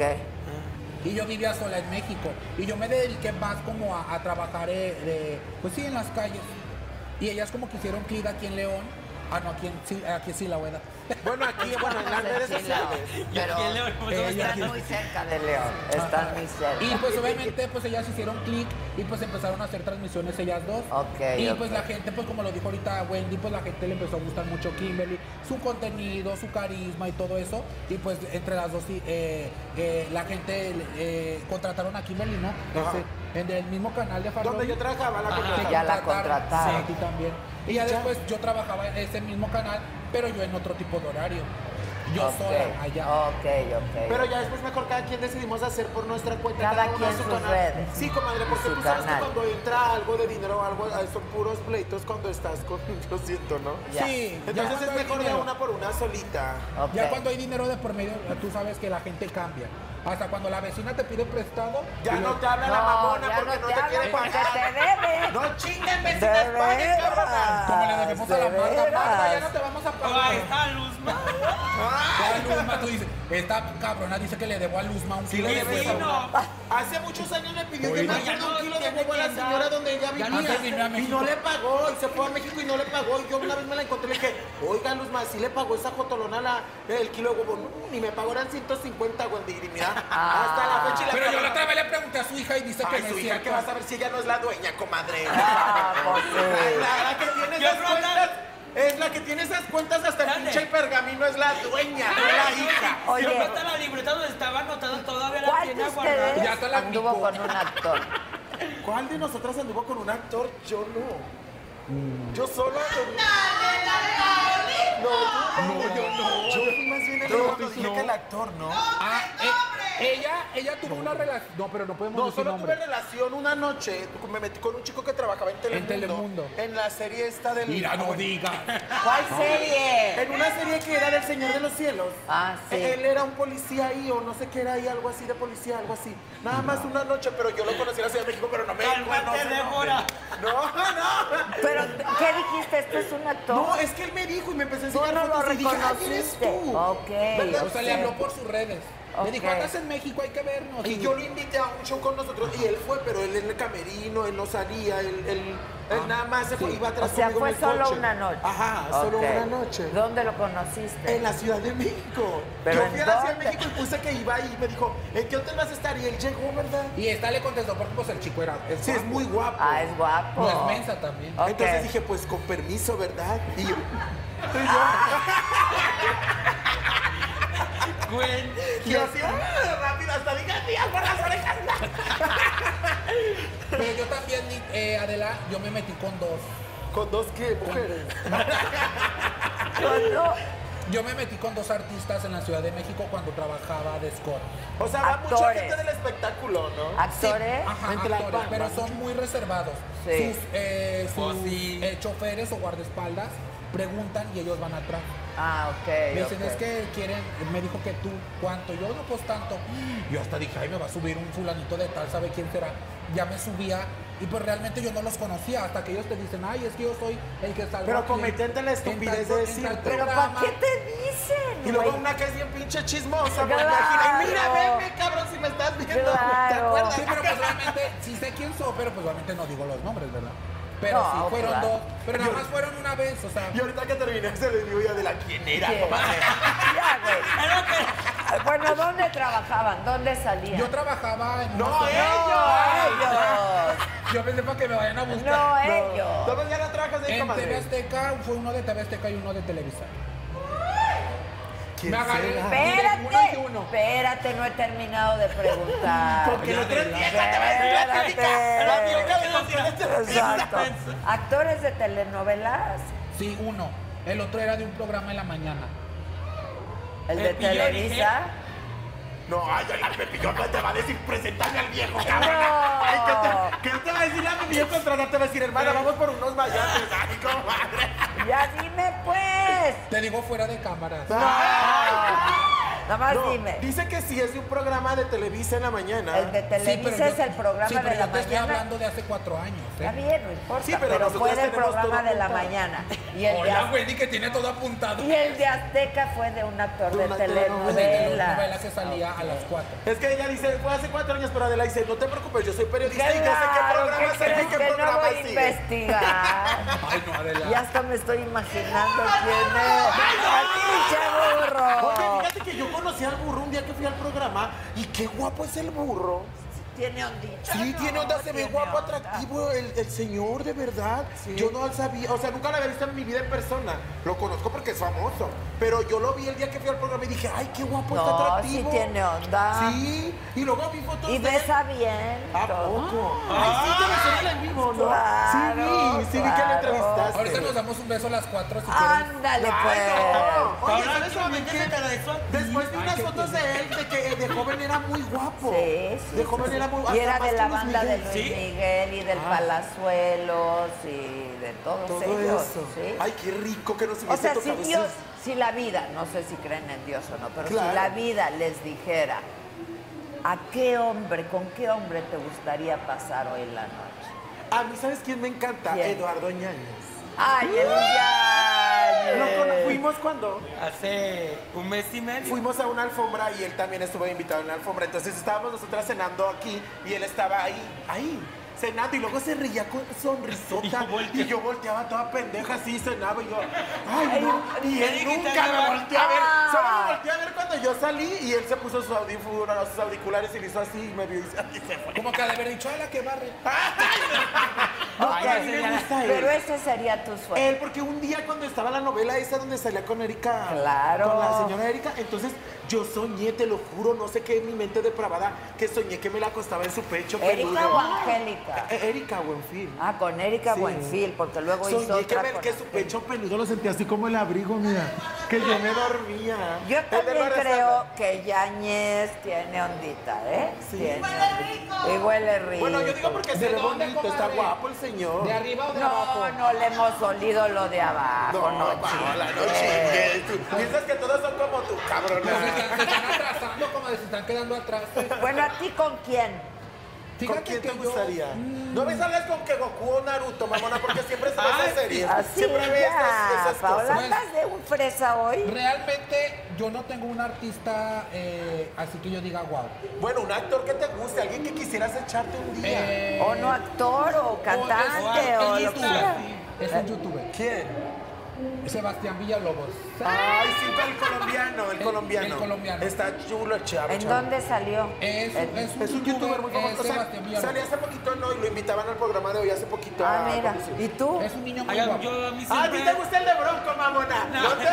Y yo vivía sola en México. Y yo me dediqué más como a trabajar, pues sí, en las calles. Y ellas como que hicieron clic aquí en León. No, aquí sí la voy a dar. Bueno, aquí, en las redes sociales. Pero están muy cerca de León. Están muy cerca. Y pues obviamente pues ellas hicieron clic y pues empezaron a hacer transmisiones ellas dos. Y pues la gente, pues como lo dijo ahorita Wendy, pues la gente le empezó a gustar mucho Kimberly, su contenido, su carisma y todo eso. Y pues entre las dos la gente contrataron a Kimberly, ¿no? En el mismo canal de Farlobby. Donde yo trabajaba, la contrataron. Ya la contrataron. Sí, a ti también. Y ya después yo trabajaba en ese mismo canal, pero yo en otro tipo de horario. Yo sola allá. Pero ya después mejor cada quien decidimos hacer por nuestra cuenta. Cada quien sus canal. redes. Sí, comadre, porque tú sabes que cuando entra algo de dinero o algo, son puros pleitos cuando estás con, lo siento, ¿no? Ya. Sí. Entonces es mejor de una por una solita. Ya cuando hay dinero de por medio, tú sabes que la gente cambia. Hasta cuando la vecina te pide prestado. Ya no te habla la mamona porque no te quiere pagar. Porque te debe. No chinguen, vecinas, paguen, cabrona. Como le debemos a la Marta, ya no te vamos a pagar. Está Luzma. Luzma, tú dices, esta cabrona dice que le debo a Luzma un kilo de huevo. Hace muchos años me pidió que me diera un kilo de huevo a la señora donde ella vivía. Y no le pagó, y se fue a México y no le pagó. Y yo una vez me la encontré y le dije, oiga, Luzma, ¿sí le pagó esa jotolona el kilo de huevo? No, ni me pagó, eran 150, Wendy. Y mira, hasta la fecha. Pero yo la otra vez le pregunté a su hija y dice que no su es hija, cierto. que vas a ver si ella no es la dueña, comadre. La que tiene esas cuentas. Es la que tiene esas cuentas hasta el pinche pergamino, es la dueña, no la hija. Oye, pero hasta la libreta donde estaba anotada todavía la ¿cuál tiene de guardada. ustedes anduvo con un actor? ¿Cuál de nosotras anduvo con un actor? Yo no. Yo solo. No, yo no. Yo fui más bien el cuando dije que el actor, ¿no? Ella tuvo una relación. No, pero no podemos decir solo nombre. tuve relación una noche. Me metí con un chico que trabajaba en Telemundo. En la serie esta del. Mira, no digas. ¿Cuál serie? En una serie que era del Señor de los Cielos. Ah, sí. Él era un policía ahí, o no sé qué era ahí, algo así de policía, algo así. Nada más una noche, pero yo lo conocí en la Ciudad de México, pero no me No. Pero, ¿qué dijiste? ¿Esto es un actor? No, es que él me dijo y me empezó a enseñar no lo fotos y dije, "Ah, ¿quién eres reconociste? tú?" Ok. ¿Verdad? O sea, le habló por sus redes. Le dijo, Ok. andas en México, hay que vernos. Y yo lo invité a un show con nosotros y él fue, pero él en el camerino, él no salía, él nada más se fue, iba atrás O sea, conmigo fue en el solo coche. una noche. Ajá, solo Ok. una noche. ¿Dónde lo conociste? En la Ciudad de México. ¿Pero Yo fui a en la Ciudad de dónde? México y puse que iba ahí y me dijo, ¿en qué hotel vas a estar? Y él llegó, ¿verdad? Y esta le contestó porque pues el chico era. Sí, es muy guapo. Ah, es guapo. No es mensa también. Ok. Entonces dije, pues con permiso, ¿verdad? Y yo. Y yo así, rápido, hasta diga tías por las orejas. Pero yo también, Adela, yo me metí con dos. ¿Con dos qué, mujeres? Yo me metí con dos artistas en la Ciudad de México cuando trabajaba de Scott. O sea, va mucha Actores. gente del espectáculo, ¿no? ¿Actores? Ajá, Entre las actores, bandas. pero son muy reservados. Sí. Sus choferes o guardaespaldas preguntan y ellos van atrás. Ah, ok. Me dicen, ok. es que quieren, me dijo que tú, ¿cuánto? Yo no, pues tanto. Yo hasta dije, ay, me va a subir un fulanito de tal, ¿sabe quién será? Ya me subía y pues realmente yo no los conocía hasta que ellos te dicen, ay, es que yo soy el que salva. Pero aquí cometente la estupidez de decirte. ¿Pero para qué te dicen? Y luego güey? una que es bien pinche chismosa, me Claro. imagino. Y mira, venme, cabrón, si me estás viendo. ¿Te Claro. acuerdas? Sí, pero pues realmente sí sé quién soy, pero pues realmente no digo los nombres, ¿verdad? Pero No, sí fueron claro. dos, pero nada más fueron una vez, o sea. Y ahorita que terminé se le digo ya de la quién era, ¿Quién? comadre. Ya, güey. Bueno, ¿dónde trabajaban? ¿Dónde salían? Yo trabajaba en No, una zona- ellos. Yo pensé para que me vayan a buscar. No, ellos. ¿Dónde ya no trabajas ahí, En TV comadre? Azteca fue uno de TV Azteca y uno de Televisa. ¿Quién Me agarré. será? Espérate, Uno y uno. espérate, no he terminado de preguntar. Porque el otro día Espérate. la vieja de los Exacto. ¿Actores de telenovelas? Sí, uno. El otro era de un programa en la mañana. ¿El de Televisa? No, ay, la Pepillona te va a decir, presentame al viejo, cabrón. No. Ay, ¿qué te va a decir la Pepillona contratar? Te va a decir, hermana, vamos por unos mayates. Ay, comadre. Ya dime pues. Te digo fuera de cámaras. Nada más No, dime. dice que sí es de un programa de Televisa en la mañana. El de Televisa es el programa sí, de pero la yo te estoy mañana. hablando de hace 4 años. Está bien, no importa, Sí, pero pero nosotros fue del tenemos programa todo de la apuntado. mañana. Y el, Hola, de, Wendy, que tiene todo apuntado. y el de Azteca fue de un actor de Una Una telenovela. novela que salía a las 4. Es que ella dice, fue hace 4 años, pero Adela dice, no te preocupes, yo soy periodista y yo sé qué Claro, programa ¿qué sigue y crees qué que no programa voy a sigue. investigar? Ay, no, Adela. Y hasta me estoy imaginando quién es. ¡Ay, pinche burro! Oye, fíjate que yo conocí al burro un día que fui al programa y qué guapo es el burro. Tiene ondita. Sí, ¿no? tiene onda, se ve Tiene guapo, onda. atractivo el señor, de verdad. Yo no sabía, o sea, nunca lo había visto en mi vida en persona. Lo conozco porque es famoso. Pero yo lo vi el día que fui al programa y dije, ay, qué guapo, está No, sí atractivo. tiene onda. Sí, y luego vi fotos Y de él. besa bien. ¿A todo. poco? Ay, sí, te besó en el en vivo, ¿no? Claro, sí vi que lo entrevistaste. Ahorita nos damos un beso a las 4 si quieres. Ándale, pues. Oye, ¿sabes también que después vi unas fotos de él de que de joven era muy guapo? Sí, sí. De joven era muy guapo. Y era de la Luis banda de Miguel. Luis Miguel y del Palazuelos y de todos Todo ellos. eso. ¿sí? Ay, qué rico que nos O hubiese sea, si tocado Dios, eso. si la vida, no sé si creen en Dios o no, pero Claro. si la vida les dijera, ¿a qué hombre, con qué hombre te gustaría pasar hoy la noche? A mí, ¿sabes quién me encanta? ¿Quién? Eduardo Ñañez. ¡Ay, el Yañez! ¿Fuimos cuando? Hace un mes y medio. Fuimos a una alfombra y él también estuvo invitado en la alfombra. Entonces estábamos nosotras cenando aquí y él estaba ahí, cenando y luego se reía con sonrisota. Y yo volteaba toda pendeja así, cenaba y yo, ay, no. Y él nunca me volteó a ver. Solo me volteó a ver cuando yo salí y él se puso sus audífonos, sus auriculares y le hizo así y me vio y se fue. Como que al haber dicho, a la que barre. No, Ok, pero a mí me gusta él. pero ese sería tu sueño. Él, porque un día cuando estaba la novela esa donde salía con Erika, Claro. con la señora Erika, entonces Yo soñé, te lo juro, no sé qué en mi mente depravada, que soñé que me la acostaba en su pecho peludo. ¿Erika o Angélica? Erika Buenfil. Ah, con Erika Sí. Buenfil, porque luego hizo Soñé otra con que su pecho peludo lo sentía así como el abrigo, mira, que yo me dormía. Yo El de también Gloria creo Santa. que Yáñez tiene ondita, ¿eh? Sí. Tiene ondita. Y huele rico. Bueno, yo digo porque se ¿De ve dónde, bonito, está comadre? guapo el señor. ¿De arriba o de abajo? No le hemos olido lo de abajo, no, Paola, no chingues. chingues. Tú piensas que todos son como tú, Se cabrona. están atrasando, como se están quedando atrás. Bueno, ¿a ti con quién? ¿Con Fíjate quién que te yo- gustaría? No me salgas con que Goku o Naruto, mamona, porque siempre se ve esas series. Así Siempre ve ya, esas Paola, cosas. ¿andas de un fresa hoy? Realmente yo no tengo un artista así que yo diga wow. Bueno, un actor que te guste, alguien que quisieras echarte un día. O no actor, o cantante, o lo que sea. Es un youtuber. ¿Quién? Sebastián Villalobos. Ay, sí, el colombiano, el colombiano. el colombiano. Está chulo, chavo. ¿En dónde salió? Es un youtuber muy famoso. O sea, Sebastián Villalobos. salía hace poquito, ¿no? Y lo invitaban al programa de hoy hace poquito. Ah, a mira. conducir. ¿Y tú? Es un niño muy Ay, guapo. yo a mí Ah, ¿a ti siempre... te gusta el de Bronco, mamona? No te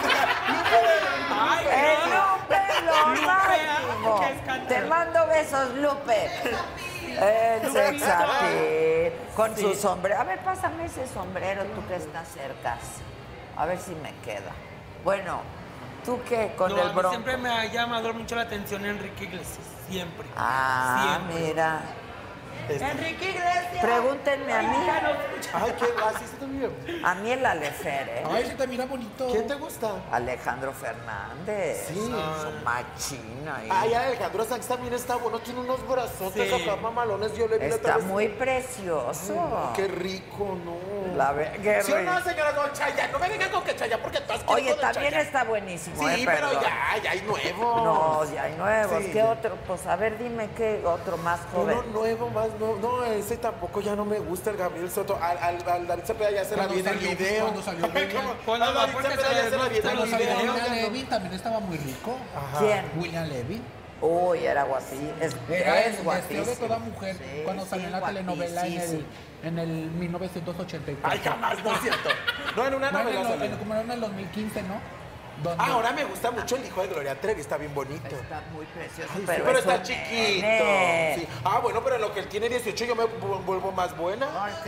Ay, Lupe, lo máximo. que escándalo. Te mando besos, Lupe. El sex appeal. Con su sombrero. A ver, pásame ese sombrero, tú que estás cerca. A ver si me queda. Bueno, ¿tú qué? Con No, el a mí Bronco. siempre me ha llamado mucho la atención Enrique Iglesias. Siempre. Ah, Siempre. mira. Enrique Iglesias. Pregúntenme a mí. Ay, qué así se te vio. A mí el Alefer, ¿eh? Ay, se te mira bonito. ¿Quién te gusta? Alejandro Fernández. Sí. Su machina ahí. Ay, Alejandro Sanz también está bueno, tiene unos brazotes Sí. acá mamalones, yo le vi la otra Está vez. muy precioso. Qué rico, ¿no? La ve- qué ¿Sí o no, rico. señora Don Chaya? No me vengan con que Chaya porque tú has Oye, querido de también Chaya. está buenísimo, Sí, pero perdón. ya hay nuevos. No, ya hay nuevos. Sí. ¿Qué otro? Pues a ver, dime qué otro más joven. Uno nuevo más, no, ese tampoco ya no me gusta, el Gabriel Soto. Al David Cepeda ya se la Cuando vi en el salió- video. cuando salió William. Cuando Al David porque Cepeda se ya le se la vi en Cuando el salió video. William Levin también estaba muy rico. ¿Quién? William Levin. Uy, era guapísimo. Era el Es deseo guapísimo. de toda mujer Sí, cuando salió en la telenovela guapísimo. en el 1984. Ay, jamás, no es cierto. No, en una No, novela salió. como era en el 2015, ¿no? Donde- Ahora me gusta mucho el hijo de Gloria Trevi, está bien bonito. Está muy precioso, Ay, sí, pero, pero es está un chiquito. nene. Sí. Ah, bueno, pero en lo que él tiene 18 yo me vuelvo más buena. Ok,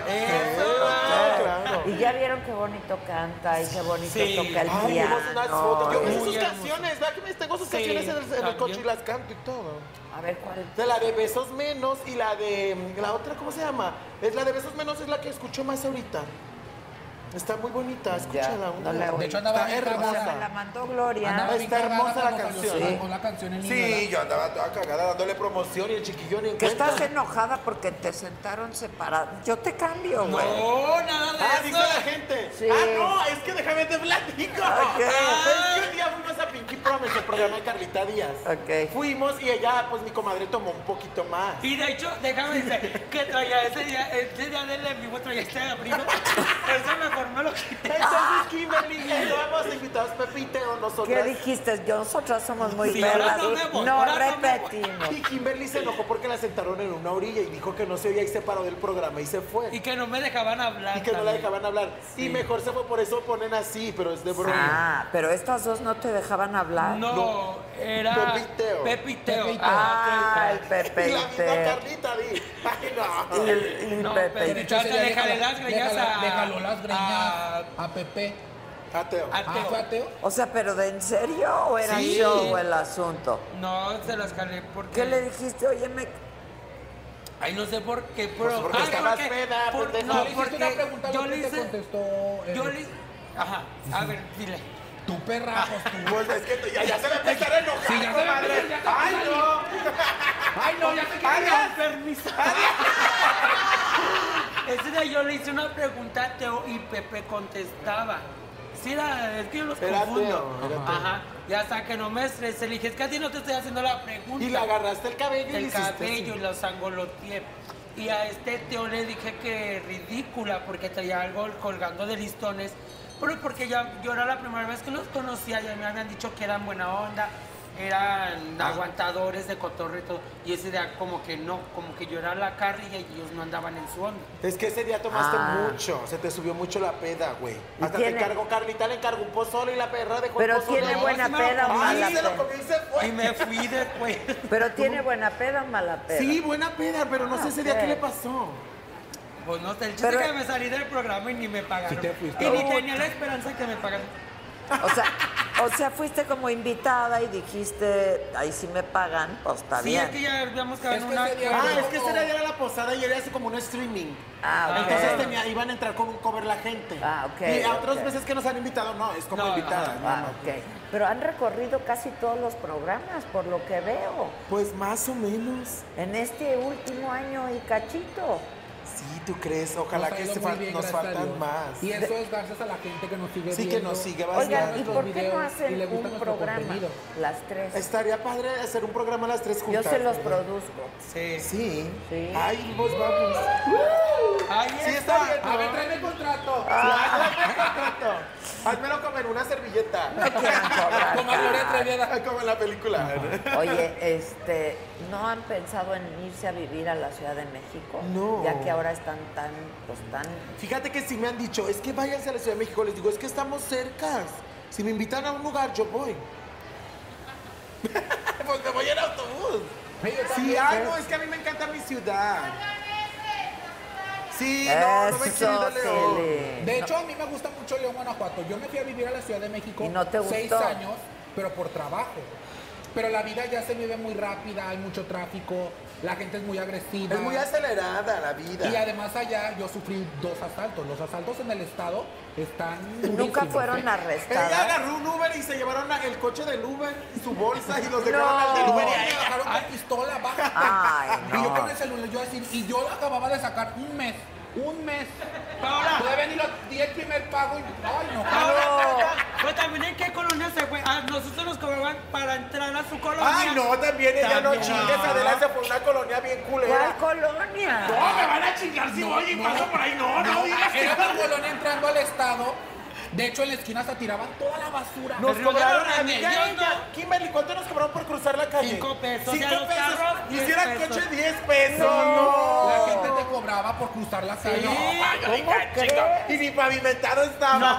Claro. Y ya vieron qué bonito canta y qué bonito Sí. toca el Ay, piano. vimos unas fotos. Yo vi Muy sus hermoso. canciones, ¿verdad que tengo sus Sí, canciones en el también. coche y las canto y todo? A ver, ¿cuál? De la de Besos Menos y la de... La otra, ¿cómo se llama? Es la de Besos Menos, es la que escucho más ahorita. Está muy bonita, escúchala. no la oí. De hecho, andaba Está bien hermosa. cagada. Me la mandó Gloria. Andaba bien Está cagada hermosa la cuando salió- canción. sacó la canción en Sí, inglés. yo andaba toda cagada dándole promoción y el chiquillo ni en Que cuenta. estás enojada porque te sentaron separados. Yo te cambio, güey. No, nada de Ah, eso. dice la gente. Sí. Ah, no, es que déjame te platico. Ok. Es que un día fuimos a Pinky Promise, el programa de Carlita Díaz. Ok. Fuimos y ella, pues mi comadre tomó un poquito más. Y de hecho, déjame decir que traía ese día del en vivo traía este abrigo. Por eso mejor me lo quité. Entonces Kimberly y yo vamos invitados Pepe y Teo, ¿Qué nosotras. dijiste? Nosotras somos muy Sí, perras. ahora no me voy, No ahora no me voy. repetimos. Y Kimberly se enojó porque la sentaron en una orilla y dijo que no se oía y se paró del programa y se fue. Y que no me dejaban hablar. Y que no la también. dejaban hablar. Y mejor se fue, por eso ponen así, pero es de broma. Ah, pero estas dos no te dejaban hablar. No, era Pepe y Teo. Pepe y Teo. Pepe y Teo. Ah, el Pepe Y la y misma Teo. Carlita, di. Ay, no. Y No, Pepe pero y de Teo. hecho, le jalé las greñas Le jaló las greñas a- a Pepe. A Teo. a Ah, Teo. ¿fue a Teo? O sea, pero ¿de en serio o era Sí. show el asunto? No, se las jalé porque... ¿Qué le dijiste? Oye, me... Ay, no sé por qué, pero... Pues porque estabas peda, pendeja. No, Le hiciste porque una pregunta, yo lo le que te hice... contestó. Yo le... Ajá, a ver, dile. Tu perrajos, tú. Pues es que ya se me empezaron a enojar, Sí, ya se me comadre. empezó, ya te Ay, no. Ay, no, ya te Ay, quería. Permiso. Ese día yo le hice una pregunta a Teo y Pepe contestaba. Sí, es que yo los Era confundo. Teo, era Teo. Ajá. Y hasta que no me estresé, le dije, es que a ti no te estoy haciendo la pregunta. Y le agarraste el cabello y le El hiciste cabello así. y los angoloteé. Y a este Teo le dije que ridícula porque traía algo colgando de listones. Pero porque yo era la primera vez que los conocía, ya me habían dicho que eran buena onda. eran aguantadores de cotorreo y todo. Y ese día como que no, como que yo era la carrilla y ellos no andaban en su onda. Es que ese día tomaste mucho, se te subió mucho la peda, güey. Hasta te encargó Carlita, le encargó un pozole y la perra dejó el Pero pozole. tiene buena peda o mala se lo peda. comió y se fue. Y me fui después. Pero tiene buena peda o mala peda. Sí, buena peda, pero no sé ese día qué le pasó. Pues no sé, el chiste es que me salí del programa y ni me pagaron. Sí te fuiste. Y ni tenía la esperanza de que me pagaran. O sea, fuiste como invitada y dijiste, ahí sí me pagan, pues está Sí, bien. es que ya habíamos quedado Es en que una... ese día- Es que ese día era la posada y era así como un streaming. Ah, ok. Entonces iban a entrar con un cover la gente. Ah, ok, Y a otras ok. veces que nos han invitado, no, es como No, invitada. ajá. nada Ah, más. ok. Pero han recorrido casi todos los programas, por lo que veo, Pues más o menos. en este último año y cachito. Sí, ¿tú crees? Ojalá Nos ha que ido se muy fal- bien, nos gracias a faltan Dios. más. Y eso es gracias a la gente que nos sigue Sí, viendo. que nos sigue Oigan, ¿y bastante. por qué no videos y hacen le gusta un nuestro programa? contenido. Las tres. Estaría padre hacer un programa a las tres Yo juntas. se los ¿no? produzco. Sí. Sí. Sí. Ay, pues vamos. Ahí Sí, está. está bien. A ver, tráeme el contrato. Házmelo comer una servilleta. No quieran cobrar. Como Gloria Trevi. Como en la película. Oye, ¿no han pensado en irse a vivir a la Ciudad de México? No. Ya que ahora están tan. Fíjate que sí me han dicho, es que váyanse a la Ciudad de México. Les digo, es que estamos cercas. Si me invitan a un lugar, yo voy. Pues me voy en autobús. Sí, ay, no, es que a mí me encanta mi ciudad. Sí, no me quiero ir a León. De hecho, a mí me gusta mucho León, Guanajuato. Yo me fui a vivir a la Ciudad de México ¿Y no te 6 gustó? años, pero por trabajo. Pero la vida ya se vive muy rápida, hay mucho tráfico, la gente es muy agresiva. Es muy acelerada la vida. Y además allá yo sufrí 2 asaltos. Los asaltos en el estado están Nunca durísimos, fueron ¿eh? Ella arrestadas. agarró un Uber y se llevaron el coche del Uber y su bolsa y los No. dejaron al del Uber y Me a ella. bajaron con pistola, baja. Ay, Y yo no. con el celular, yo así, y yo acababa de sacar un mes. Paola. Todavía ni di el primer pago y, ay, no. Pues también en qué colonia se fue. A nosotros nos cobraban para entrar a su colonia. Ay, no, también ella no También. chingues. Adela se fue a una colonia bien culera. ¿Cuál colonia? No, me van a chingar si voy y paso por ahí. No digas que Era una colonia entrando al estado. De hecho, en la esquina hasta tiraban toda la basura. nos Pero cobraron bueno, a mí y a yo ella. Kimberly, ¿cuánto nos cobraron por cruzar la calle? 5 pesos. 5 Y a los pesos. carros, Y 10 si era pesos. coche, 10 pesos. No. La gente te cobraba por cruzar la calle. Ay, yo ¿Cómo dije, "Ah, chinga". crees? Y ni pavimentado estaba.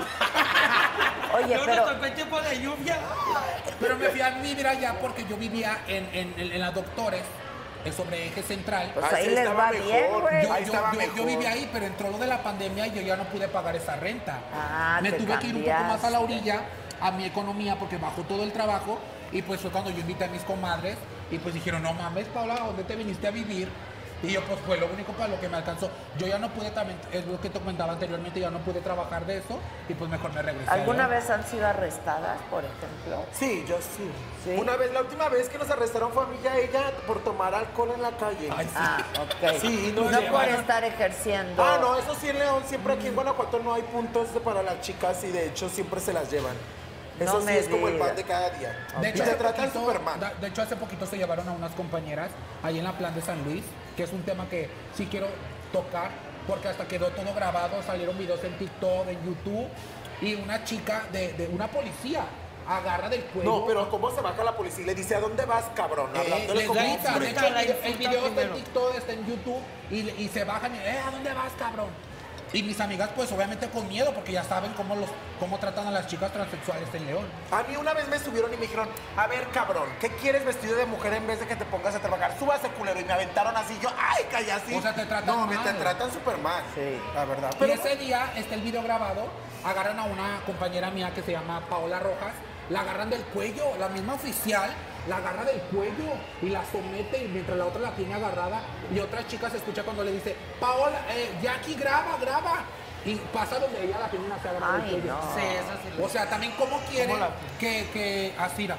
Oye, Yo pero. nos tocó en tiempo de lluvia. Pero me fui a vivir allá porque yo vivía en las Doctores, sobre eje central. Pues Ay, ahí sí les estaba va mejor. bien, güey. Yo, Ahí estaba yo mejor. vivía ahí, pero entró lo de la pandemia y yo ya no pude pagar esa renta. Ah, Me te tuve que ir un poco más a la cambiaste. orilla, a mi economía, porque bajó todo el trabajo. Y pues fue cuando yo invité a mis comadres y pues dijeron, no mames, Paula, ¿a dónde te viniste a vivir? Y yo pues fue lo único para lo que me alcanzó. Yo ya no pude también, es lo que te comentaba anteriormente, ya no pude trabajar de eso y pues mejor me regresé. ¿Alguna a León. vez han sido arrestadas, por ejemplo? Sí, yo sí. ¿Sí? Una vez, la última vez que nos arrestaron fue a mí y a ella por tomar alcohol en la calle. Ay, sí. Ah, ok. Sí, no no, por estar ejerciendo. Ah, no, eso sí en León, siempre aquí en Guanajuato no hay puntos para las chicas y de hecho siempre se las llevan. Eso No sí me es como el digas. pan de cada día. De Y hecho, te hace tratan poquito- súper mal. de hecho, hace poquito se llevaron a unas compañeras ahí en la plan de San Luis, que es un tema que sí quiero tocar, porque hasta quedó todo grabado, salieron videos en TikTok, en YouTube, y una chica de una policía agarra del cuello. No, pero ¿cómo se baja la policía y le dice, ¿a dónde vas, cabrón? Hablándole les como grita, de hecho, la el insulta video está en primero. TikTok, está en YouTube, y se bajan y, ¿a dónde vas, cabrón? Y mis amigas, pues, obviamente con miedo, porque ya saben cómo tratan a las chicas transexuales en León. A mí una vez me subieron y me dijeron, a ver, cabrón, ¿qué quieres vestido de mujer en vez de que te pongas a trabajar? Súbase, culero. Y me aventaron así, yo, ay, calla así. O sea, te tratan No, mal. te tratan súper mal. Sí. La verdad. Y ese día está el video grabado, agarran a una compañera mía que se llama Paola Rojas, la agarran del cuello, la misma oficial, la agarra del cuello y la somete y mientras la otra la tiene agarrada y otra chica se escucha cuando le dice, Paola, Jackie, graba. Y pasa donde ella la tiene así agarrada del Ay, cuello. no. Sí, eso sí. O sea, también cómo quiere ¿Cómo la- que así.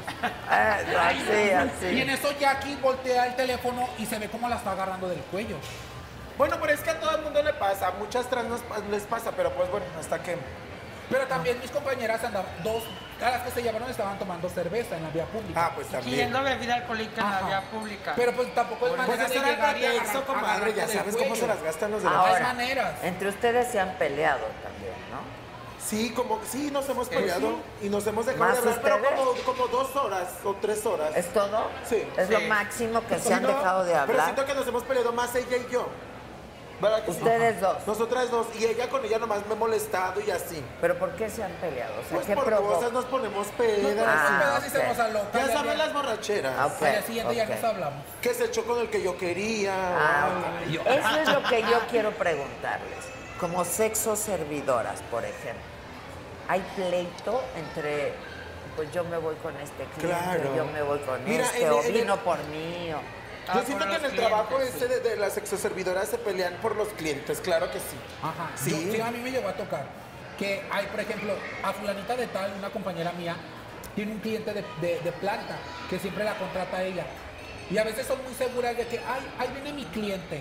Así, Y así. en eso Jackie voltea el teléfono y se ve cómo la está agarrando del cuello. Bueno, pero es que a todo el mundo le pasa, a muchas trans les pasa, pero pues bueno, hasta que... Pero también mis compañeras andaban, a las que se llevaron estaban tomando cerveza en la vía pública. Ah, pues también. Yendo bebida alcohólica en la Ajá. vía pública. Pero pues tampoco es Pues manera eso de era llegar y pretexto, agarrar- comadre, ya agarrarte del sabes cómo se cuello. las gastan los de la... Ahora- Ahora, maneras. entre ustedes se han peleado también, ¿no? Sí, sí, nos hemos peleado sí? y nos hemos dejado de hablar, pero como 2 horas o 3 horas. ¿Es todo? Sí. Es lo máximo que se han dejado de hablar. Pero siento que nos hemos peleado más ella y yo. ¿Verdad que Ustedes sí? dos. Nosotras dos. Y ella con ella nomás me he molestado y así. ¿Pero por qué se han peleado? O sea, Pues ¿qué por provoca? cosas nos ponemos pedas. Así se nos aloca. Ya saben las borracheras. Ok, Al día siguiente ya ok. nos hablamos. Que se echó con el que yo quería. Eso es lo que yo quiero preguntarles. Como sexo servidoras, por ejemplo. ¿Hay pleito entre, pues yo me voy con este cliente, Claro. yo me voy con Mira, o vino por mí, o... Yo siento que en el trabajo ese de las sexoservidoras se pelean por los clientes, claro que sí. Ajá. Sí. Sí, a mí me llegó a tocar que hay, por ejemplo, a fulanita de tal, una compañera mía, tiene un cliente de planta que siempre la contrata a ella. Y a veces son muy seguras de que, ahí viene mi cliente.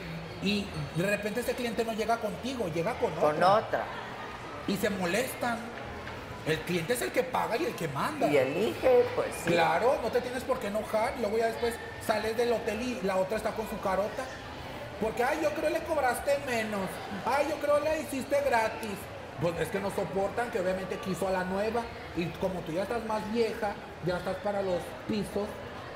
Y de repente ese cliente no llega contigo, llega con otra. Con otra. Y se molestan. El cliente es el que paga y el que manda. Y elige, pues sí. Claro, no te tienes por qué enojar. Luego ya después sales del hotel y la otra está con su carota. Porque, yo creo le cobraste menos. Yo creo le hiciste gratis. Pues es que no soportan, que obviamente quiso a la nueva. Y como tú ya estás más vieja, ya estás para los pisos,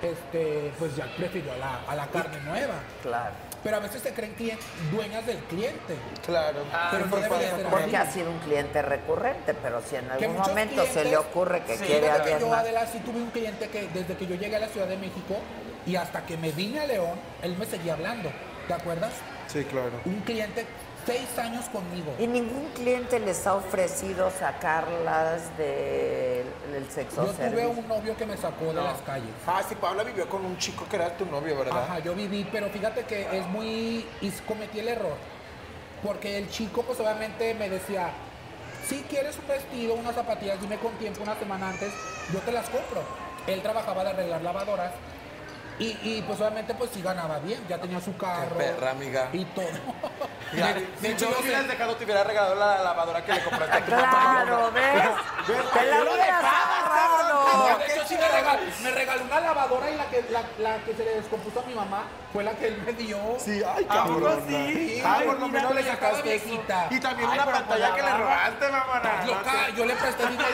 pues ya prefirió a la carne nueva. Claro. Pero a veces se creen dueñas del cliente. Claro. Pero no debe de ser Porque así. ha sido un cliente recurrente, pero si en Que algún muchos momento se le clientes- ocurre que Sí, quiere a fíjate que alguien yo, más. Adela, sí tuve un cliente que desde que yo llegué a la Ciudad de México y hasta que me vine a León, él me seguía hablando. ¿Te acuerdas? Sí, claro. Un cliente 6 años conmigo. ¿Y ningún cliente les ha ofrecido sacarlas del sexo Yo tuve servicio? un novio que me sacó de las calles. Sí, Paula vivió con un chico que era tu novio, ¿verdad? Ajá, yo viví, pero fíjate que es muy... y cometí el error. Porque el chico, pues obviamente me decía, si quieres un vestido, unas zapatillas, dime con tiempo, una semana antes, yo te las compro. Él trabajaba de arreglar lavadoras y pues obviamente pues sí ganaba bien, ya tenía su carro. Qué perra, amiga. Y todo. Si yo lo hubieras dejado, te hubiera regalado la lavadora que le compraste a tu Claro, ¿ves? Te la hubieras agarrado. No, de hecho, sí me regaló una lavadora y la que se le descompuso a mi mamá fue la que él me dio. Sí, ay, cabrón. Sí. Por lo menos le sacaste eso. viejita. Y también una pantalla que le robaste, mamá. Loca, yo le presté dinero.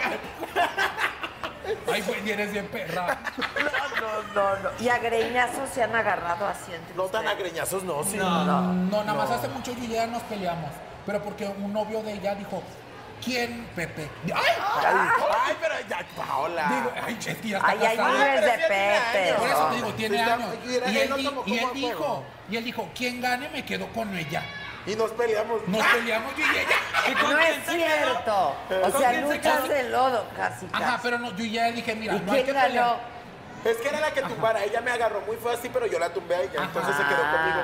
Ay, pues eres bien perra. No. Y a greñazos se han agarrado así entre No tan ustedes. agreñazos, no, sí. No, nada más hace mucho yo y ella nos peleamos. Pero porque un novio de ella dijo, ¿quién, Pepe? Ay, pero ya, Paola. Digo, es que ya está Ay, hay casado. miles de pero sí tiene Pepe. años. Por eso te digo, tiene Sí, está- años. y él lo tomó como a juego. Y él dijo, quien gane me quedo con ella. Y nos peleamos. Nos peleamos yo y ella. No es cierto. O sea, luchas de lodo casi. Ajá, pero no, yo ya dije, mira, ¿Y no hay que quién ganó? pelear. Es que era la que tumbara. Ella me agarró muy fue así, pero yo la tumbé a ella. Entonces se quedó conmigo.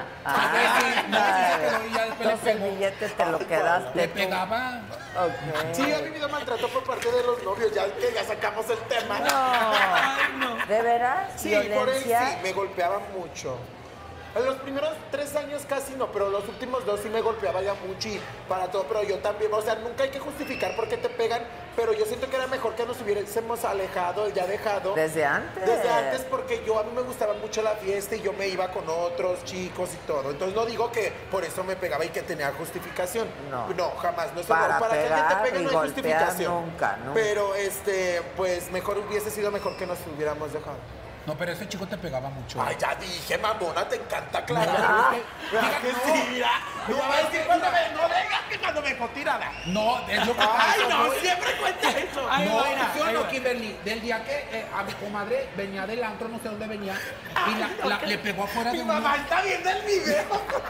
Entonces el billete te lo quedaste Le tú. pegaba. Ok. Sí, he vivido maltrato por parte de los novios. Ya que ya sacamos el tema. No. ¿De veras? Sí, por él ¿Violencia? sí, me golpeaba mucho. En los primeros 3 años casi no, pero los últimos 2 sí me golpeaba ya mucho y para todo, pero yo también, o sea, nunca hay que justificar por qué te pegan, pero yo siento que era mejor que nos hubiésemos alejado, ya dejado. Desde antes. Desde antes, porque a mí me gustaba mucho la fiesta y yo me iba con otros chicos y todo. Entonces no digo que por eso me pegaba y que tenía justificación. No. No, jamás. No es Para para que alguien pegar te pegue y no hay golpear justificación. nunca. Pero pues mejor hubiese sido mejor que nos hubiéramos dejado. No, pero ese chico te pegaba mucho. Ay, ya dije, mamona, te encanta aclarar. No, ¿Verdad que sí? Mira, no, es que cuando me, no digas que cuando me dejó tirada. No, es lo que pasa. Ay, no, güey. siempre cuenta eso. No, ¿sí o no, Kimberly? Del día que a mi comadre venía del antro, no sé dónde venía, y le pegó afuera de Mi un... mamá está viendo el video.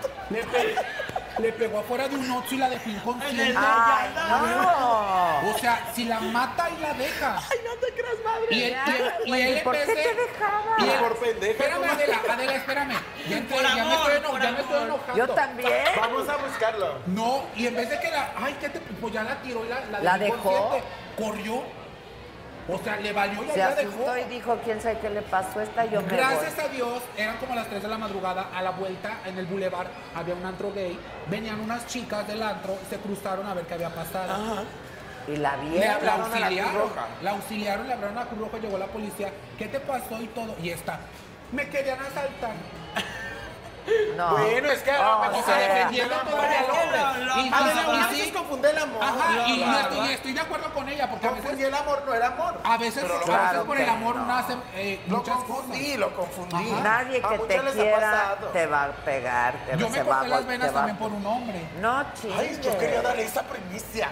Le pegó afuera de un oxo y la dejó inconsciente. Ay, no. O sea, si la mata y la deja. Ay, no te creas, madre. Y él ¿Y por qué en vez de- te dejaba? y él- Por pendeja, Espérame, comadre. Adela, espérame. Ya, me Por estoy amor. enojando. Yo también. Vamos a buscarlo. No, y en vez de que pues ya la tiró y ¿La dejó? inconsciente, corrió. O sea, le valió y Se la asustó dejó. y dijo, ¿quién sabe qué le pasó? Esta yo me Gracias voy. a Dios, eran como las 3 de la madrugada, a la vuelta en el bulevar había un antro gay, venían unas chicas del antro, se cruzaron a ver qué había pasado. Ajá. Y la La vieron. hablaron a la Cruz Roja. la auxiliaron, le hablaron a la Cruz Roja, llegó la policía, ¿qué te pasó y todo? Y esta, me querían asaltar. No. Bueno, es que a lo mejor defendiendo todavía al hombre. Y a sí, veces confunde el amor. ajá, y estoy de acuerdo con ella, porque a veces Confundí el amor, no era amor. A veces, Claro por que el amor no. nacen muchas cosas. Lo confundí. Nadie A que muchos te les ha quiera pasado. te va a pegar. Yo me se va a corté las vol- venas te va a- también por un hombre. No, chingue. Ay, yo quería darle esa primicia.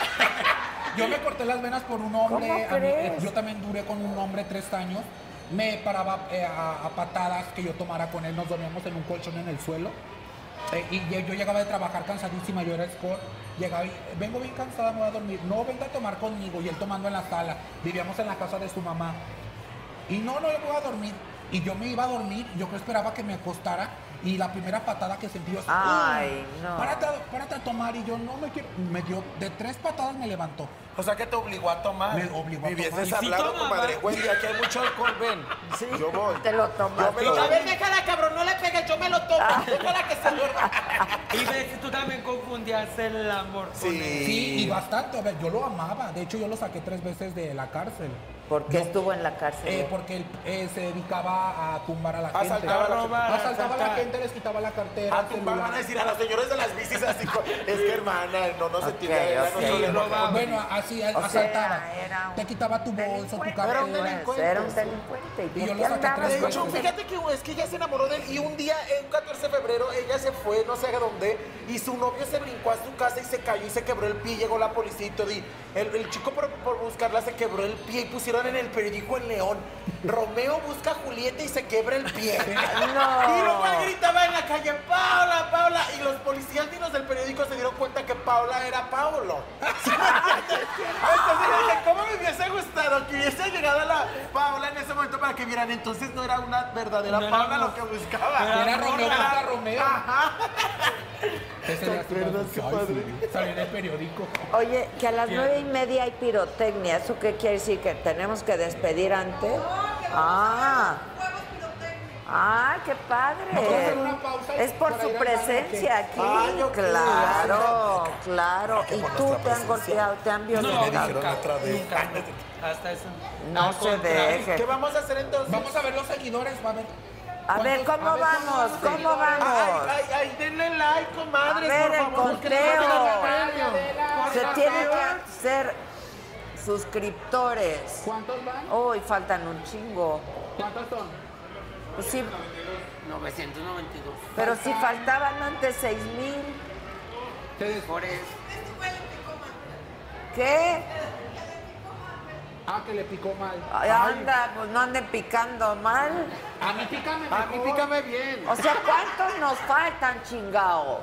Yo me corté las venas por un hombre. ¿Cómo crees? Yo también duré con un hombre 3 años. Me paraba a patadas que yo tomara con él. Nos dormíamos en un colchón en el suelo. Y yo llegaba de trabajar cansadísima. Yo era escort. Llegaba y vengo bien cansada, me voy a dormir. No, venga a tomar conmigo. Y él tomando en la sala. Vivíamos en la casa de su mamá. Y no, yo me voy a dormir. Y yo me iba a dormir. Yo esperaba que me acostara. Y la primera patada que sentí yo así, Ay, no. Párate a tomar. Y yo no me quiero. Me dio de 3 patadas, me levantó. O sea que te obligó a tomar. Me obligó a Me hubieses tomar. hablado, tomaba. comadre Wendy, aquí hay mucho alcohol, ven. Sí, Yo voy. te lo tomas. Yo me lo... tú. A ver, déjala, cabrón, no le pegues, yo me lo tomo. Déjala que se duerma. Y ves, tú también confundías el amor con él. Sí, y bastante. A ver, yo lo amaba. De hecho, yo lo saqué 3 veces de la cárcel. ¿Por qué estuvo en la cárcel? Porque él se dedicaba a tumbar a la gente. Asaltaba a la robar, Asaltaba a la asaltar. gente, les quitaba la cartera. A tumbar, van a decir a los señores de las bicis así, es que hermana, no se Ok, entiende, ella no ok. se le Robaba. Bueno, así O sea, asaltaba. era un Te quitaba tu bolso, tu delincuente. cartera. Era un delincuente. Era un delincuente. Y yo ¿Por lo qué saqué andabas 3 De hecho, con veces. fíjate que es que ella se enamoró de él y un día, en 14 de febrero, ella se fue, no sé a dónde, y su novio se brincó a su casa y se cayó y se quebró el pie, llegó la policía y todo, y el chico por buscarla se quebró el pie y pusieron en el periódico en León, Romeo busca a Julieta y se quebra el pie. No. Y luego él gritaba en la calle, Paula, Paula, y los policías ni los del periódico se dieron cuenta que Paula era Paulo. Entonces yo dije, ¿cómo me hubiese gustado que hubiese llegado la Paula en ese momento para que vieran? Entonces no era una verdadera No era Paula una- lo que buscaba. Era Romeo busca a Romeo. Ajá. Ese día sí me acuerdas gustó. qué Ay, padre? sí. Salió en el periódico. Oye, que a las 9:30 hay pirotecnia. ¿Eso qué quiere decir? ¿Que tenemos que despedir antes? Ah. ¡Ah, qué padre! Vamos a hacer una pausa Es por para su ir al baño, presencia aquí. Ay, yo claro, claro. Que ¿Y por tú nuestra te han presencia. golpeado, te han No, violentado? dijeron otra vez. nunca. Hasta eso. No Al se contrario. deje. ¿Qué vamos a hacer entonces? Vamos a ver los seguidores, va a ver. A ver, ¿cómo vamos? ¿Cómo vamos? Ay, denle like, A comadres, ver, por el favor. conteo. Se tienen que ser suscriptores. ¿Cuántos van? Uy, faltan un chingo. ¿Cuántos son? Pues sí, 992. pero si faltaban antes 6,000. Por eso. ¿Qué? Ah, que le picó mal. Ay, anda, pues no anden picando mal. A mí pícame A mí mejor. pícame bien. O sea, ¿cuántos nos faltan, chingao?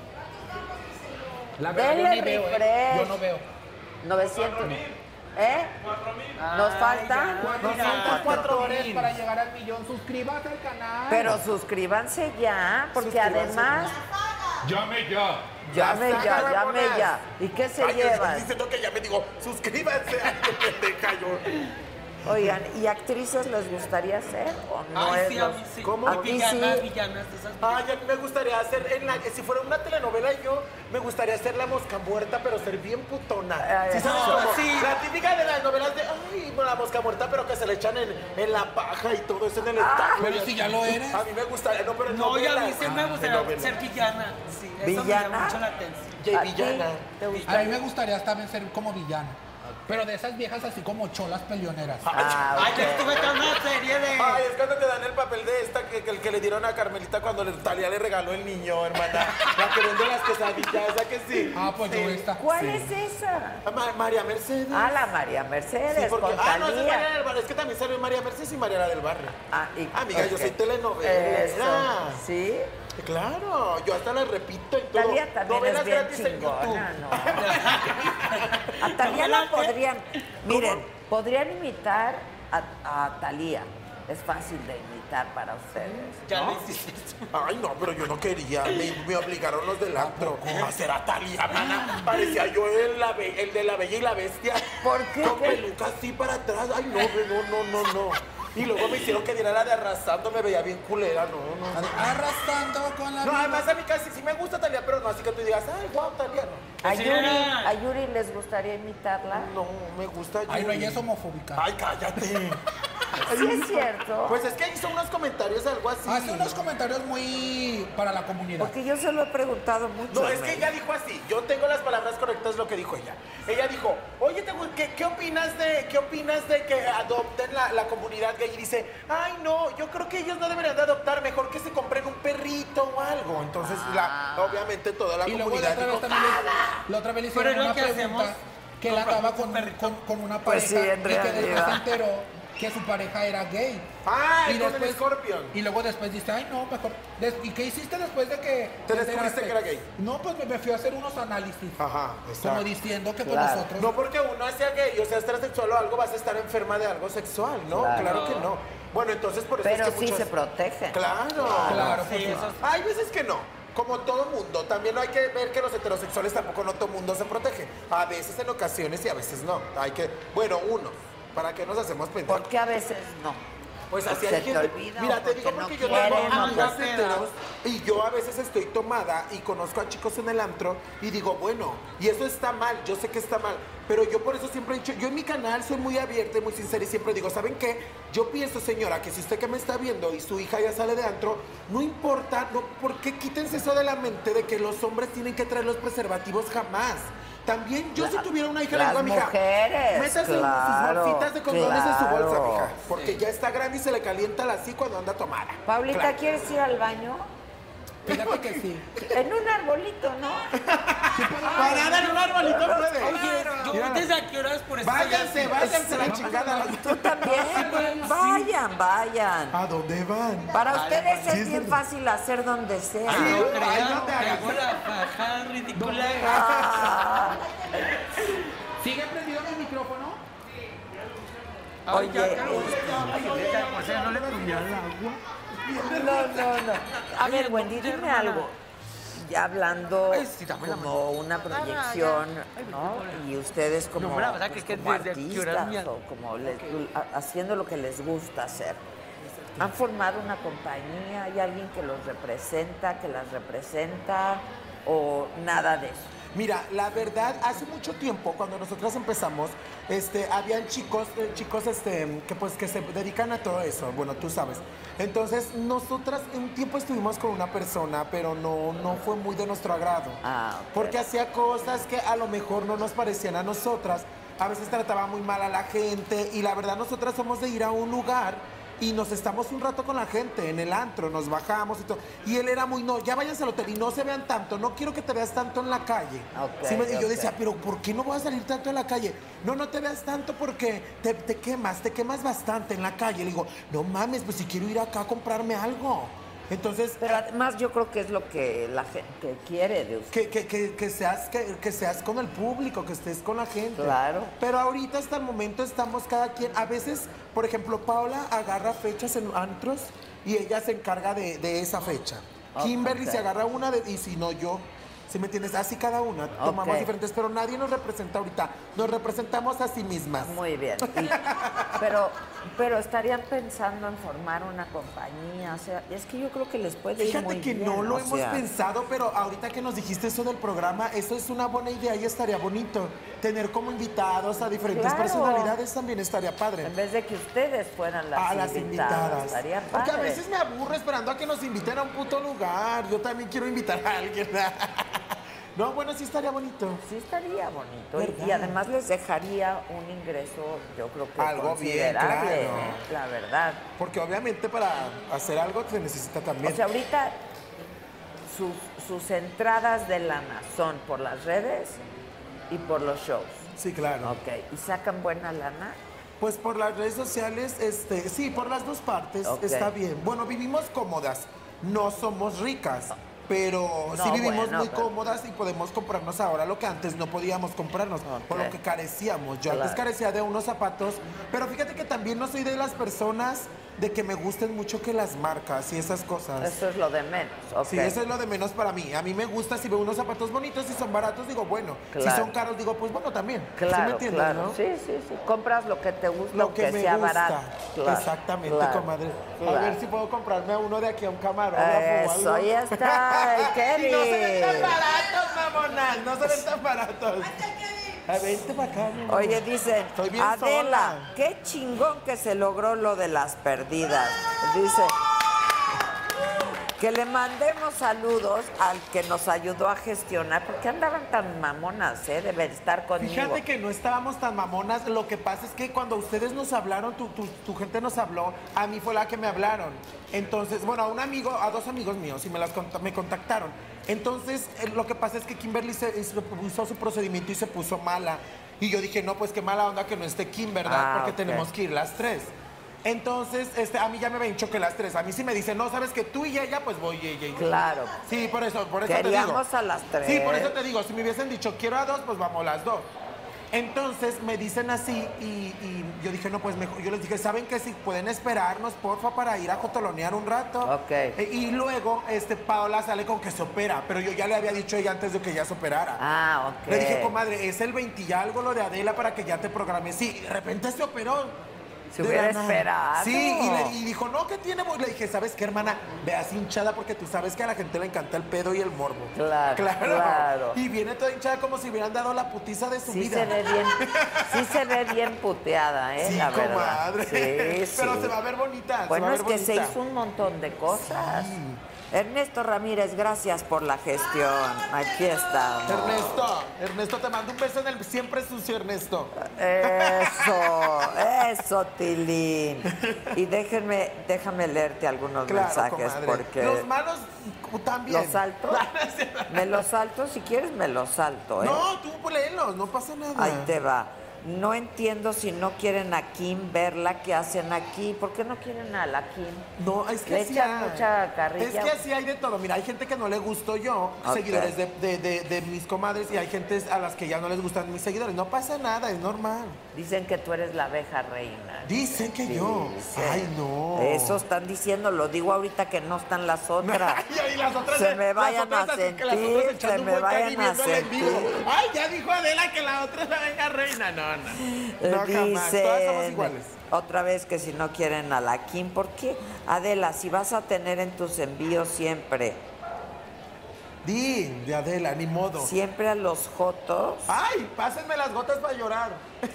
La verdad, yo Denle ni veo, refresh. Yo no veo. 900. ¿Eh? ¿Nos falta? Nos faltan 4 horas para llegar al millón. Suscríbase al canal. Pero suscríbanse ya, porque además... Llame ya. Llame está, ya, llame huevonas. ya. ¿Y qué se Ay, yo estoy llevan? diciendo que ya me digo, suscríbanse. Ay, qué pendeja yo. Oigan, ¿y actrices les gustaría ser o no Ay, es sí, a los- mí sí. ¿Cómo? A ti Villanas, sí. villanas de esas. Ay, a mí me gustaría hacer, si fuera una telenovela yo, me gustaría ser la mosca muerta, pero ser bien putona. Ay, ¿Sí sabes no, cómo? sí. La típica de las novelas de, ay, la mosca muerta, pero que se le echan en la paja y todo eso en el establo. Pero si ya lo eres. A mí me gustaría, no, pero en No, y a mí novelas. siempre me gustaría novela. ser villana. Sí, eso me ¿Villana? llama mucho la atención. ¿A ti Villana. te A mí gustaría? me gustaría también ser como villana. Pero de esas viejas así como cholas peleoneras. Ah, Ay, yo ok. estuve con una serie de. Ay, es cuando te dan el papel de esta el que le dieron a Carmelita cuando Talía le regaló el niño, hermana. La que vende las quesadillas, ¿esa que sí? Ah, pues yo esta. ¿Cuál es esa? María Mercedes. Ah, la María Mercedes, Sí, porque, con no, esa es María Talía. del Barrio. Es que también salió María Mercedes y María del Barrio. Amiga, yo ok. soy telenovela. Eso, ¿sí? Claro, yo hasta la repito y todo. Talía también Novelas es bien gratis en YouTube. chingona, ¿no? A Talía la podrían... Miren, podrían imitar a Talía. Es fácil de imitar para ustedes, Ya ¿no? lo hiciste. Ay, no, pero yo no quería. Me obligaron los del antro a hacer a Talía, mana. Parecía yo el de La Bella y la Bestia. ¿Por qué? Con peluca así para atrás. Ay, no. Y luego me hicieron que diera la de arrasando, me veía bien culera, no. Arrastrando con la No, vida. además a mí casi sí me gusta Talía, pero no así que tú digas, ay, guau, Talía, no. ¿A Yuri les gustaría imitarla? No, me gusta Yuri. Ay, no, ella es homofóbica. Ay, cállate. Sí es cierto. Pues es que hizo unos comentarios algo así. Hace unos comentarios muy para la comunidad. Porque yo se lo he preguntado mucho. No, es que ella dijo así. Yo tengo las palabras correctas lo que dijo ella. Ella dijo, oye, ¿qué opinas de que adopten la comunidad gay? Y dice, ay, no, yo creo que ellos no deberían de adoptar, mejor que se compren un perrito o algo. Entonces, obviamente, toda la comunidad dijo, la otra vez le hicieron una pregunta que él andaba con una pareja Pues sí, en y que después realidad. se enteró que su pareja era gay. ¡ay, Y con después- el Scorpion! Y luego después dice, ay, no, mejor. ¿Y qué hiciste después de que ¿Te descubriste enteraste? que era gay? No, pues me fui a hacer unos análisis. Ajá, exacto. Como diciendo que Claro. pues nosotros. No porque uno sea gay o sea transexual o algo, vas a estar enferma de algo sexual, ¿no? Claro que no. Bueno, entonces por eso Pero es que sí muchas... se protege. Claro. Claro, Sí, pues, eso Hay veces que no. Como todo mundo, también hay que ver que los heterosexuales tampoco no todo mundo se protege. A veces en ocasiones y a veces no. Hay que, bueno, uno, ¿para qué nos hacemos pendejos? Porque a veces no. Pues así se hay te gente. olvida Mira, o te digo porque porque no yo tengo quieren, o amigas porque- heteros y yo a veces estoy tomada y conozco a chicos en el antro y digo, bueno, y eso está mal, yo sé que está mal, pero yo por eso siempre he dicho, yo en mi canal soy muy abierta y muy sincera y siempre digo, ¿saben qué? Yo pienso, señora, que si usted que me está viendo y su hija ya sale de antro, no importa, no, ¿por qué quítense eso de la mente de que los hombres tienen que traer los preservativos jamás? También yo si tuviera una hija le las digo a mi hija, mujeres, métase claro, sus bolsitas de condones en su bolsa, claro. mija, porque ya está grande y se le calienta la así cuando anda tomada. Paulita, Claro. ¿quieres ir al baño? Fíjate que sí. En un arbolito, ¿no? Parada en un arbolito puede. Oye, yo desde a qué horas por eso. Váyanse la chingada. Tú también. Vayan. ¿A dónde van? Para ustedes sí, es es bien verdad. fácil hacer donde sea. Sí. No Ay, crean, no te hagas. traigo la faja ridícula. Ah, ¿Sigue prendido mi micrófono? Oye, no. A ver, Wendy, dime algo. Ya hablando como una proyección, ¿no? Y ustedes como, No, la verdad que como desde que horas artistas o como haciendo lo que les gusta hacer. ¿Han formado una compañía? ¿Hay alguien que los representa, que las representa o nada de eso? Mira, la verdad, hace mucho tiempo, cuando nosotros empezamos, habían chicos, que se dedican a todo eso. Bueno, tú sabes. Entonces, nosotras un tiempo estuvimos con una persona, pero no fue muy de nuestro agrado. Ah, ok. Porque hacía cosas que a lo mejor no nos parecían a nosotras. A veces trataba muy mal a la gente. Y la verdad, nosotras somos de ir a un lugar y nos estamos un rato con la gente en el antro, nos bajamos y todo. Y él era muy, no, ya váyanse al hotel y no se vean tanto, no quiero que te veas tanto en la calle. Ok, Sí, y yo ok. decía, pero ¿por qué no voy a salir tanto en la calle? No te veas tanto porque te quemas bastante en la calle. Le digo, no mames, pues si quiero ir acá a comprarme algo. Entonces, Pero además yo creo que es lo que la gente quiere de usted. que seas con el público, que estés con la gente. Claro. Pero ahorita hasta el momento estamos cada quien. A veces, por ejemplo, Paula agarra fechas en antros y ella se encarga de esa fecha. Kimberly ok. se agarra una y si no yo. ¿Sí me entiendes? Así cada una. Tomamos Ok. diferentes, pero nadie nos representa ahorita. Nos representamos a sí mismas. Muy bien. Pero estarían pensando en formar una compañía. O sea, es que yo creo que les puede ir muy Fíjate que bien. no lo o hemos sea, pensado, pero ahorita que nos dijiste eso del programa, eso es una buena idea y estaría bonito. Tener como invitados a diferentes Claro. personalidades también estaría padre. En vez de que ustedes fueran las A las invitadas. Estaría Porque a padre. veces me aburro esperando a que nos inviten a un puto lugar. Yo también quiero invitar a alguien. No, bueno, sí estaría bonito. Sí estaría bonito. ¿Verdad? Y además les dejaría un ingreso, yo creo que Algo bien, considerable, claro. la verdad. Porque obviamente para hacer algo se necesita también. O sea, ahorita sus entradas de lana son por las redes y por los shows. Sí, claro. Ok. ¿Y sacan buena lana? Pues por las redes sociales, sí, por las dos partes Ok. está bien. Bueno, vivimos cómodas, no somos ricas, pero No, sí vivimos bueno, muy pero- cómodas y podemos comprarnos ahora lo que antes no podíamos comprarnos, por Ok. lo que carecíamos. Yo antes Claro. carecía de unos zapatos, pero fíjate que también no soy de las personas de que me gusten mucho que las marcas y esas cosas. Eso es lo de menos. Ok. Sí, eso es lo de menos para mí. A mí me gusta si veo unos zapatos bonitos, si son baratos, digo, bueno. Claro. Si son caros, digo, pues bueno, también. ¿Sí me Claro, entiendes, claro. no? Sí. Compras lo que te gusta, Lo que aunque me sea gusta. barato. Claro, Exactamente, claro, comadre. claro. A ver si puedo comprarme a uno de aquí a un camarógrafo o Eso, algo. ya está, el Kevin. Y no se ven tan baratos, mamonas. No se ven tan baratos. Vente para acá, mi amor. Oye, dicen, Estoy bien Adela, sola. qué chingón que se logró lo de las perdidas. Dice que le mandemos saludos al que nos ayudó a gestionar, porque andaban tan mamonas, deben estar conmigo. Fíjate que no estábamos tan mamonas. Lo que pasa es que cuando ustedes nos hablaron, tu gente nos habló, a mí fue la que me hablaron. Entonces, bueno, a dos amigos míos y me contactaron. Entonces, lo que pasa es que Kimberly hizo su procedimiento y se puso mala. Y yo dije, no, pues qué mala onda que no esté Kim, ¿verdad? Porque tenemos que ir las tres. Entonces, a mí ya me habían dicho que las tres. A mí sí me dicen, no, sabes que tú y ella, pues voy ella y yo. Claro. Sí, por eso Queríamos te digo. a las tres. Sí, por eso te digo, si me hubiesen dicho, quiero a dos, pues vamos las dos. Entonces me dicen así y yo dije, no, pues mejor. Yo les dije, ¿saben qué? Si pueden esperarnos, porfa, para ir a jotolonear un rato. Ok. Y luego, Paola sale con que se opera, pero yo ya le había dicho a ella antes de que ella se operara. Ah, ok. Le dije, comadre, es el 20 y algo lo de Adela para que ya te programes. Sí, de repente se operó. Se hubiera esperado. Sí, y dijo, no, ¿qué tiene? Le dije, ¿sabes qué, hermana? Veas hinchada porque tú sabes que a la gente le encanta el pedo y el morbo. Claro. Y viene toda hinchada como si hubieran dado la putiza de su vida. Sí se ve bien puteada, Sí, la verdad. comadre. Sí, Pero sí. se va a ver bonita. Bueno, es que se hizo un montón de cosas. Sí. Ernesto Ramírez, gracias por la gestión. Aquí estamos. Ernesto, te mando un beso en el siempre sucio, Ernesto. Eso, Tilín. Y déjame leerte algunos mensajes, comadre. porque... Los malos también. ¿Los salto? ¿Me los salto? Si quieres, me los salto, No, tú léelos, no pasa nada. Ahí te va. No entiendo si no quieren a Kim verla, ¿qué hacen aquí? ¿Por qué no quieren a la Kim? No, es que le así echan hay. mucha carrilla. Es que así hay de todo. Mira, hay gente que no le gusto yo, seguidores de mis comadres, y hay gente a las que ya no les gustan mis seguidores. No pasa nada, es normal. Dicen que tú eres la abeja reina. Dicen que yo. Ay, no. Eso están diciendo, lo digo ahorita que no están las otras. Y las otras se me vayan a sentir, se me vayan a sentir. Ay, ya dijo Adela que la otra es la abeja reina. No, jamás. Todas somos iguales. Otra vez que si no quieren a la Kim, ¿por qué? Adela, si vas a tener en tus envíos siempre. De Adela, ni modo. Siempre a los jotos. Ay, pásenme las gotas para llorar.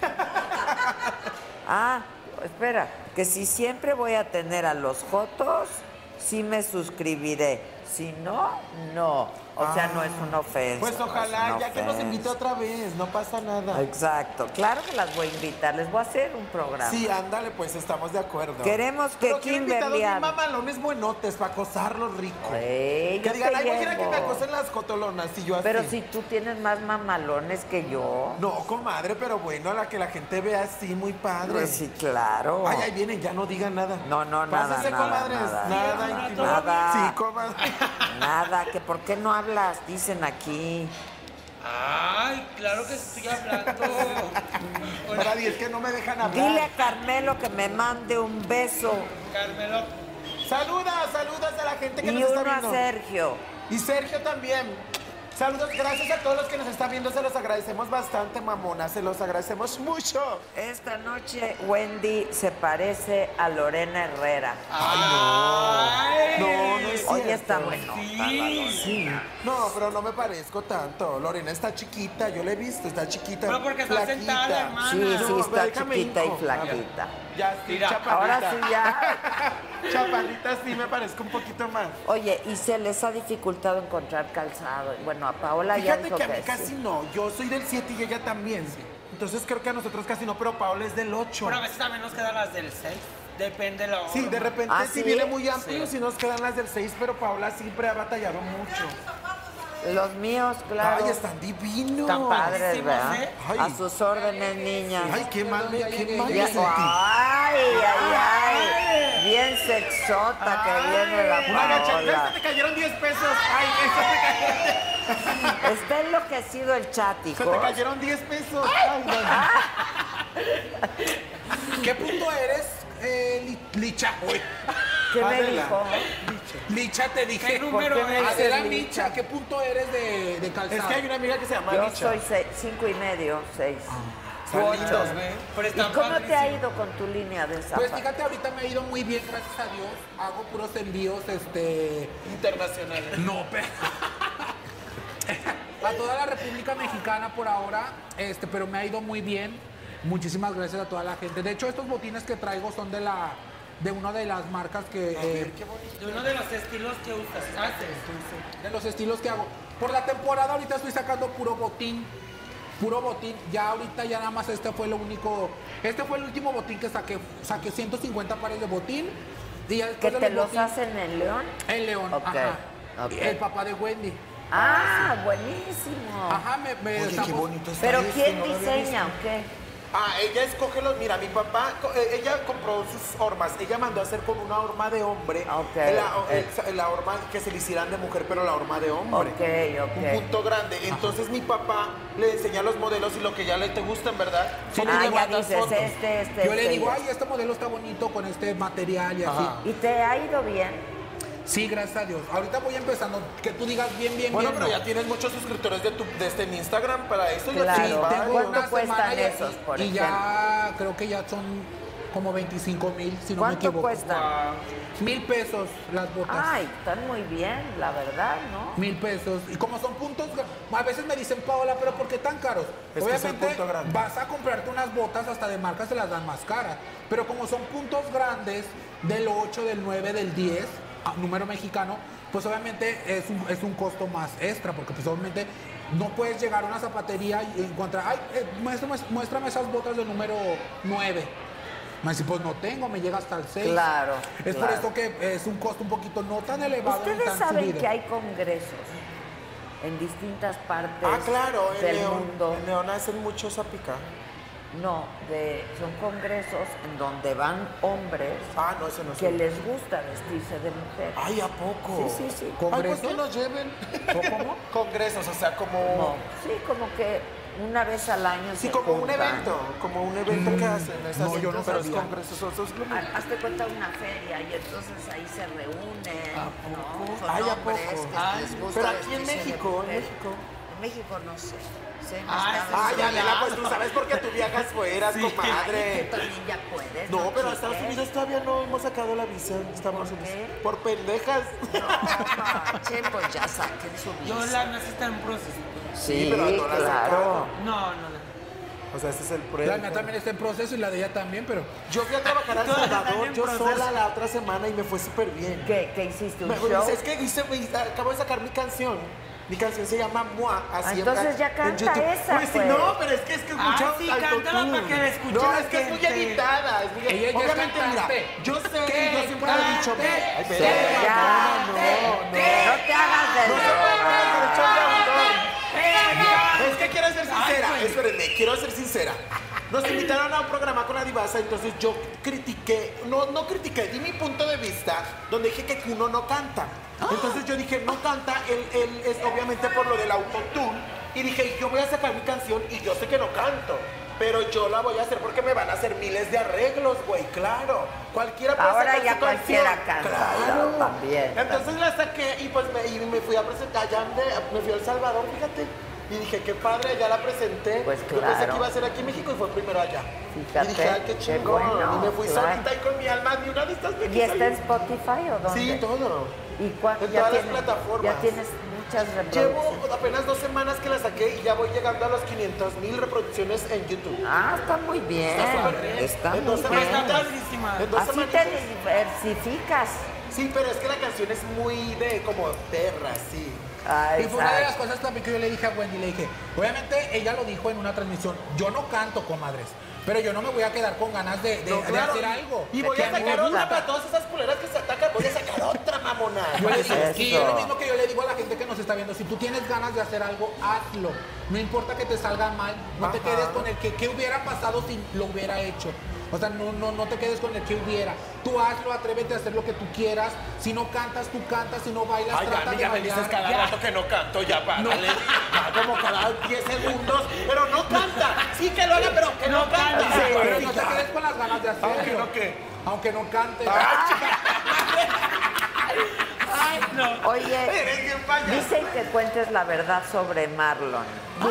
Espera, que si siempre voy a tener a los jotos, sí me suscribiré. Si no, no. O sea, no es una ofensa. Pues ojalá, ya que nos invite otra vez, no pasa nada. Exacto, claro que las voy a invitar, les voy a hacer un programa. Sí, ándale, pues estamos de acuerdo. Queremos que Kimberly... Pero mamalones buenotes para acosarlos ricos. Que digan, ay, quiero que me acosen las cotolonas y yo así. Pero si tú tienes más mamalones que yo. No, comadre, pero bueno, a la que la gente vea así, muy padre. Pues sí, claro. Ay, ahí vienen, ya no digan nada. No, Pásense, comadres. Nada. Sí, comadre. Nada, que por qué no hablas, dicen aquí. Ay, claro que estoy hablando. Nadie, es que no me dejan hablar. Dile a Carmelo que me mande un beso. Carmelo. Saludas a la gente que y nos está viendo. Y uno a Sergio. Y Sergio también. Saludos, gracias a todos los que nos están viendo, se los agradecemos bastante, mamona, se los agradecemos mucho. Esta noche Wendy se parece a Lorena Herrera. Ay, no es cierto. Hoy está bueno. Sí. No, pero no me parezco tanto. Lorena está chiquita, yo la he visto, está chiquita. No, porque está sentada, hermana. Sí, no, está chiquita y flaquita. Ya, sí, chaparrita. Ahora sí ya. Chaparrita sí me parezco un poquito más. Oye, ¿y se les ha dificultado encontrar calzado? Bueno, a Paola ya dijo Fíjate que a mí sí. casi no. Yo soy del 7 y ella también. Entonces creo que a nosotros casi no, pero Paola es del 8. Pero a veces también nos quedan las del 6. Depende la hora. Sí, de repente si ¿sí? viene muy amplio, sí nos quedan las del 6, pero Paola siempre ha batallado mucho. Los míos, claro. Ay, están divinos. Están padres, ¿verdad? Ay. A sus órdenes, niñas. Ay, qué mal me sentí. Ay. Bien sexota que viene la Paola. Te cayeron 10 pesos. Ay, eso te cayeron. Está enloquecido el chat, hijo. Se te cayeron 10 pesos. Ay, no. ¿Qué punto eres, Licha? Uy. ¿Qué me Adela. dijo? Licha, te dije. ¿Qué número ¿Por qué me es? dices Adela Licha? Licha, ¿qué punto eres de calzado? Es que hay una amiga que se llama Yo Licha. soy 5.5, 6. Salitos, Pero ¿Y están cómo te ha padrísimos. ido con tu línea de zapatos? Pues fíjate, ahorita me ha ido muy bien, gracias a Dios. Hago puros envíos, internacionales. No, pero... a toda la República Mexicana por ahora, pero me ha ido muy bien. Muchísimas gracias a toda la gente. De hecho, estos botines que traigo son de una de las marcas que... de uno de los estilos que haces. De los estilos que hago. Por la temporada ahorita estoy sacando puro botín. Ya ahorita ya nada más este fue el último botín que saqué 150 pares de botín. Y ya ¿Que te los hacen en León? En León, Okay. ajá. Okay. El papá de Wendy. Ah, buenísimo. Ajá, Oye, qué bonito está ¿Pero este, quién no lo había diseña visto. o qué? Ella escoge los... Mira, mi papá, ella compró sus hormas. Ella mandó a hacer con una horma de hombre. La horma que se le hicieran de mujer, pero la horma de hombre. Un punto grande. Entonces mi papá le enseña los modelos y lo que ya te gustan, ¿verdad? Sí, ya dices, Yo le digo, ay, este modelo está bonito con este material y así. ¿Y te ha ido bien? Sí, gracias a Dios. Ahorita voy empezando, que tú digas bien. Bueno, bien, pero ¿no? ya tienes muchos suscriptores en Instagram para eso. Claro. Sí, tengo ¿Cuánto una cuestan semana esos, por y ejemplo? ya creo que ya son como 25,000, si no me ¿Cuánto equivoco. cuestan? 1,000 pesos las botas. Ay, están muy bien, la verdad, ¿no? 1,000 pesos. Y como son puntos, a veces me dicen, Paola, ¿pero por qué tan caros? Es que es el Obviamente punto grande. vas a comprarte unas botas hasta de marca se las dan más caras. Pero como son puntos grandes, del 8, del 9, del 10, número mexicano, pues obviamente es un costo más extra, porque pues obviamente no puedes llegar a una zapatería y encontrar, ay, muéstrame esas botas del número 9. Me dice, pues no tengo, me llega hasta el 6. Claro. Es por esto que es un costo un poquito no tan elevado. ni Ustedes tan saben subido. que hay congresos en distintas partes claro, del mundo. En León hacen mucho zapica. No, son congresos en donde van hombres No, eso no que sé. les gusta vestirse de mujer. Ay, ¿a poco? Sí. Ay, ¿Congresos? pues que nos lleven. ¿Cómo? Congresos, o sea, como... No, sí, como que una vez al año Sí, se como un juntan. evento que hacen. No, yo no pero es sabía. congresos, Hazte cuenta una feria y entonces ahí se reúnen. ¿A ¿no? poco? Son Ay, ¿a hombres poco? que les gusta Pero aquí en vestirse de México, mujer. En México no sé. Ya, Adela, pues tú sabes porque tú viajas fuera, Tú comadre. también ya puedes. No, pero a chiques? Estados Unidos todavía no hemos sacado la visa. Estamos ¿Por qué? por pendejas. No, manche, pues ya saquen su Yo visa. la nací está en proceso. Sí, pero no la claro. sacaron. No. O sea, ese es el La problema. mía también está en proceso y la de ella también, pero... Yo fui a trabajar a El Todas Salvador están en yo proceso. sola la otra semana y me fue súper bien. ¿Qué hiciste? ¿Un show? Es que acabo de sacar mi canción. Mi canción se llama Moi. Así Entonces ya en canta YouTube. esa, Pues sí, pues. no, pero es que escucha sí, autotune. cántala para que la escuche No, la es que es muy gente. editada. Ella ya es Obviamente, mira, cantante. yo sé, yo siempre le he dicho. Ay, espérate, Ya, no. no te hagas de No se puede loco. creer derechos de autor. Es que quiero ser sincera. Espérenme, quiero ser sincera. Nos invitaron a un programa con la Divasa, entonces yo critiqué, no critiqué, di mi punto de vista, donde dije que Kuno no canta. Entonces yo dije, no canta, él es obviamente por lo del autotune, y dije, yo voy a sacar mi canción y yo sé que no canto, pero yo la voy a hacer porque me van a hacer miles de arreglos, güey, claro. Cualquiera puede Ahora sacar ya su cualquiera canción. canta, Claro. también. Entonces la saqué y pues me fui a presentar allá, me fui a El Salvador, fíjate. Y dije, qué padre, ya la presenté. Pues Yo pensé claro. que iba a ser aquí en México y fue primero allá. Fíjate, y dije, ay, qué qué chingón. bueno, y me fui claro. solita y con mi alma, ni una de estas me ¿Y quise está en ir. Spotify o dónde? Sí, todo. ¿Y En todas las plataformas. Ya tienes muchas Llevo reproducciones. apenas 2 semanas que la saqué y ya voy llegando a los 500,000 reproducciones en YouTube. Ah, está muy bien. Está súper bien. Está En muy 2 bien. semanas. Está padrísima. En 2 Así te semanitas. diversificas. Sí, pero es que la canción es muy de como perra, sí. Ah, Y fue una de las exacto. cosas también que yo le dije a Wendy, le dije, obviamente ella lo dijo en una transmisión, yo no canto, comadres, pero yo no me voy a quedar con ganas de Claro, hacer algo. Y voy Que a mí me sacar gusta. otra para todas esas culeras que se atacan. Voy a sacar otra, mamona. Yo le digo, Eso. y es lo mismo que yo le digo a la gente que nos está viendo, si tú tienes ganas de hacer algo, hazlo. No importa que te salga mal, no te Ajá. quedes con el que qué hubiera pasado si lo hubiera hecho. O sea, no te quedes con el que hubiera. Tú hazlo, atrévete a hacer lo que tú quieras. Si no cantas, tú cantas. Si no bailas, Ay, trata Gaby, de ya me bailar. dices cada Ya. rato que no canto, ya párale. Ya como cada 10 segundos, pero no canta. Sí que lo haga, pero que no canta. Sí. Pero no te quedes con las ganas de hacerlo. Aunque no, ¿qué? Aunque no cantes. Ay, no. Oye, Eres bien payasa. dicen que cuentes la verdad sobre Marlon.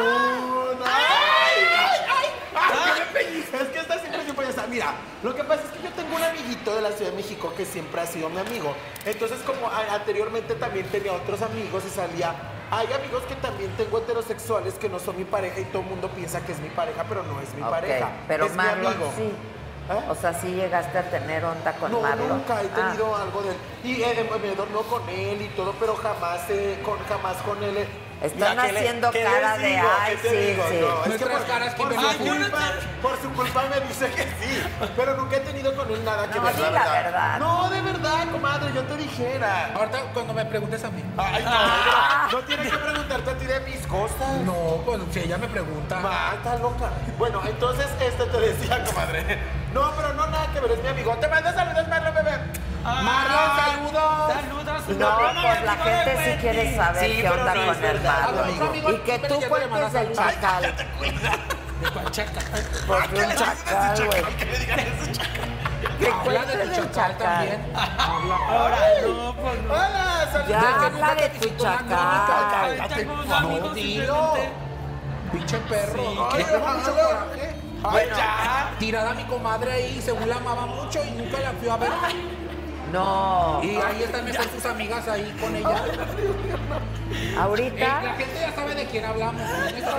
Es que esta siempre se puede estar. Mira, lo que pasa es que yo tengo un amiguito de la Ciudad de México que siempre ha sido mi amigo. Entonces, como anteriormente también tenía otros amigos y salía Hay amigos que también tengo heterosexuales que no son mi pareja y todo el mundo piensa que es mi pareja, pero no es mi pareja. Pero es Marlon mi amigo. sí. O sea, sí llegaste a tener onda con No, Marlon. nunca he tenido algo de él. Y me dormí con él y todo, pero jamás con él. Están haciendo cara de ay, sí, sí. No, es que Nuestras caras que por su culpa me dice que sí, pero nunca he tenido con él nada que No, ver, di la verdad. No, de verdad, comadre, yo te dijera. Ahorita cuando me preguntes a mí. Ay, no, no tienes que preguntarte a ti de mis cosas. No, pues si ella me pregunta. Está loca. Bueno, entonces te decía, comadre. No, pero no, nada que ver, es mi amigo. Te mando saludos, Marlon, bebé. Marlon, saludos. Saludos. No, pues la gente sí quiere saber Sí, qué pero onda no con es el verdad, Marlon. amigo. Y que tú cuentes del chacal. ¿De cuál chacal? Porque un chacal, güey. Que cuentes del chacal. También. Ahora no, pues no. Hola, Ya habla de tu chacal. Tengo un amigo dilo. simplemente. Pinche perro. Ay, Le tengo mucho Marlon. coraje. Bueno, ya. Tirada a mi comadre ahí, según la amaba mucho y nunca la fui a ver. No. Y ahí están mejor sus amigas ahí con ella. Ahorita. La gente ya sabe de quién hablamos. ¿De quién?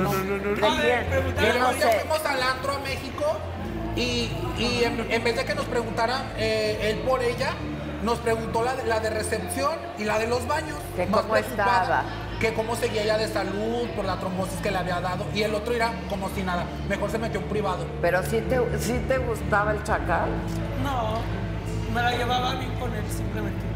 Y Yo luego no ya sé. fuimos al antro a México y en vez de que nos preguntaran él por ella, nos preguntó la de recepción y la de los baños. Que más cómo preocupada, estaba. Que cómo seguía ella de salud por la trombosis que le había dado. Y el otro era como si nada. Mejor se metió en privado. Pero sí te gustaba el chacal. No, me la llevaba bien con él simplemente.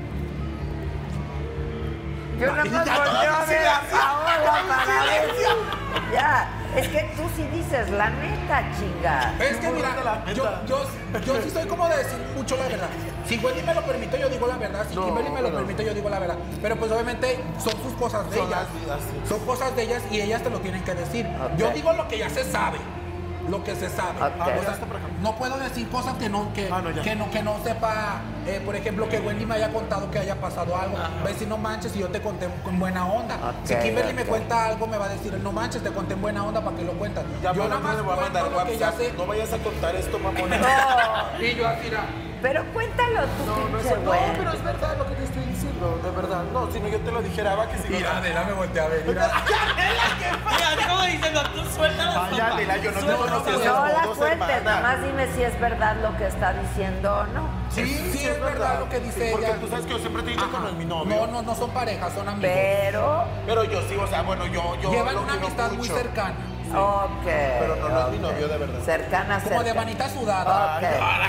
Yo nada más volteo a ver a Paola para ver. Ya, es que tú sí dices la neta, chinga. Es que mira, yo sí soy como de decir mucho la verdad. Si Wendy me lo permite, yo digo la verdad. Si Kimberly me lo permite, yo digo la verdad. Pero pues obviamente son sus cosas de ellas. Son cosas de ellas y ellas te lo tienen que decir. Ok. Yo digo lo que ya se sabe. Lo que se sabe. Ok. O sea, no puedo decir cosas que no sepa, por ejemplo, que Wendy me haya contado que haya pasado algo. Va a decir, no manches, y yo te conté con buena onda. Ok, Si Kimberly me ok. cuenta algo, me va a decir, no manches, te conté en buena onda, ¿para qué lo cuentas? Ya Yo me nada más le voy a mandar cuento lo que ya WhatsApp. sé. No vayas a contar esto, mamona. No, Y yo así, pero cuéntalo tú, pinche No, güey. pero es verdad lo que te estoy diciendo, de verdad. No, si no yo te lo dijera, va que sí. mira, Adela me volteé a ver, mira. Mira, como diciendo, tú suéltala. Ay, Adela, yo no te Suéltala. conozco. No la Dos cuentes, hermanas. nada más dime si es verdad lo que está diciendo o no. Sí, es verdad lo que dice Porque ella. tú sabes que yo siempre te he dicho que no es mi novio. No son parejas, son amigos. Pero, Pero yo sí, o sea, bueno, yo Llevan lo una quiero amistad muy mucho. cercana. ok. Pero no es mi ok. novio, de verdad. Cercana, Como de cercana. manita sudada.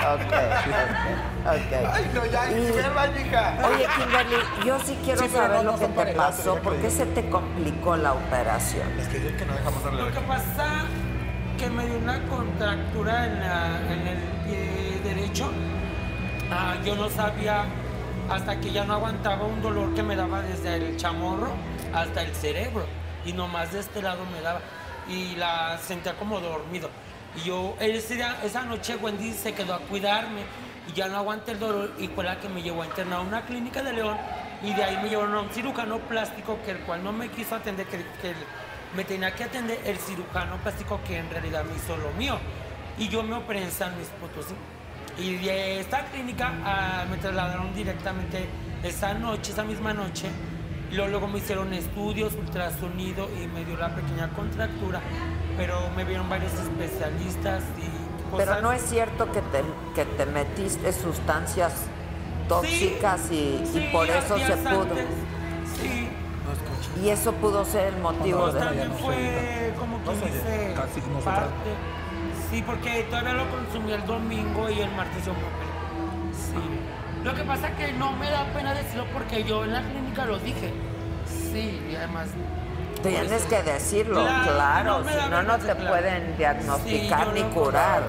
Ok. Ay, no, ya, Y- verdad, hija. Oye, Kimberly, yo sí quiero Sí, pero saber no lo que son te parejas, pasó. ¿Por qué se te complicó la operación? Es que no dejamos hablar. Lo que pasa que me dio una contractura en el pie derecho. Yo no sabía hasta que ya no aguantaba un dolor que me daba desde el chamorro hasta el cerebro. Y nomás de este lado me daba. Y la sentía como dormido. Y yo, esa noche Wendy se quedó a cuidarme. Y ya no aguanté el dolor. Y fue la que me llevó a internar a una clínica de León. Y de ahí me llevaron a un cirujano plástico que el cual no me quiso atender, que me tenía que atender el cirujano plástico que en realidad me hizo lo mío. Y yo me operé en San Luis Potosí. Y de esta clínica me trasladaron directamente esa misma noche. Y luego me hicieron estudios, ultrasonido y me dio la pequeña contractura. Pero me vieron varios especialistas y cosas. Pero no es cierto que te metiste sustancias tóxicas y por eso días se pudo. antes, sí. Y eso pudo ser el motivo Pues de... también fue como quien dice Casi como parte. Sí, porque todavía lo consumí el domingo y el martes yo me operé. Sí. Lo que pasa es que no me da pena decirlo porque yo en la clínica lo dije. Sí, y además... Tienes por eso- que decirlo, Claro, claro, no me si da no, no vergüenza, te claro. pueden diagnosticar Sí, yo ni lo- curar.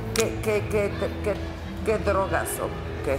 claro. ¿Qué drogas o qué?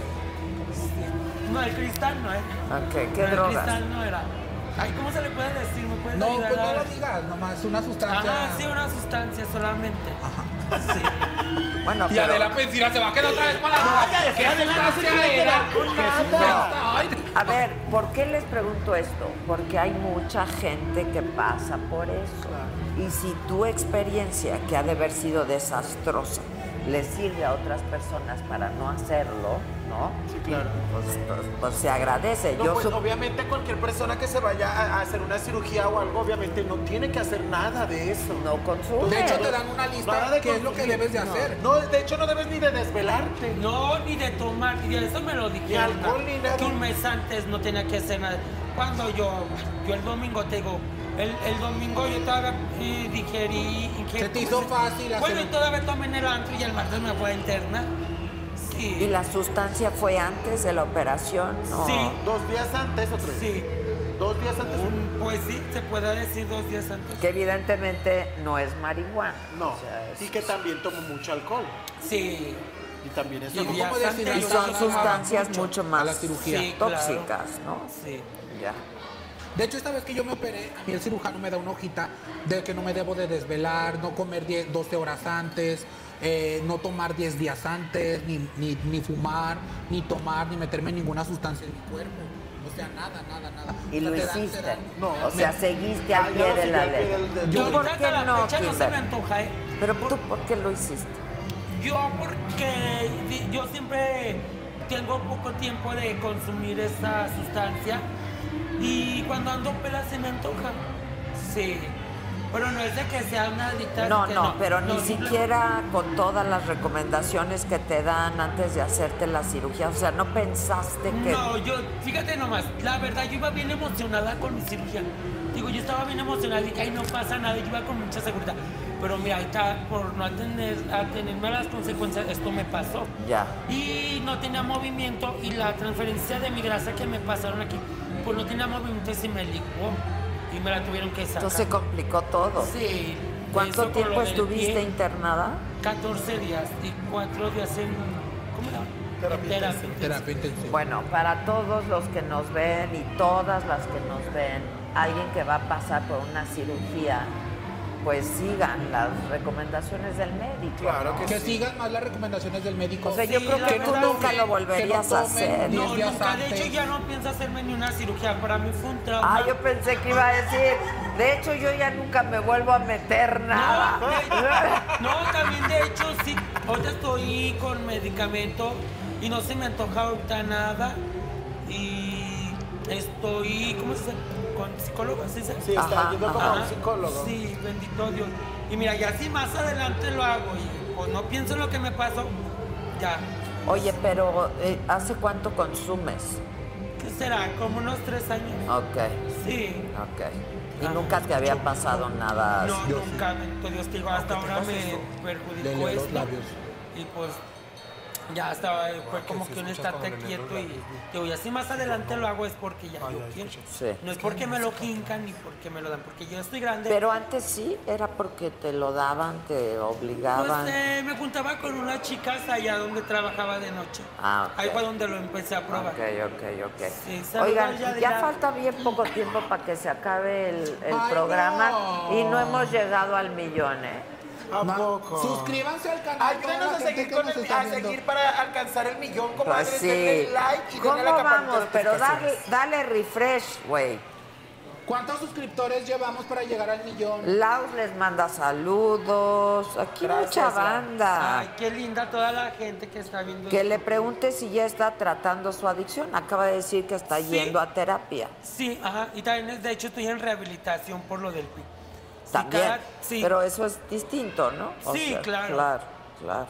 No, el cristal no es. Ok, ¿qué el drogas? cristal no era. Ay, ¿cómo se le puede decir? ¿Me puedes No, ayudar pues a no ver? lo digas, nomás una sustancia. Ajá, sí, una sustancia solamente. Sí. Bueno, Y pero... Adela Pensira se va a quedar otra vez con la ¿Qué sustancia era? Ay, A ver, ¿por qué les pregunto esto? Porque hay mucha gente que pasa por eso. Y si tu experiencia, que ha de haber sido desastrosa, le sirve a otras personas para no hacerlo, ¿no? Sí, claro. Pues se agradece. No, pues, obviamente cualquier persona que se vaya a hacer una cirugía o algo, obviamente no tiene que hacer nada de eso. No consume. De hecho, te dan una lista de qué es lo que debes de hacer. No, de hecho no debes ni de desvelarte. No, ni de tomar, ni de eso me lo dijeron. Ni alcohol, ni nada. Que un mes antes no tenía que hacer nada. Cuando yo el domingo te digo, el domingo yo todavía digerí. Se te hizo fácil hacer. Bueno, y todavía tomé en el antro y el martes me fue a interna. Sí. ¿Y la sustancia fue antes de la operación? ¿O? Sí. 2 días antes o 3. Sí. 2 días antes. Pues sí, se puede decir 2 días antes. Que evidentemente no es marihuana. No. O sea, Y que también tomo mucho alcohol. Sí. Y también eso. Y días antes y yo son tomaba sustancias mucho más a la cirugía. Sí, claro. tóxicas, ¿no? Sí. Ya. De hecho, esta vez que yo me operé, a mí el cirujano me da una hojita de que no me debo de desvelar, no comer 12 horas antes, no tomar 10 días antes, ni fumar, ni tomar, ni meterme ninguna sustancia en mi cuerpo. O sea, nada. ¿Y O sea, lo te dan- hiciste? te dan- No, o sea, seguiste al pie de la ley. Yo ¿Tú por ahorita qué hasta la no, fecha no se me Kimber? antoja, ¿eh? Pero tú, ¿por qué lo hiciste? Yo porque yo siempre tengo poco tiempo de consumir esa sustancia y cuando ando pela se me antoja. Sí. Pero no es de que sea una adicta. No, que pero no, ni siquiera con todas las recomendaciones que te dan antes de hacerte la cirugía. O sea, ¿no pensaste que...? No, fíjate nomás, la verdad yo iba bien emocionada con mi cirugía. Digo, yo estaba bien emocionada, dije, ay, no pasa nada, yo iba con mucha seguridad. Pero mira, ahorita por no atenerme a las consecuencias, esto me pasó. Ya. Y no tenía movimiento y la transferencia de mi grasa que me pasaron aquí, pues no tenía movimiento y se me licuó y me la tuvieron que sacar. Entonces se complicó todo. Sí. ¿Cuánto eso con tiempo lo del estuviste pie, internada? 14 días y 4 días en... ¿Cómo era? Terapia. Terapia intensiva. Bueno, para todos los que nos ven y todas las que nos ven, alguien que va a pasar por una cirugía, pues sigan las recomendaciones del médico. Claro ¿no? Que sigan más las recomendaciones del médico. O sea, yo Sí, creo la que tú verdad, nunca sí. lo volverías Que no a tomen hacer. ni- No, 10 días nunca. De antes. hecho, ya no pienso hacerme ni una cirugía. Para mí fue un trauma. Ah, yo pensé que iba a decir, de hecho yo ya nunca me vuelvo a meter nada. No, también de hecho sí. Ahorita estoy con medicamento y no se me antoja ahorita nada. Y estoy, ¿cómo se dice? Con psicólogo, ¿sí? Sí, está Ajá, yendo como ajá. a un psicólogo. Sí, bendito Dios. Y mira, ya si más adelante lo hago y pues no pienso en lo que me pasó, ya. Oye, pero ¿hace cuánto consumes? ¿Qué será? Como unos 3 años. Ok, Sí. ok. ¿Y nunca te había pasado nada así? No, nunca, bendito Dios, te digo, hasta ahora me perjudicó Lele los esto. labios. Y pues ya estaba, fue como que un estate quieto y digo, y así más adelante lo hago es porque ya yo quiero. Sí. No es porque me lo jincan ni porque me lo dan, porque yo estoy grande. Pero antes sí, era porque te lo daban, te obligaban. Pues me juntaba con unas chicas allá donde trabajaba de noche. Ah, ok. Ahí fue donde lo empecé a probar. Ok. Sí, saludos, Oigan, Yadira. ya falta bien poco tiempo para que se acabe el Ay, programa no. y no hemos llegado al millón, ¿eh? ¿A poco? Suscríbanse al canal. Ayúdenos toda a la gente seguir, que con nos el, está a viendo. seguir para alcanzar el millón, comadres. Pues Denle sí. like y ¿Cómo denle a la campanita vamos? de Pero notificaciones. dale refresh, güey. ¿Cuántos suscriptores llevamos para llegar al millón? Laus les manda saludos. Aquí Gracias, mucha Lau. banda. Ay, qué linda toda la gente que está viendo. Que esto. le pregunte si ya está tratando su adicción. Acaba de decir que está Sí. yendo a terapia. Sí, ajá. Y también, de hecho, estoy en rehabilitación por lo del PIB. Sí, También. sí. Pero eso es distinto, ¿no? Sí, claro. Claro.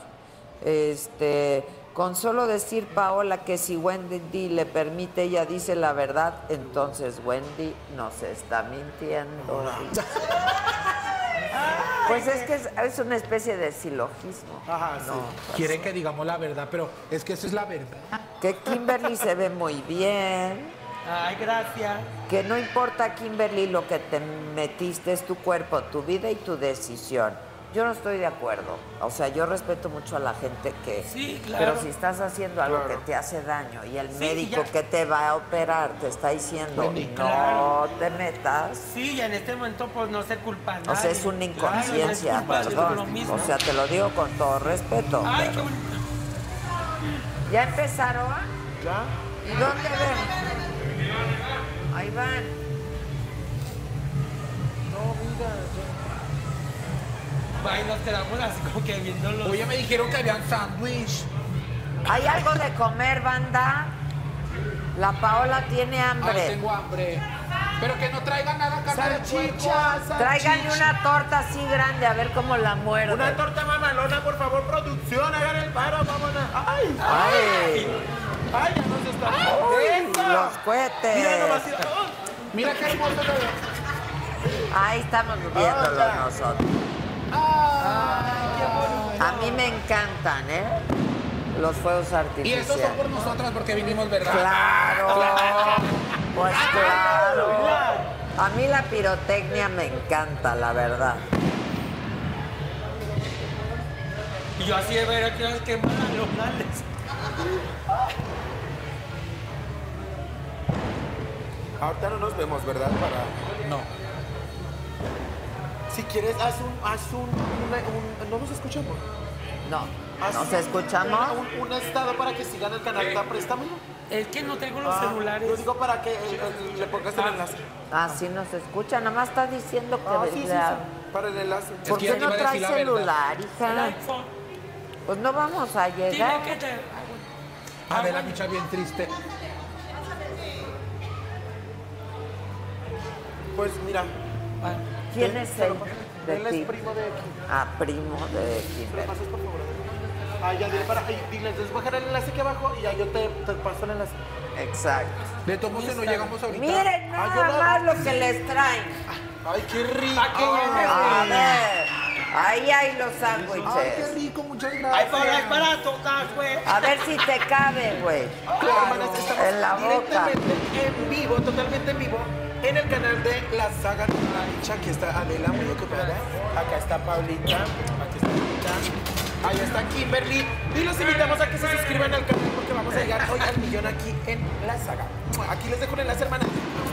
Con solo decir Paola que si Wendy le permite, ella dice la verdad, entonces Wendy nos está mintiendo. dice. Pues es que es una especie de silogismo. Ajá, sí. Quieren que digamos la verdad, pero es que eso es la verdad. Que Kimberly se ve muy bien. Ay, gracias. Que no importa, Kimberly, lo que te metiste es tu cuerpo, tu vida y tu decisión. Yo no estoy de acuerdo. O sea, yo respeto mucho a la gente que... Sí, claro. Pero si estás haciendo algo que te hace daño y el Sí, médico ya. que te va a operar te está diciendo Wendy, no claro. te metas... Sí, y en este momento, pues no se culpa a nadie. O sea, es una inconsciencia, Claro, no es culpa de uno perdón. mismo. O sea, te lo digo con todo respeto. Ay, qué pero- bonito. ¿Ya empezaron? ¿Ya? ¿Y dónde ven? Ahí van. Ay, nos quedamos así como que viéndolo. Oye, me dijeron que habían sándwich. ¿Hay algo de comer, banda? La Paola tiene hambre. Ay, tengo hambre. Pero que no traigan nada, carne de puerco. Tráiganle una torta así grande, a ver cómo la muerde. Una torta mamalona, por favor, producción, hagan el paro, vámonos. ¡Ay! ¡Ay! ¡Ay, ya nos está! ¡Ay! Los cohetes. Mira nomás, mira qué hermoso lo veo. Ahí estamos viéndolo nosotros. A mí me encantan, ¿eh? Los fuegos Y artificiales. esos son por nosotras porque vinimos, ¿verdad? ¡Claro! Pues claro. A mí la pirotecnia me encanta, la verdad. Y yo así de ver aquí las queman los nales. Ahorita no nos vemos, ¿verdad? No. Si quieres, haz un ¿no nos escuchamos? No. ¿Nos escuchamos? Un estado para que sigan el canal. Préstamelo. Es que no tengo los celulares. Yo digo para que le pongas el enlace. Ah, sí nos escucha. Nada más está diciendo que... Sí, para el enlace. ¿Por qué no traes celular, El hija? iPhone. Pues no vamos a Dile llegar. que te... Adela Micha bien triste. Pues mira. ¿Quién es él? Él es primo de aquí. Ah, primo de ¿Me Kimberly. pasas, por favor? Ya dile para... Dile, entonces bajar el enlace aquí abajo y ya yo te paso el enlace. Exacto. De todos modos, no llegamos ahorita. Miren nada más lo que les traen. Ay, qué rico. A ver, ahí hay los Ay, qué sándwiches. rico, muchas Ay, gracias. para tocar, güey. A ver si te cabe, güey. Hermanas, estamos En la boca. directamente en vivo, totalmente en vivo, en el canal de La Saga de la Micha. Aquí está Adela, muy ocupada. Acá está Paulita. Aquí está Paulita. Ahí está Kimberly. Y los invitamos a que se suscriban al canal porque vamos a llegar hoy al 1,000,000 aquí en La Saga. Aquí les dejo el enlace, hermanas.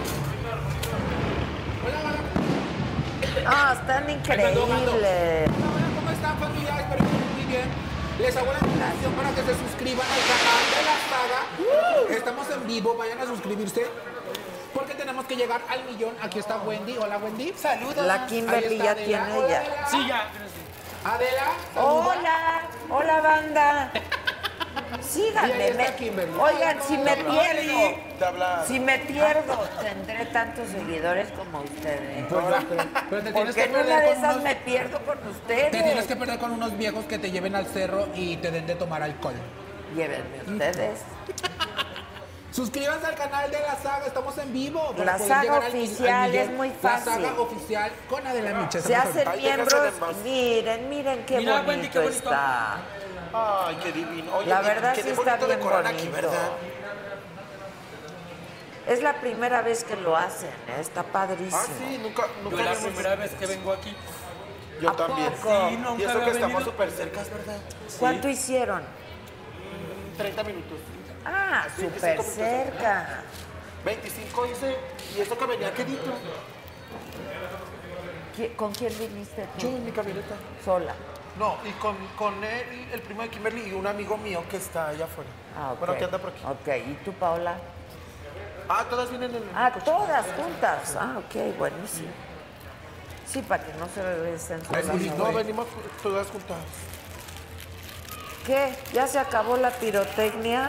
Ah, están increíbles. Hola, ¿cómo están, familia? Espero que estén muy bien. Les hago la invitación para que se suscriban al canal de La Saga. Estamos en vivo, vayan a suscribirse. Porque tenemos que llegar al 1,000,000. Aquí está Wendy. Hola, Wendy. Saludos. La Kimberly ya tiene Hola, ya. Adela. Sí, ya. Adela. saluda. Hola, hola banda. Y ahí Síganme. está Kimberly. Oigan, si me pierdo, Te habla. si me pierdo, tendré tantos seguidores como ustedes. Pues ya, pero te tienes Porque que en una perder de con esas unos... me pierdo con Te tienes ustedes. que perder con unos viejos que te lleven al cerro y te den de tomar alcohol. Llévenme ustedes. Suscríbanse al canal de La Saga, estamos en vivo. para La poder Saga llegar al oficial 1,000,000. es muy fácil. La Saga oficial con Adela Micha. Se hacen Ay, miembros. déjaselo en más. Miren qué Mira, bonito, Wendy, qué bonito. está. Ay, qué divino. Oye, La verdad qué sí está bonito bien decoran bonito. aquí, ¿verdad? Es la primera vez que lo hacen, ¿eh? Está padrísimo. Ah, sí, nunca Yo la habíamos- primera vez que vengo aquí. Yo ¿A también. poco? Sí, nunca Y eso había que estamos venido. súper cerca, es verdad. ¿Cuánto hicieron? 30 minutos. Ah, 25 súper minutos. cerca. 25 hice, y eso que venía quedito. ¿Con quién viniste tú? Yo en mi camioneta. Sola. No, y con él, el primo de Kimberly y un amigo mío que está allá afuera. Ah, ok. Bueno, que anda por aquí. Ok, ¿y tú, Paula? Todas vienen en el Ah, coche. todas juntas. Ah, ok, buenísimo. Sí, para que no se regresen solas. No, venimos todas juntas. ¿Qué? ¿Ya se acabó la pirotecnia?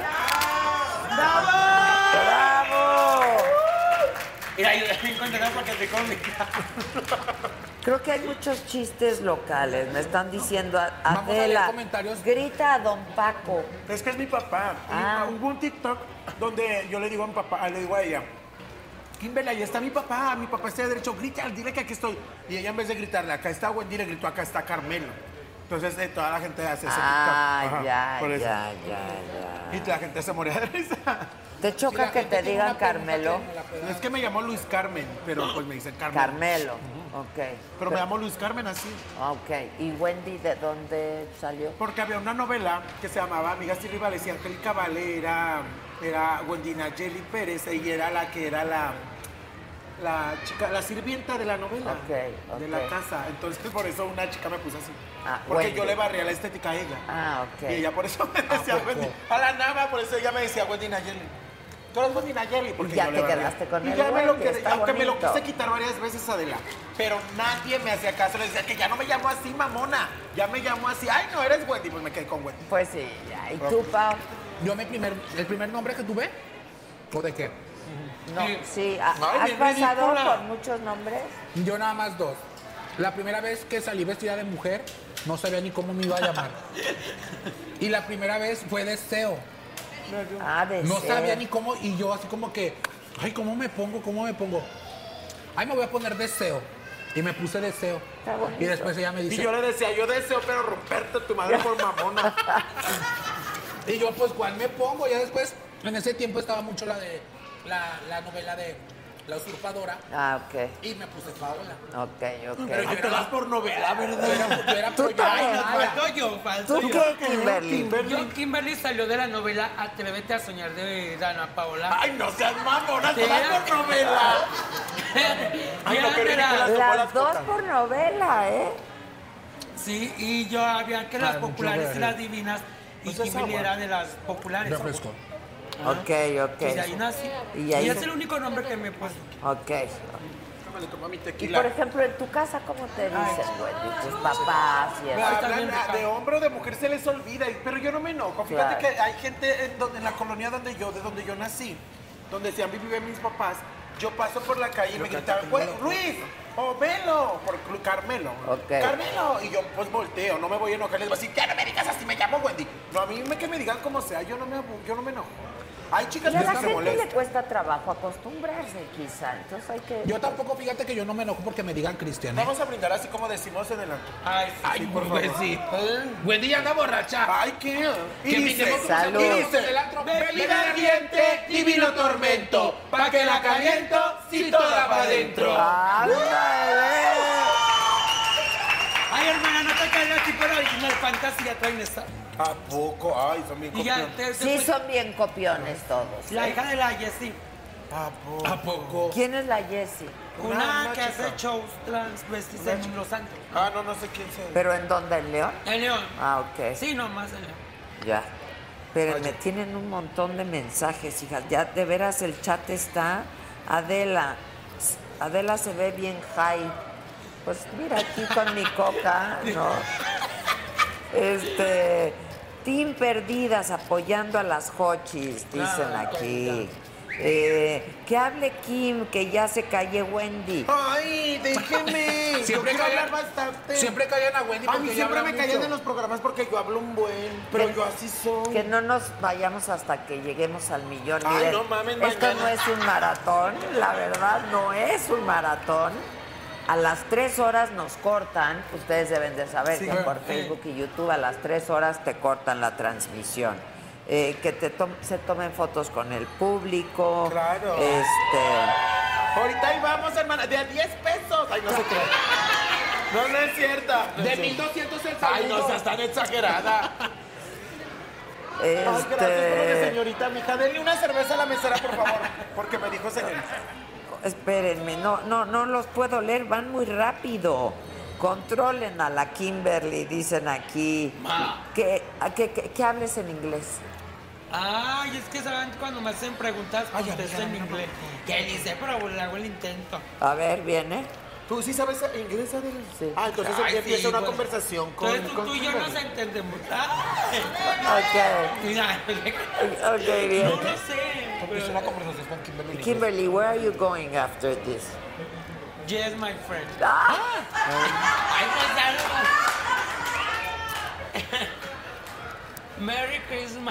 ¡Bravo! Mira, yo estoy contento porque te comí. Creo que hay muchos chistes locales. Me están diciendo, Vamos a leer Adela, comentarios. grita a don Paco. Es que es mi papá. Y Ah. hubo un TikTok donde yo le digo a mi papá, le digo a ella, Kimberly, ahí está mi papá está de derecho, grita, dile que aquí estoy. Y ella en vez de gritarle, acá está Wendy, le gritó, acá está Carmelo. Entonces toda la gente hace ese TikTok. Ah, Ajá, ya, por eso. ya. Y la gente se moría de risa. ¿Te choca que te digan Carmelo? Es que me llamo Luis Carmen, pero pues me dicen Carmelo. Carmelo, ok. Pero me llamo Luis Carmen así. Ok, ¿y Wendy de dónde salió? Porque había una novela que se llamaba Amigas y Rivales y Angélica Vale era Wendy Nayeli Pérez y era la que era la chica, la sirvienta de la novela. Ok. De la casa. Entonces por eso una chica me puso así. Ah, porque Wendy. yo le barría la estética a ella. Ah, ok. Y ella por eso me decía poco? Wendy. A la nava, por eso ella me decía Wendy Nayeli. tú eres Wendy Nayeli. Porque Y ya yo te le valía. quedaste con Y el ya me lo Wendy, quedé, está aunque me lo bonito. quise quitar varias veces, Adela. Pero nadie me hacía caso, le decía que ya no me llamo así, mamona. Ya me llamo así. Ay, no, eres Wendy. Pues me quedé con Wendy. Pues sí, ya. ¿Y tú, Pau? Yo el primer nombre que tuve, ¿o de qué? No, sí. ¿Has bien pasado ridícula. por muchos nombres? Yo nada más 2. La primera vez que salí vestida de mujer, no sabía ni cómo me iba a llamar. Y la primera vez fue Deseo. No sabía ni cómo, y yo así como que, ay, ¿cómo me pongo? Ay, me voy a poner Deseo. Y me puse Deseo. Está bonito. Y después ella me dice... Y yo le decía, yo deseo, pero romperte tu madre por mamona. Y yo, pues, ¿cuál me pongo? Ya después, en ese tiempo estaba mucho la de la novela de La Usurpadora. Ah, ok. Y me puse Paola. Ok. Pero yo Te vas por novela, ¿verdad? yo era Tú pro- también. Falto ¿Tú yo. qué, Kimberly? Yo, Kimberly salió de la novela Atrévete a soñar de Dana Paola. Ay, no seas mamona, Sí, te vas por novela. Ay, no, qué ridículas somos Las las dos putas. por novela, ¿eh? Sí, y yo había que las populares y las divinas. Y Pues es Kimberly agua. era de las populares. Refresco. Ok. Y de ahí nací. Y Y, ahí- es el único nombre que me he puesto. Ok. Déjame le tomo mi Y tequila. por ejemplo, en tu casa, ¿cómo te dicen, Wendy? Tus papás y Me eso. hablan de hombre o de mujer, se les olvida, pero yo no me enojo. Fíjate Claro. que hay gente en la colonia de donde yo nací, donde siempre viven mis papás. Yo paso por la calle y me gritaban, "Güey, Luis, o Velo", por Carmelo. Ok. Carmelo. Y yo pues volteo, no me voy a enojar, les voy a decir, ya no me digas así, me llamo Wendy. No, a mí que me digan como sea, yo no me enojo. Hay chicas Y a que la se gente le molestan. cuesta trabajo acostumbrarse, quizá. Entonces hay que... Yo tampoco, fíjate que yo no me enojo porque me digan Cristian. Vamos a brindar así como decimos en el... Ay, sí, por Pues favor. sí. Wendy ya anda borracha. Ay, ¿qué? Y Que dice, brindemos salud. y dice, del antro, bebida ardiente y vino tormento, pa' que la caliento, si toda pa' adentro. ¡Ándale! Ay, hermana, no te caigas así, pero original fantasía traen esta. ¿A poco? Ay, son bien Y ya, copiones. Sí, son bien copiones todos. La hija de la Jessie. ¿A poco? ¿Quién es la Jessie? Una que chica. hace shows transvestis en Los Santos. Ah, no sé quién sea. ¿Pero en dónde? ¿En León? En León. Ah, ok. Sí, nomás en León. Ya. Espérenme, tienen un montón de mensajes, hijas. Ya, de veras, el chat está... Adela se ve bien high. Pues mira, aquí con mi coca, ¿no? Team Perdidas apoyando a las Hochis, dicen aquí. Que hable Kim, que ya se calle Wendy. Ay, déjeme. Siempre yo quiero callan- hablar bastante. Siempre callan a Wendy A porque mí ella siempre habla me callan mucho. en los programas porque yo hablo un buen, pero yo así soy. Que no nos vayamos hasta que lleguemos al millón. Ay, Miren, no mames, esto mañana. no es un maratón, la verdad no es un maratón. A las 3 horas nos cortan, ustedes deben de saber que por Facebook y YouTube a las 3 horas te cortan la transmisión. Que se tomen fotos con el público. Claro. Ahorita ahí vamos, hermana, de a 10 pesos. Ay, no se cree. No es cierta. De 1200 el Ay, no segundo. seas tan exagerada. Ay, gracias por lo que, señorita, mija. Denle una cerveza a la mesera, por favor. Porque me dijo señorita. Espérenme, no los puedo leer, van muy rápido. Controlen a la Kimberly, dicen aquí. Que hables en inglés. Ay, es que saben cuando me hacen preguntas, contesto en inglés. Que ni sé, pero le hago el intento. A ver, viene. ¿Tú sí sabes inglés, Adela? Sí. Ah, entonces Ay, empieza sí, una pues. conversación con... Entonces tú y yo Kimberly. nos entendemos. Ok. Mira, Ok, bien. no lo sé. Es una conversación con Kimberly. Kimberly, where are you going after this? Yes, my friend. Ah, Ay, pues algo. Merry Christmas.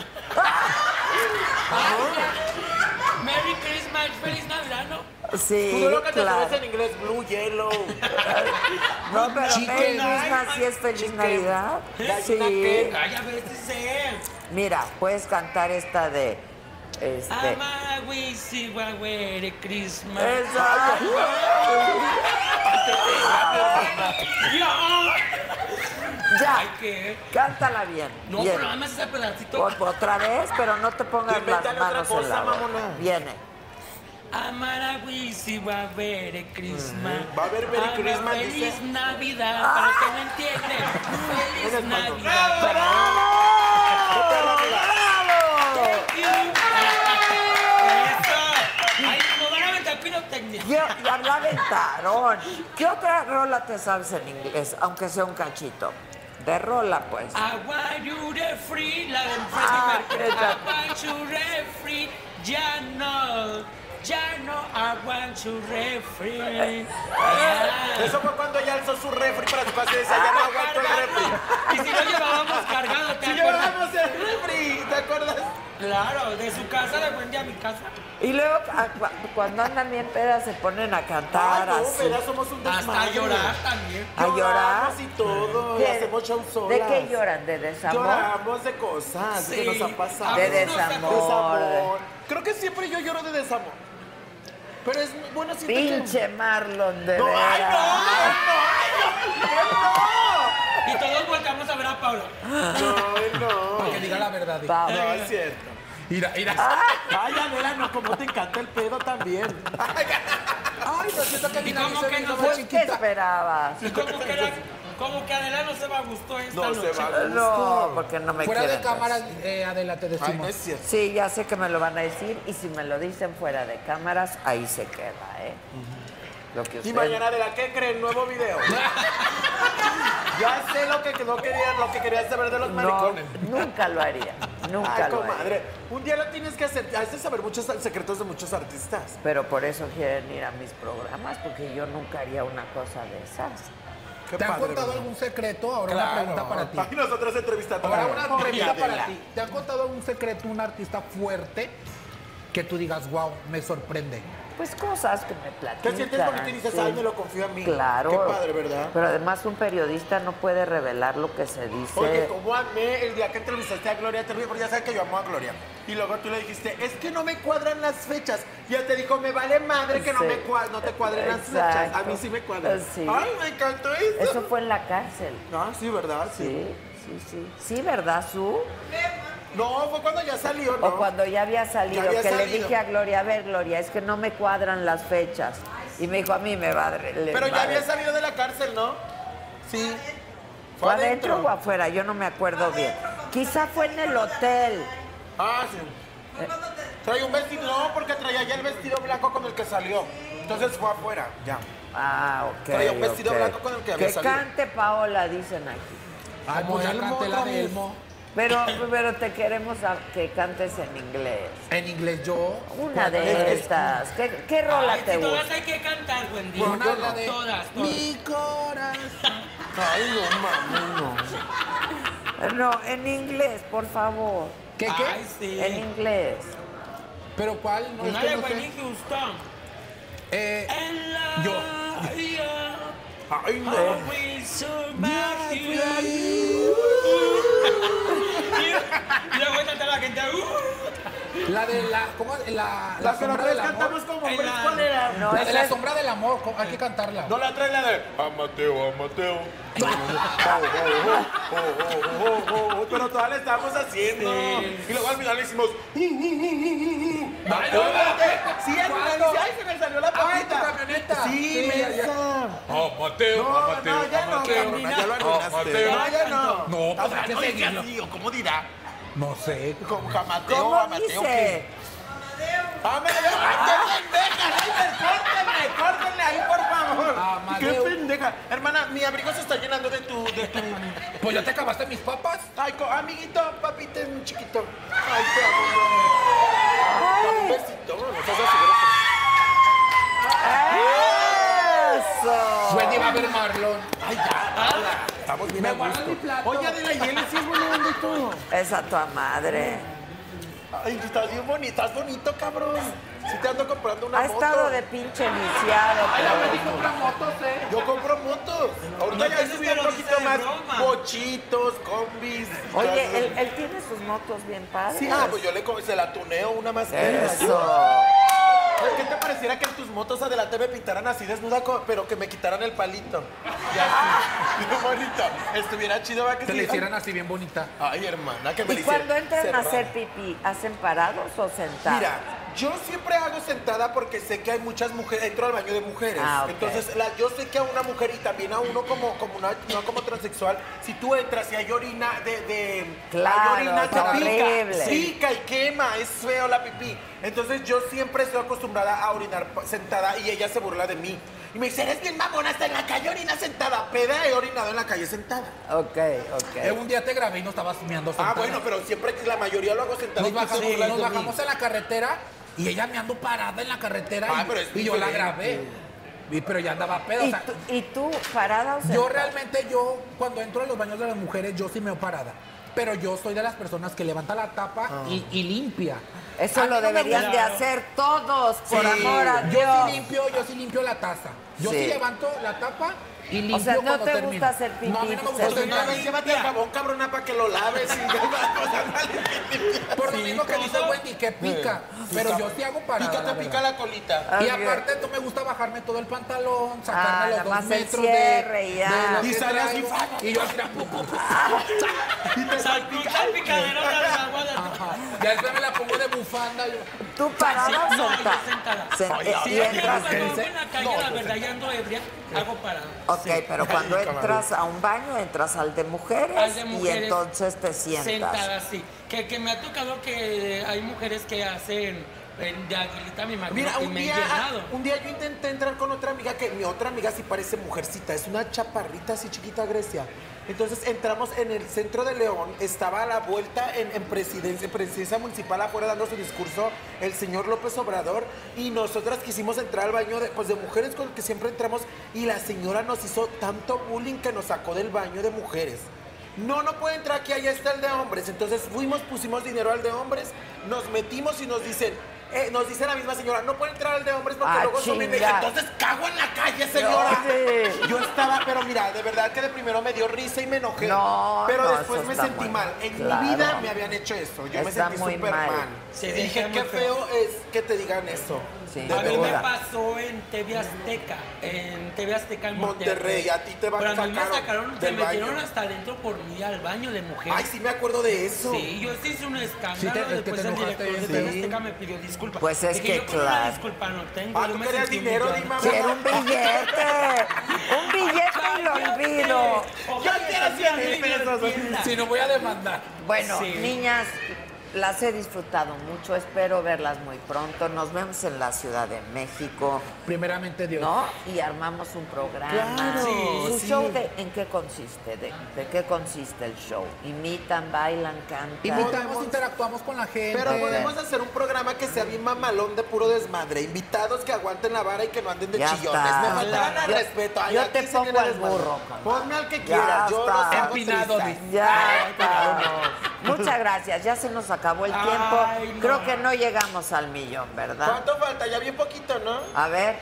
Merry Christmas, feliz Navidad, ¿no? sí, Tú lo que te claro. sabes en inglés, Blue, Yellow. No, pero Chicken. Merry Christmas sí es feliz Navidad. Sí. Ay, a veces sé. Mira, puedes cantar esta de... Ama, wisi, Merry Christmas. Exacto. Ya, Ay, ¿qué? cántala bien. No, bien. pero nada más ese pedacito. Otra vez, pero no te pongas Invéntale las otra manos en cosa, la boca. mamona. Viene. Amara wisi, Merry Christmas. Va a haber Merry Ama, Christmas, Feliz dice. Navidad, para que no entiendan. Feliz Eres malo. Navidad. ¡Bravo! ¡Bravo! Thank you. cantarón. ¿Qué otra rola te sabes en inglés? Aunque sea un cachito. De rola, pues. I want you to free, la de Freddie Mercury. I want you refree, ya no, I want you refree. Eso fue cuando ella alzó su refri para su casa y decía, ya no aguanto el refri. Y si lo llevábamos cargado, ¿te acuerdas? Si llevábamos el refri, ¿te acuerdas? Claro, de su casa de Wendy a mi casa. Y luego, cuando andan bien pedas, se ponen a cantar no, así. pero somos un desmadre. Hasta a llorar también. ¿A llorar? Lloramos y todo, y hacemos show solas. ¿De qué lloran? ¿De desamor? Lloramos de cosas que nos han pasado. De desamor. Desamor. Creo que siempre yo lloro de desamor. Pero es bueno, siento Pinche Marlon, de no, veras. ¡Ay, no! Y todos volteamos a ver a Pablo. No. Para que diga la verdad. Pablo. No, es cierto. Mira. Ay, Adela, no, como te encanta el pedo también. Ay, no siento que mi ¿Y cómo nariz se que me no hizo fue? más ¿Qué chiquita. esperabas? Y como que Adela no se va a gustar esta No noche. se va a gustar. No, porque no me Fuera quieren de cámara, decir. Adela, te Ay, no decimos. es cierto. Sí, ya sé que me lo van a decir y si me lo dicen fuera de cámaras, ahí se queda, ¿eh? Lo que Y usted... mañana, Adela, ¿qué creen? Nuevo video. Ya sé lo que querías saber de los No, maricones. nunca lo haría. Nunca Ay, lo comadre. haría. Un día lo tienes que hacer. Has de saber muchos secretos de muchos artistas. Pero por eso quieren ir a mis programas, porque yo nunca haría una cosa de esas. Qué ¿Te han padre, contado ¿verdad? algún secreto? Ahora una pregunta para ti. Ay, nosotros entrevistando. Ahora Ay, una pregunta Adela. para ti. ¿Te han contado algún secreto, un artista fuerte que tú digas, wow, me sorprende? Pues cosas que me platican. Te sientes bonito y dices, sí. ay, me lo confío a mí. Claro. Qué padre, ¿verdad? Pero además un periodista no puede revelar lo que se dice. Oye, como amé el día que entrevistaste a Gloria Trevi, porque ya sabes que yo amo a Gloria. Y luego tú le dijiste, es que no me cuadran las fechas. Y ella te dijo, me vale madre que no te cuadren las fechas. A mí sí me cuadran. Sí. Ay, me encantó eso. Eso fue en la cárcel. Ah, sí, ¿verdad? Sí. Sí, ¿verdad, Su? No, fue cuando ya salió, ¿no? O cuando ya había salido, Ya había que le salido. dije a Gloria, a ver, Gloria, es que no me cuadran las fechas. Y me dijo, a mí me va a... Pero ya había salido de la cárcel, ¿no? Sí. ¿Fue adentro o afuera? Yo no me acuerdo bien. Quizá fue en el hotel. Ah, sí. Trae un vestido, no, porque traía ya el vestido blanco con el que salió. Entonces fue afuera, ya. Ah, ok. Traía un vestido ok. blanco con el que había salido. Que cante Paola, dicen aquí. Ay, Como pues ya Elmo canté la otra de vez. Elmo. Pero te queremos que cantes en inglés. En inglés yo. Una de estas. ¿Qué rola Ay, te si gusta? todas hay que cantar, Wendy. Una la de Todas. Mi corazón. Ay, no, mami, no. No, en inglés, por favor. ¿Qué? Ay, sí. En inglés. ¿Pero cuál? No, es Una que de no Wendy sé. Houston. Yo. Ay, no. We survive you. Y luego canta la gente. La de la. ¿Cómo? La La que sombra nosotros del cantamos amor. como hombres, la- ¿cuál era? No, La de esa la es- sombra del amor. Hay que cantarla. No la trae la de Amateo. Pero todas la estábamos haciendo. Y luego al final le hicimos. Sí, al final dice, ay, se me salió la Ay, tu papita. camioneta. Sí, Sí, esa. Mateo, No, ya no, Carolina, ya lo arruinaste. No, ya no. No, pues O sea, hay que no dice seguirlo. así, ¿o cómo dirá? No sé. Como Jamateo, ¿Cómo Amateo, dice? ¿qué? ¡Amadeo! ¡Qué pendeja! ¡Córtenle ahí, por favor! Amadeo. ¡Qué pendeja! Hermana, mi abrigo se está llenando de tu... Pues ya te acabaste mis papas. Ay, amiguito, papito, es muy chiquito. Ay, te amo. Dame un besito, no estás asegurado. ¡Eso! Wendy va a ver Marlon. Ay, ya, habla. Estamos bien Me a guardas gusto. mi plato. Oye, Adela, y él sí es buena onda y todo. Esa tu madre. Ay, estás bien bonito, estás bonito, cabrón. Sí te ando comprando una Ha moto. estado de pinche lisiado, Ay, la pero... Wendy compra motos, Yo compro motos. Ahorita No ya pienses subí que un lo poquito dice de más. broma. Bochitos, combis. Oye, él tiene sus motos bien padres. Sí, pues yo se la tuneo una más que Eso. ¿Qué te pareciera que en tus motos adelante me pintaran así desnuda, pero que me quitaran el palito? Y así. bonito. Estuviera chido va que Te sí. le hicieran así bien bonita. Ay, hermana, que me Y le hicieran cuando entran a cerrada. hacer pipí, ¿hacen parados o sentados? Mira, yo siempre hago sentada porque sé que hay muchas mujeres, entro al baño de mujeres. Ah, ok. Entonces, yo sé que a una mujer y también a uno no como transexual, si tú entras y hay orina Claro, hay orina es que horrible. pica y quema, es feo la pipí. Entonces, yo siempre estoy acostumbrada a orinar sentada y ella se burla de mí. Y me dice, eres bien mamona, hasta en la calle orina sentada. Peda, he orinado en la calle sentada. Ok. Un día te grabé y no estabas meando sentada. Ah, bueno, pero siempre que la mayoría lo hago sentada. Nos y tú te bajamos, burlas nos de mí. bajamos en la carretera y ella me ando parada en la carretera pero es y yo la diferente. grabé. Pero ya andaba peda. O sea, ¿Y tú parada o sentada? yo realmente, cuando entro a los baños de las mujeres, yo sí me veo parada. Pero yo soy de las personas que levanta la tapa y limpia. Eso A mí lo no me deberían gusta. de hacer todos, por Sí, amor a yo Dios. sí limpio la taza. Yo sí Sí. levanto la tapa y limpio O sea, ¿no cuando te termino. gusta hacer pipí? No, a mí no me gusta Pues hacer Una nada. vez llévate el jabón, cabrona, para que lo laves. Por lo mismo que dice Wendy, que pica. Pero yo sí hago parada. Pica, la te pica verdad. la colita. Y Ok. aparte, no me gusta bajarme todo el pantalón, sacarme nada los 2 más el metros cierre y ya. de lo Y que sale traigo. así, Y yo así, pu, pu, pu. Salpicadero del agua de Ajá. Ya después me la pongo de bufanda. Yo. ¿Tú parada o No, yo sentada? sentada. Y Si entras. cuando voy en la calle, la verdad, ya ando ebria, hago parado. Ok, pero cuando entras a un baño, entras al de mujeres, Al de y mujeres, entonces te sientas. Sentada, sí. Que me ha tocado que hay mujeres que hacen de aguilita, me imagino, Mira, y me he llenado. un día yo intenté entrar con otra amiga, que mi otra amiga sí parece mujercita, es una chaparrita así chiquita, Grecia. Entonces entramos en el centro de León, estaba a la vuelta en presidencia municipal afuera dando su discurso el señor López Obrador, y nosotras quisimos entrar al baño de mujeres con el que siempre entramos, y la señora nos hizo tanto bullying que nos sacó del baño de mujeres. No puede entrar aquí, allá está el de hombres. Entonces pusimos dinero al de hombres, nos metimos y nos dice la misma señora, no puede entrar al de hombres porque luego son bien. chinga. Entonces cago en la calle, señora. Sí. Yo estaba, pero mira, de verdad que de primero me dio risa y me enojé. No, pero no, después eso me está sentí muy mal. mal. En Claro. mi vida me habían hecho eso. Yo me Está sentí muy súper mal. mal. Sí, Dije, está qué muy feo es que te digan eso. Sí. De A mí me verdad. pasó en TV Azteca, en Monterrey, a ti te Pero a mí me sacaron sacaron, te del metieron baño. hasta adentro por mí al baño de mujeres. Ay, sí me acuerdo de eso. Sí, yo sí hice un escándalo, Sí, es que después te el enojaste director de bien, TV sí. Azteca me pidió disculpas. Pues es Dije, que yo como una claro. disculpa no tengo, Ah, yo tú me querías sentí dinero, humillado. di mamá. Quiero un billete. Un billete y lo olvido. Yo quiero 100,000 pesos. Si no, voy a demandar. Bueno, Sí. niñas, las he disfrutado mucho. Espero verlas muy pronto. Nos vemos en la Ciudad de México, Primeramente Dios. ¿no? Y armamos un programa. Claro, ¿Su sí. show en qué consiste? ¿De qué consiste el show? ¿Imitan, bailan, cantan? Imitamos, interactuamos con la gente. Pero podemos hacer un programa que sea bien mamalón de puro desmadre. Invitados que aguanten la vara y que no anden de Ya chillones. está. Me faltarán al Yo- respeto. Ay, yo aquí te se pongo viene al desmadre. burro, comadre. Ponme al que Ya quieras. Yo está. los hago Empinado, tristes. dice. Ya está. Muchas gracias. Ya se nos acabó el Ay, tiempo. no. Creo que no llegamos al millón, ¿verdad? ¿Cuánto falta? Ya bien poquito, ¿no? A ver.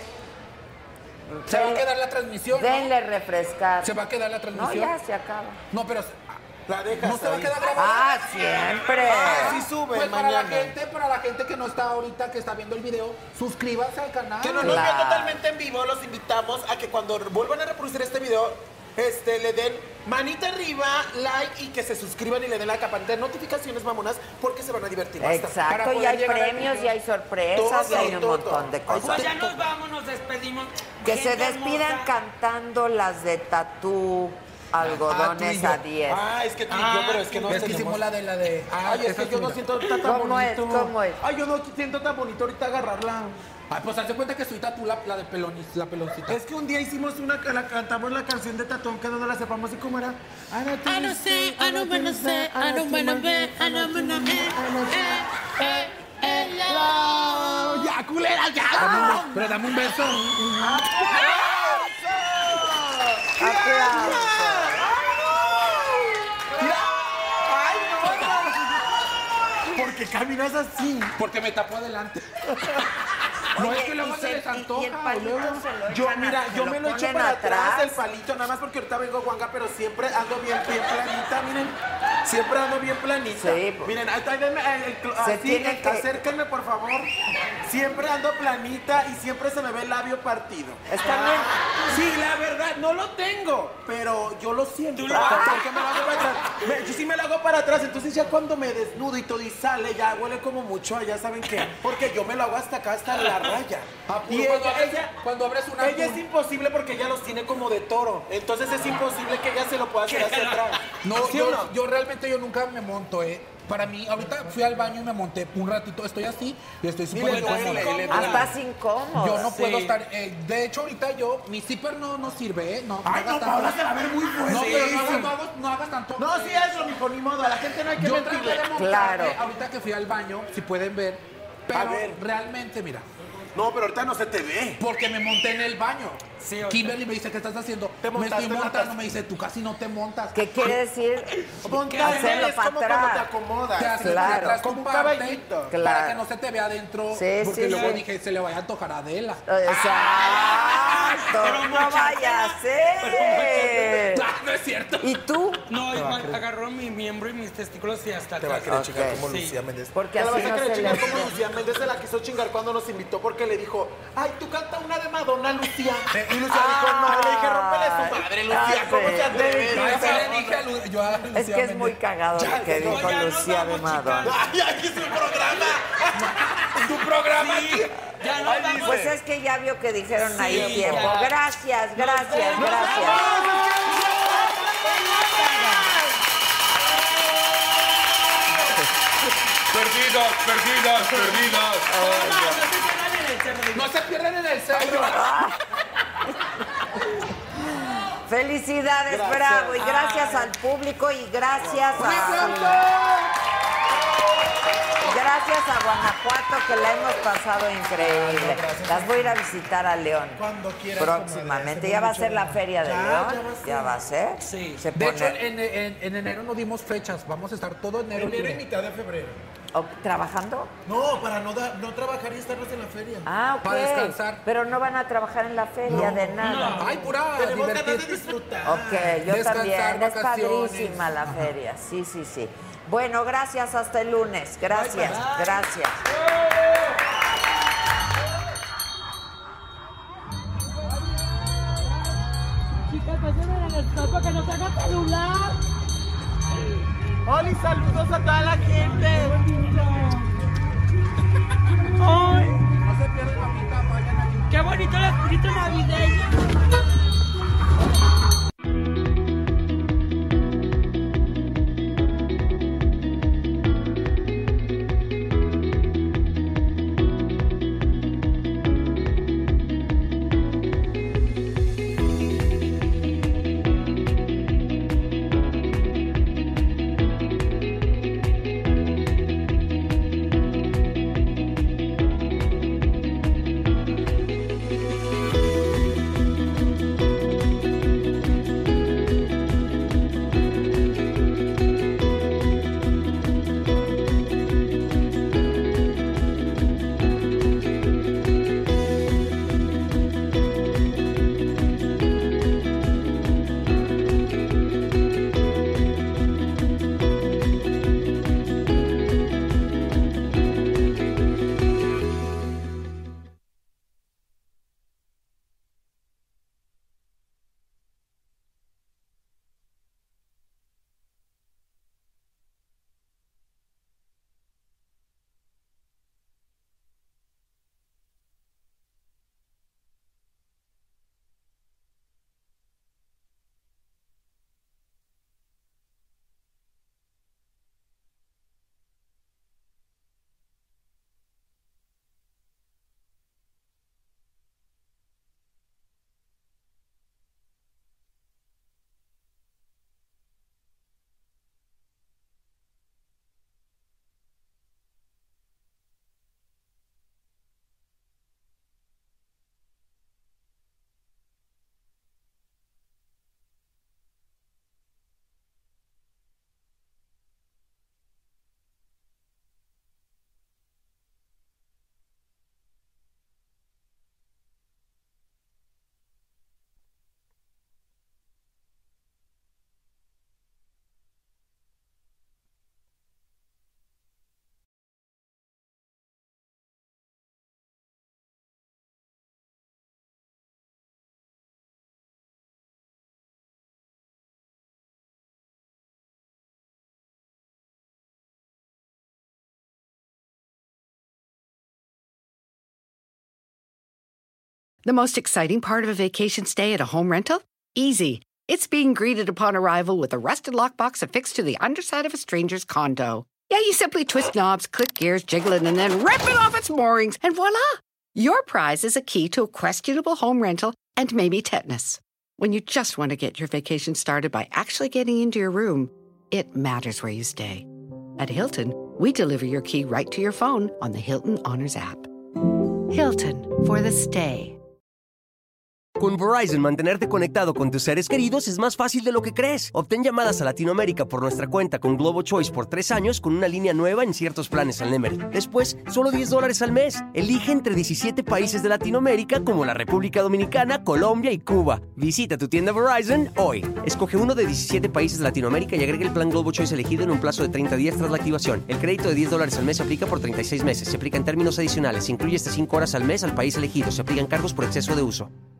Se va a quedar la transmisión, ¿no? Denle refrescar. Se va a quedar la No, transmisión. ya se acaba. No, pero La dejas no se va a ahí. quedar grabada. Ah, siempre. Sí sube Pues mañana. para la gente que no está ahorita, que está viendo el video, suscríbanse al canal. Que no nos Claro. vean totalmente en vivo, los invitamos a que cuando vuelvan a reproducir este video, le den manita arriba, like y que se suscriban y le den la campanita de notificaciones, mamonas, porque se van a divertir bastante. Exacto, Para y poder hay llegar al premios, millón. y hay sorpresas, y Todo, hay un todo. montón de Ay, cosas. Pues ya nos vamos, nos despedimos. Que se Gente despidan hermosa. cantando las de Tatú, algodones tú y yo. a 10. Ah, es que tú y yo, pero es que no Es que tenemos- hicimos la de. Ay, es esa que yo no tuya. siento tan ¿Cómo bonito. es? ¿Cómo es? Ay, yo no siento tan bonito ahorita agarrarla. Ay, pues hazte cuenta que soy Tatú, la de la peloncita. Es que un día hicimos cantamos la canción de Tatón, que no la sepamos y cómo era. I don't say, I don't wanna say, I don't wanna be, I don't wanna be. Ya, culera, ya. Pero dame un beso. ¡Aplausos! Ay, no. ¿Por qué caminas así? Porque me tapo adelante. No Oye, es que luego y se les y el antoja. palito luego. se lo Yo, echan mira, se yo me lo echo ponen para atrás el palito, nada más porque ahorita vengo guanga, pero siempre ando bien planita, miren. Siempre ando bien planita. Sí, pues. Miren, acérquenme, por favor. Siempre ando planita y siempre se me ve el labio partido. ¿Está bien? Sí, la verdad, no lo tengo, pero yo lo siento. ¿Tú lo haces? Porque me lo hago para atrás. Yo sí me lo hago para atrás, entonces ya cuando me desnudo y todo y sale, ya huele como mucho allá, ¿saben qué? Porque yo me lo hago hasta acá, hasta la raya. Y Cuando abres una ella es imposible porque ella los tiene como de toro. Entonces es imposible que ella se lo pueda hacer hacia atrás. No, ¿Sí o no? yo realmente nunca me monto, Para mí, ahorita fui al baño y me monté un ratito, estoy así y estoy súper incómodo. Estás incómodo. Yo no puedo estar, de hecho ahorita mi zipper no sirve, no. Ay, no, Paola se va a ver muy fuerte. No, pero no hagas tanto. No, sí eso, mijo, ni modo, a la gente no hay que Yo mentirle. traté de montarme Claro. ahorita que fui al baño, si pueden ver, pero A ver. realmente, mira. No, pero ahorita no se te ve. Porque me monté en el baño. Sí, ahorita. Kimberly me dice, ¿qué estás haciendo? Te Me montaste estoy en la montando, taza. me dice, tú casi no te montas. ¿Qué quiere decir? Hacerlo es para como cuando te atrás. acomodas. Te haces Claro. para atrás Como con un parte, caballito. para Claro. que no se te vea adentro. Sí, porque sí, luego sí. dije, se le vaya a antojar a Adela. Exacto. No vaya a ser. No es cierto. ¿Y tú? No, igual agarró mi miembro y mis testículos y hasta Te va a acá. querer Ok. chingar como Sí. Lucía Méndez. Porque Te la así vas a no querer se le chingar como hace. Lucía Méndez se la quiso chingar cuando nos invitó porque le dijo, ay, tú canta una de Madonna, Lucía. Y Lucía dijo, no, le dije, rómpele su madre, Lucía, ¿cómo sí. se atreve? Ay, sí le dije a yo a Lucía Es que es muy Méndez. cagado lo que dijo ya nos Lucía de vamos, Madonna. Ay, aquí es un programa. Tu programa aquí. Ya no vamos. Pues es que ya vio que dijeron ahí Sí, tiempo. ya. Gracias, gracias, gracias. Perdidas. No se pierdan en el centro. Felicidades, Gracias. bravo. Y gracias al público y gracias Gracias a Guanajuato, que la hemos pasado increíble. Las voy a ir a visitar a León Cuando quieras, próximamente. comadre, ¿Ya va a hacemos ser la mucho feria de bien. León? Ya va a ser. ¿Ya va a ser? Sí. Se De hecho, pone en enero no dimos fechas. Vamos a estar todo enero. Enero y mitad de febrero. ¿trabajando? No, para no trabajar y estarnos en la feria. Ah, ok. Para descansar. Pero no van a trabajar en la feria de nada. Ay, pura Tenemos ganas de divertir. disfrutar. Ok, yo Descansar, también. Es vacaciones. padrísima la feria. Sí, sí, sí. Bueno, gracias. Hasta el lunes. Gracias, gracias. Chicas, pasen en el stop que no tenga celular. Oli, saludos a toda la gente. Ay, No se pierdan la mitad, vayan allí. qué bonito el espíritu navideño. The most exciting part of a vacation stay at a home rental? Easy. It's being greeted upon arrival with a rusted lockbox affixed to the underside of a stranger's condo. Yeah, you simply twist knobs, click gears, jiggle it, and then rip it off its moorings, and voila! Your prize is a key to a questionable home rental and maybe tetanus. When you just want to get your vacation started by actually getting into your room, it matters where you stay. At Hilton, we deliver your key right to your phone on the Hilton Honors app. Hilton for the stay. Con Verizon, mantenerte conectado con tus seres queridos es más fácil de lo que crees. Obtén llamadas a Latinoamérica por nuestra cuenta con Globo Choice por 3 años con una línea nueva en ciertos planes al Nemery. Después, solo $10 al mes. Elige entre 17 países de Latinoamérica como la República Dominicana, Colombia y Cuba. Visita tu tienda Verizon hoy. Escoge uno de 17 países de Latinoamérica y agrega el plan Globo Choice elegido en un plazo de 30 días tras la activación. El crédito de $10 al mes se aplica por 36 meses. Se aplica en términos adicionales. Se incluye hasta 5 horas al mes al país elegido. Se aplican cargos por exceso de uso.